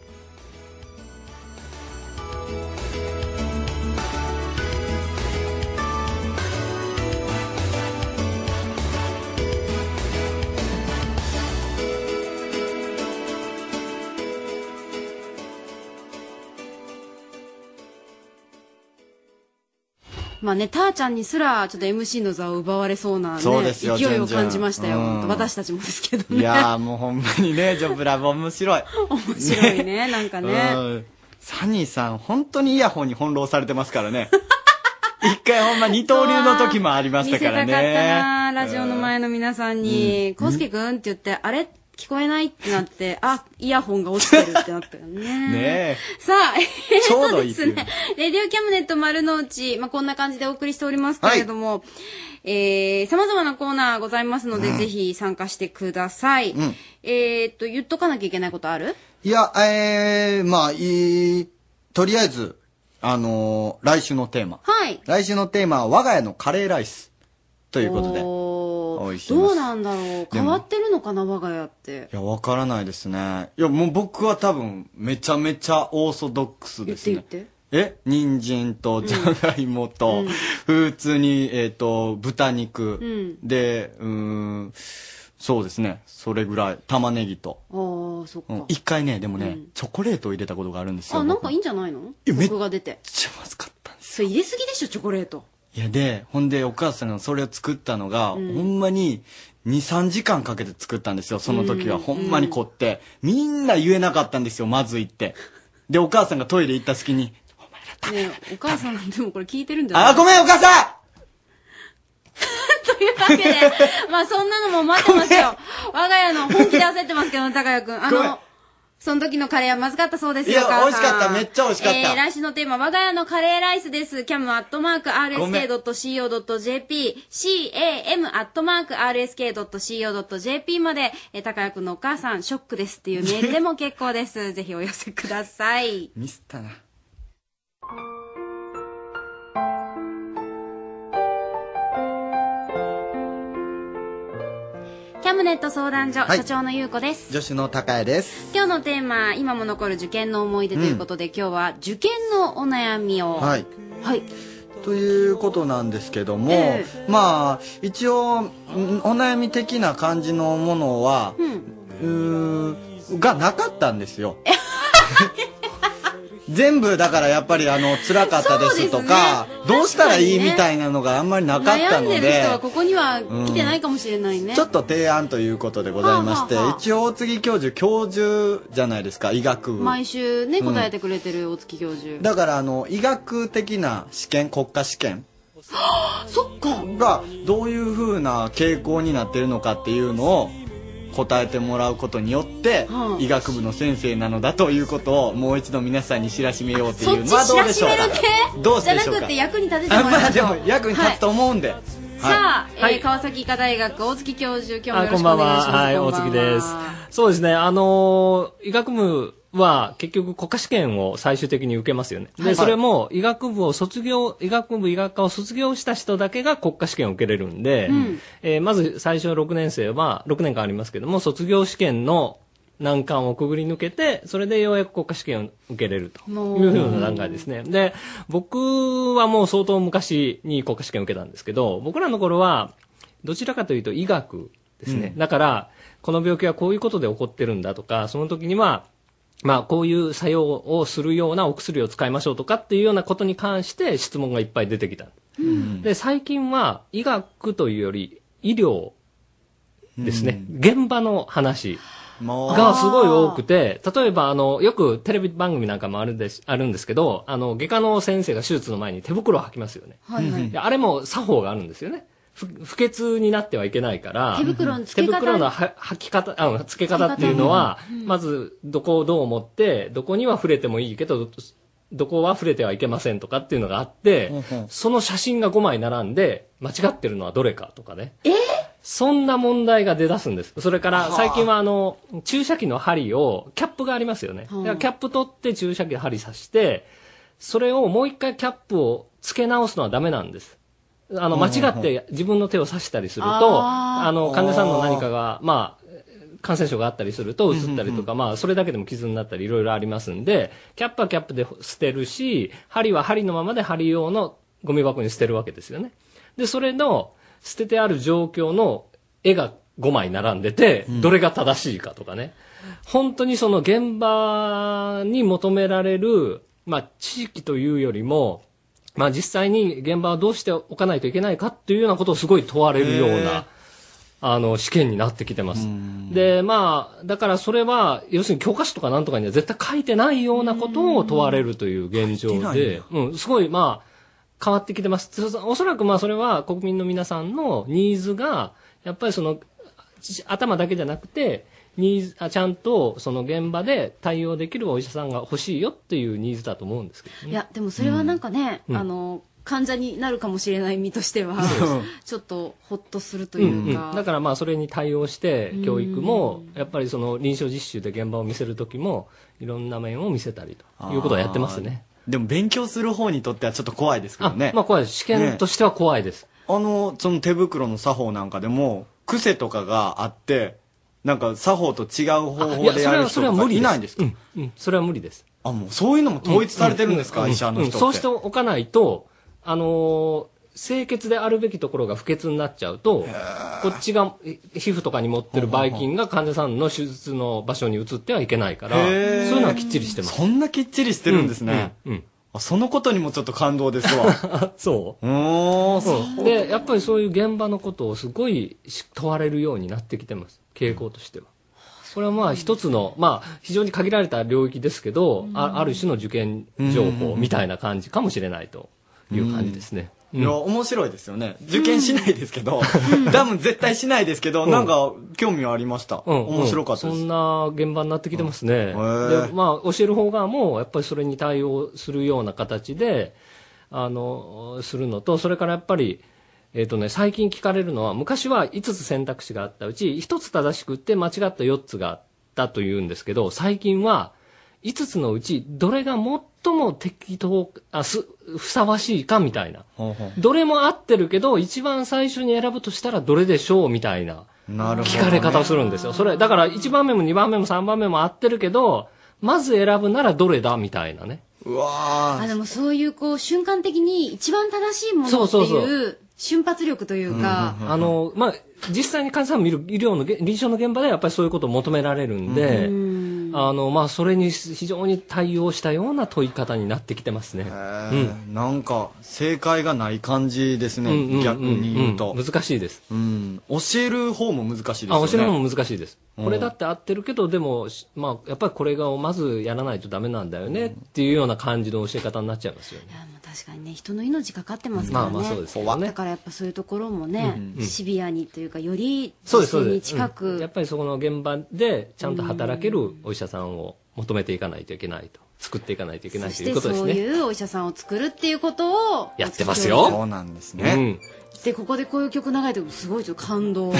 まあね、ターちゃんにすら、ちょっと エムシー の座を奪われそうなね、 そうですよ勢いを全然感じましたよ。 うん私たちもですけどね。 いやーもうほんまにね、ジョブラブ面白い。 面白いね、なんかね。 うんサニーさん、本当にイヤホンに翻弄されてますからね。一回ほんま二刀流の時もありましたからね。 見せたかったな、ラジオの前の皆さんに、コウスケくんって言って、あれ聞こえないってなって、あ、イヤホンが落ちてるってなったよね。 ねえ。 さあ、えちょうどーといいっていうですね、レディオキャムネット丸の内、まあ、こんな感じでお送りしておりますけれども、えー、様々なコーナーございますので、 うんぜひ参加してください。 うんえーっと、言っとかなきゃいけないことある？ いや、えー、まあ、いい、とりあえず、あのー来週のテーマ。 はい。 来週のテーマは、我が家のカレーライス。ということで。 お美味しいますどうなんだろう、変わってるのかな、我が家って。 いや、わからないですね。いや、もう僕は多分、めちゃめちゃオーソドックスですね。 言ってえ人参とじゃがいもと、普通に、えっ、と、豚肉、 うんで、うーん、そうですね。それぐらい。玉ねぎと。 ああ、そっか。 うん一回ね、でもね、チョコレートを入れたことがあるんですよ。 あ、なん僕かいいんじゃないの？ やめっコクが出て。めっちゃまずかったんですそれ入れすぎでしょ、チョコレート。 いや、で、ほんで、お母さんがそれを作ったのが、 うんほんまに、に、さんじかんかけて作ったんですよ、その時は。 うんほんまに凝って。みんな言えなかったんですよ、まずいって。で、お母さんがトイレ行った隙に、 ねえお母さん、でもこれ聞いてるんじゃない？ あ、ごめん、お母さというわけで、まあそんなのも待ってますよ。我が家の本気で焦ってますけどね、高谷くん。あごめんの、その時のカレーはまずかったそうですよ、 いやお母さん。 美味しかっためっちゃ美味しかったえー、来週のテーマ、我が家のカレーライスです。キャムアットマーク アールエスケードットシーオードットジェーピー、シーエーエム アットマーク アールエスケードットシーオードットジェーピー まで、えー、高谷くんのお母さん、ショックですっていうメールでも結構です。ぜひお寄せください。 ミスったな。 キャムネット相談所、 はい所長のゆうこです。 女子の高谷です。 今日のテーマ、今も残る受験の思い出ということで、今日は受験のお悩みを。 はい。 はい。 ということなんですけども、 えまあ、一応、んお悩み的な感じのものは、うーがなかったんですよ。全部だからやっぱりあの辛かったですとか、どうしたらいいみたいなのがあんまりなかったの悩んでるで、 人はここには来てないかもしれないね。 ちょっと提案ということでございまして、 はあはあはあ一応大杉教授、教授じゃないですか、医学部。 毎週ね、 うん答えてくれてる大月教授。 だからあの、医学的な試験、国家試験そっかがどういう風な傾向になってるのかっていうのを答えてもらうことによって、 はあ医学部の先生なのだということをもう一度皆さんに知らしめようっていうそっち知らしめる系どうじゃなでしょうか。 くて役に立ててもらいましょう。 あまあでも役に立つと思うんで。はいさあ、 はいえー川崎医科大学大月教授、今日もあ、 よろこんばんは。 しくお願いします。 はい、大こんばんは月です。そうですね、あのー医学部は結局国家試験を最終的に受けますよね。で、 はいそれも医学部を卒業、医学部医学科を卒業した人だけが国家試験を受けれるんで、 うんえーまず最初ろくねん生は、ろくねんかんありますけども、卒業試験の難関をくぐり抜けて、それでようやく国家試験を受けれるというふうな段階ですね。で、僕はもう相当昔に国家試験を受けたんですけど、僕らの頃は、どちらかというと医学ですね。 うんだから、この病気はこういうことで起こってるんだとか、その時には、まあ、こういう作用をするようなお薬を使いましょうとかっていうようなことに関して質問がいっぱい出てきた。で、最近は医学というより医療ですね。現場の話がすごい多くて、例えばあの、よくテレビ番組なんかもあるんです、あるんですけど、あの、外科の先生が手術の前に手袋を履きますよね。 はいはいであれも作法があるんですよね。ふ不潔になってはいけないから、 手袋の付け方手袋のは履き方、あ、付け方っていうのは、まず、どこをどう思って、どこには触れてもいいけど、どどこは触れてはいけませんとかっていうのがあって、その写真がごまい並んで、間違ってるのはどれかとかね。そんな問題が出だすんです。それから、最近はあの、注射器の針を、キャップがありますよね。 はあだからキャップ取って注射器で針刺して、それをもう一回キャップを付け直すのはダメなんです。あの、間違って自分の手を刺したりすると、 あーあの、患者さんの何かが、まあ、感染症があったりすると、移ったりとか、まあ、それだけでも傷になったり、いろいろありますんで、キャップはキャップで捨てるし、針は針のままで針用のゴミ箱に捨てるわけですよね。で、それの、捨ててある状況の絵がごまい並んでて、どれが正しいかとかね。本当にその現場に求められる、まあ、知識というよりも、まあ実際に現場はどうしておかないといけないかっていうようなことをすごい問われるような、あの、試験になってきてます。で、まあ、だからそれは、要するに教科書とかなんとかには絶対書いてないようなことを問われるという現状で、うん、すごい、まあ、変わってきてます。おそらくまあそれは国民の皆さんのニーズが、やっぱりその、頭だけじゃなくて、 ニーズ、あ、ちゃんとその現場で対応できるお医者さんが欲しいよっていうニーズだと思うんですけどね。 いや、でもそれはなんかね、 うんあの、患者になるかもしれない身としては、ちょっとほっとするというか。 うんうんだからまあそれに対応してうん教育もやっぱりその臨床実習で現場を見せる時もいろんな面を見せたりということをやってますね。 でも勉強する方にとってはちょっと怖いですけどね。 あまあ怖いです。試験としては怖いです。 ねあの、その手袋の作法なんかでも、癖とかがあって、なんか作法と違う方法いやでやるそれ人とかは無理ですいないんですか？ うんうんそれは無理です。 あ、もうそういうのも統一されてるんですか、 うん医者の人って。 うんそうしておかないと、あのー清潔であるべきところが不潔になっちゃうと、こっちがえ皮膚とかに持ってるばい菌が患者さんの手術の場所に移ってはいけないから、そうへーいうのはきっちりしてます。 そんなきっちりしてるんですね。 うんうんあそのことにもちょっと感動ですわ。 そうおー、 そうでやっぱりそういう現場のことをすごいし問われるようになってきてます傾向としては。これはまあ一つの、まあ、非常に限られた領域ですけど、あある種の受験情報みたいな感じかもしれないという感じですね。 いや、面白いですよね。受験しないですけど、多分絶対しないですけど、 うんなんか興味はありました。 うん面白かったです。 うんそんな現場になってきてますね。 へーで、まあ、教える方側も、やっぱりそれに対応するような形で、あの、するのと、それからやっぱり、えっ、とね、最近聞かれるのは、昔はいつつ選択肢があったうち、ひとつ正しくって間違ったよっつがあったというんですけど、最近はいつつのうち、どれが最も適当、あ、す、ふさわしいかみたいな。どれも合ってるけど、一番最初に選ぶとしたらどれでしょうみたいな。 なるほどね聞かれ方をするんですよ。それ、だからいちばんめもにばんめもさんばんめも合ってるけど、まず選ぶならどれだみたいなね。 うわあ、でもそういうこう、瞬間的に一番正しいものってそうそうそいう瞬発力というか、 あの、まあ、実際に患者さんを見る医療のげ、臨床の現場ではやっぱりそういうことを求められるんで、あの、まあ、それに非常に対応したような問い方になってきてますね。うんなんか、正解がない感じですね。 うんうんうん逆に言うと。 うん難しいです。 うん。教える方も難しいですよね。 あ、教えるのも難しいです。 うんこれだって合ってるけど、でも、しまあ、やっぱりこれがまずやらないとダメなんだよねっていうような感じの教え方になっちゃいますよね。 確かにね、人の命かかってますからね。 まあまあそうですけどねだからやっぱそういうところもね、 うんうんシビアにというか、よりそうです、そう実践にです。 近く、 うんやっぱりそこの現場でちゃんと働けるお医者さんを求めていかないといけないと。作っていかないといけないそしてということですね。 そういうお医者さんを作るっていうことをやってますよ。 そうなんですね。うんで、ここでこういう曲流れてるすごいちょっと感動。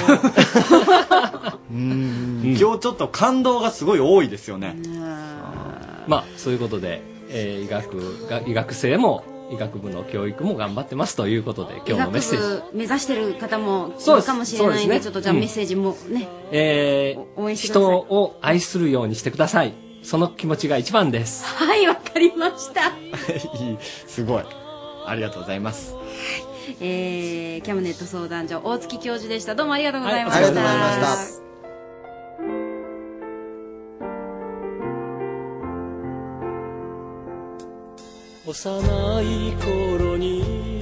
うん今日ちょっと感動がすごい多いですよね。 まあ、そういうことで、えー医学が、医学生も、医学部の教育も頑張ってますということで、今日のメッセージ。 医学部目指してる方もいそうでするかもしれないんで、 そうですねちょっとじゃあメッセージもね、 えー応援してください人を愛するようにしてください。その気持ちが一番です。 はい、わかりました。 いいすごい。ありがとうございます。 えー、キャムネット相談所、大月教授でした。どうもありがとうございました。 はいありがとうございました幼い頃に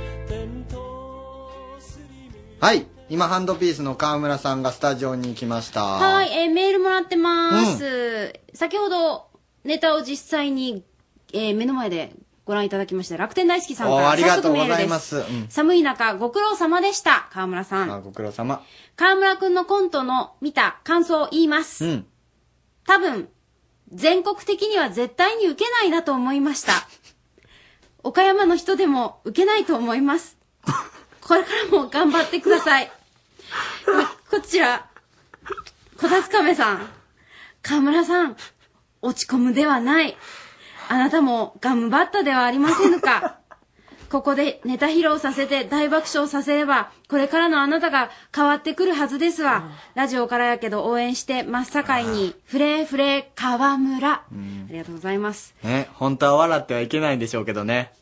はい。今、ハンドピースの川村さんがスタジオに来ました。 はい、えー、メールもらってます。先ほど、ネタを実際に、えー、目の前でご覧いただきました。楽天大好きさんからおありがとうご早速メールでざいます。うん寒い中、ご苦労様でした。川村さん。 あご苦労様。 川村くんのコントの見た感想を言います。 うん。 多分、全国的には絶対に受けないなと思いました。岡山の人でも受けないと思います。これからも頑張ってください。ここちら、こたつかめさん、河村さん、落ち込むではない。あなたもガムバッタではありませぬか。ここでネタ披露させて大爆笑させれば、これからのあなたが変わってくるはずですわ。ラジオからやけど応援して真っ盛りに、フレーフレー河村。ありがとうございます。 ね、本当は笑ってはいけないんでしょうけどね。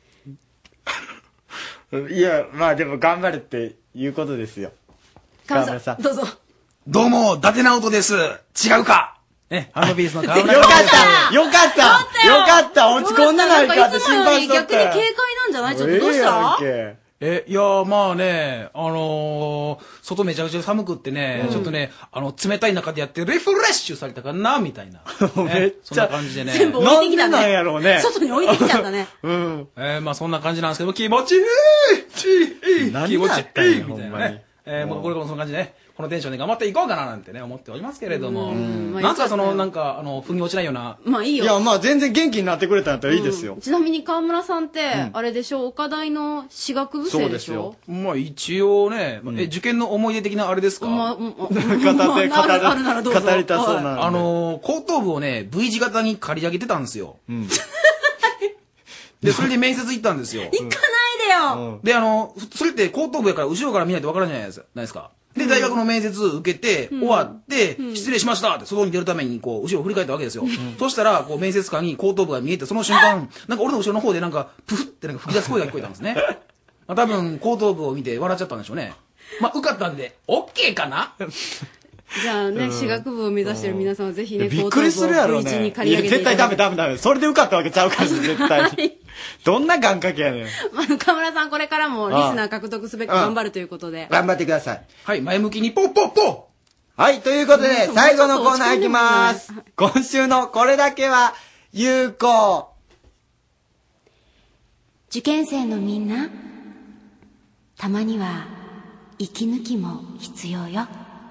いや、まあでも頑張るっていうことですよ。 河村さん、どうぞ。 どうも、伊達直人です。違うかね、ハンドピースの川村よかったよかったよかった落ち込んでないかって心配しとった。 逆に軽快なんじゃないちょっとどうしたえ、いやー、まあね、あのー、外めちゃくちゃ寒くってね、 うんちょっとね、あの、冷たい中でやってリフレッシュされたかな、みたいな。めっちゃそんな感じでね。 全部置いてきたね。 なんでなんやろうね外に置いてきちゃったね。 うん。 えー、まあそんな感じなんですけど、気持ちいい気持ちいい何気持ちやったんやいいみたいなほんまにね。えー、もうこれからもそんな感じでね、 このテンションで頑張っていこうかななんてね、思っておりますけれども。 んなんすか、その、なんか、あの、腑に落ちないような。 まあいいよ。 いや、まあ全然元気になってくれたんだったらいいですよ。 ちなみに川村さんって、あれでしょ、岡大の私学部生でしょ。 まあ一応ね、え、受験の思い出的なあれですか？ まあ、 語って、語り、 あるならどうぞ。 語りたそうなの。 あの、後頭部をね、V 字型に刈り上げてたんですよ。うん。で、それで面接行ったんですよ。 行かないでよ。 で、あの、それって後頭部やから後ろから見ないとわからないじゃないですか。で、大学の面接受けて、終わって、失礼しましたって外に出るために、こう、後ろを振り返ったわけですよ。そしたら、こう、面接官に後頭部が見えて、その瞬間、なんか俺の後ろの方でなんか、プフってなんか吹き出す声が聞こえたんですね。まあ、多分、後頭部を見て笑っちゃったんでしょうね。まあ、受かったんで、オッケーかなじゃあね、私学部を目指してる皆さんはぜひね、 びっくりするやろね。いや、絶対ダメダメダメ。それで受かったわけちゃうから、絶対に。どんな願掛けやねん。 あの、河村さんこれからもリスナー獲得すべく頑張るということで。 頑張ってください。 はい、前向きにポッポッポはい、ということで、最後のコーナーいきます。今週のこれだけは有効。 受験生のみんな、たまには息抜きも必要よ。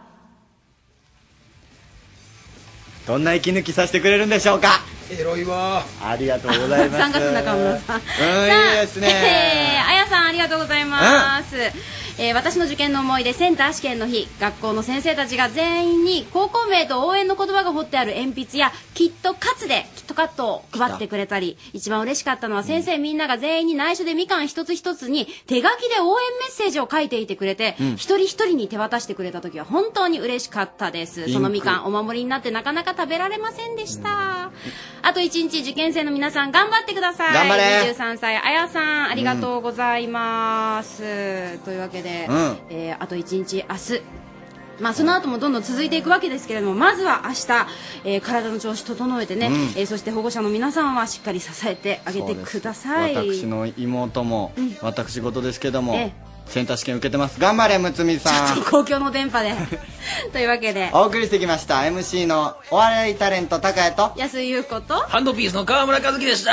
どんな息抜きさせてくれるんでしょうか。 エロいわ。 ありがとうございます。 参加する中村さん。うん、 いいですね。 えー、あやさんありがとうございます。えー、私の受験の思い出、センター試験の日、学校の先生たちが全員に高校名と応援の言葉が彫ってある鉛筆やキットカツでキットカットを配ってくれたり、一番嬉しかったのは先生みんなが全員に内緒でみかん一つ一つに手書きで応援メッセージを書いていてくれて、うん、一人一人に手渡してくれた時は本当に嬉しかったです。そのみかんお守りになってなかなか食べられませんでした。うん、あと一日受験生の皆さん頑張ってください。 頑張れ。 にじゅうさんさいあやさんありがとうございます。うん、というわけで、うん、えー、あと一日明日。まあその後もどんどん続いていくわけですけれども、まずは明日、えー、体の調子整えてね、うん、えー、そして保護者の皆さんはしっかり支えてあげてください。 私の妹も、うん、私事ですけども、えー、センター試験受けてます。頑張れむつみさん。 ちょっと公共の電波でというわけでお送りしてきました エムシー のお笑いタレント高谷と安井優子とハンドピースの川村和樹でした。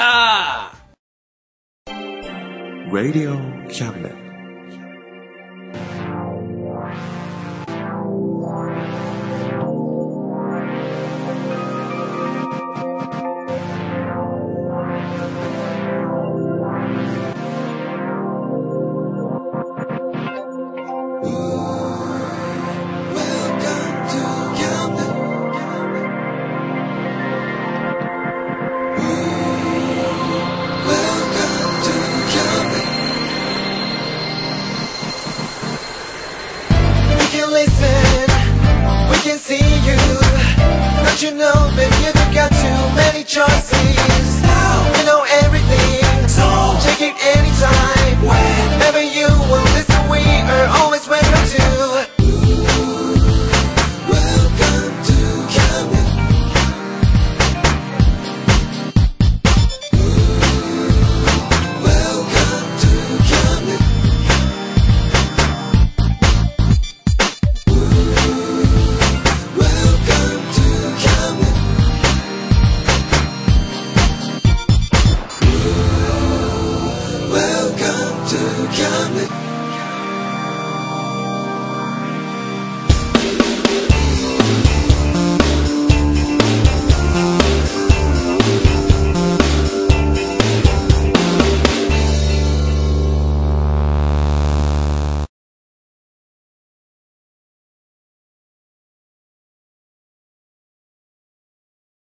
Radio Cabinet。 You know, baby, you got too many choices. You know everything, so check it anytime. Whenever you will listen, we are always welcome to. Welcome to Camden. Welcome to Camden. Welcome to Camden.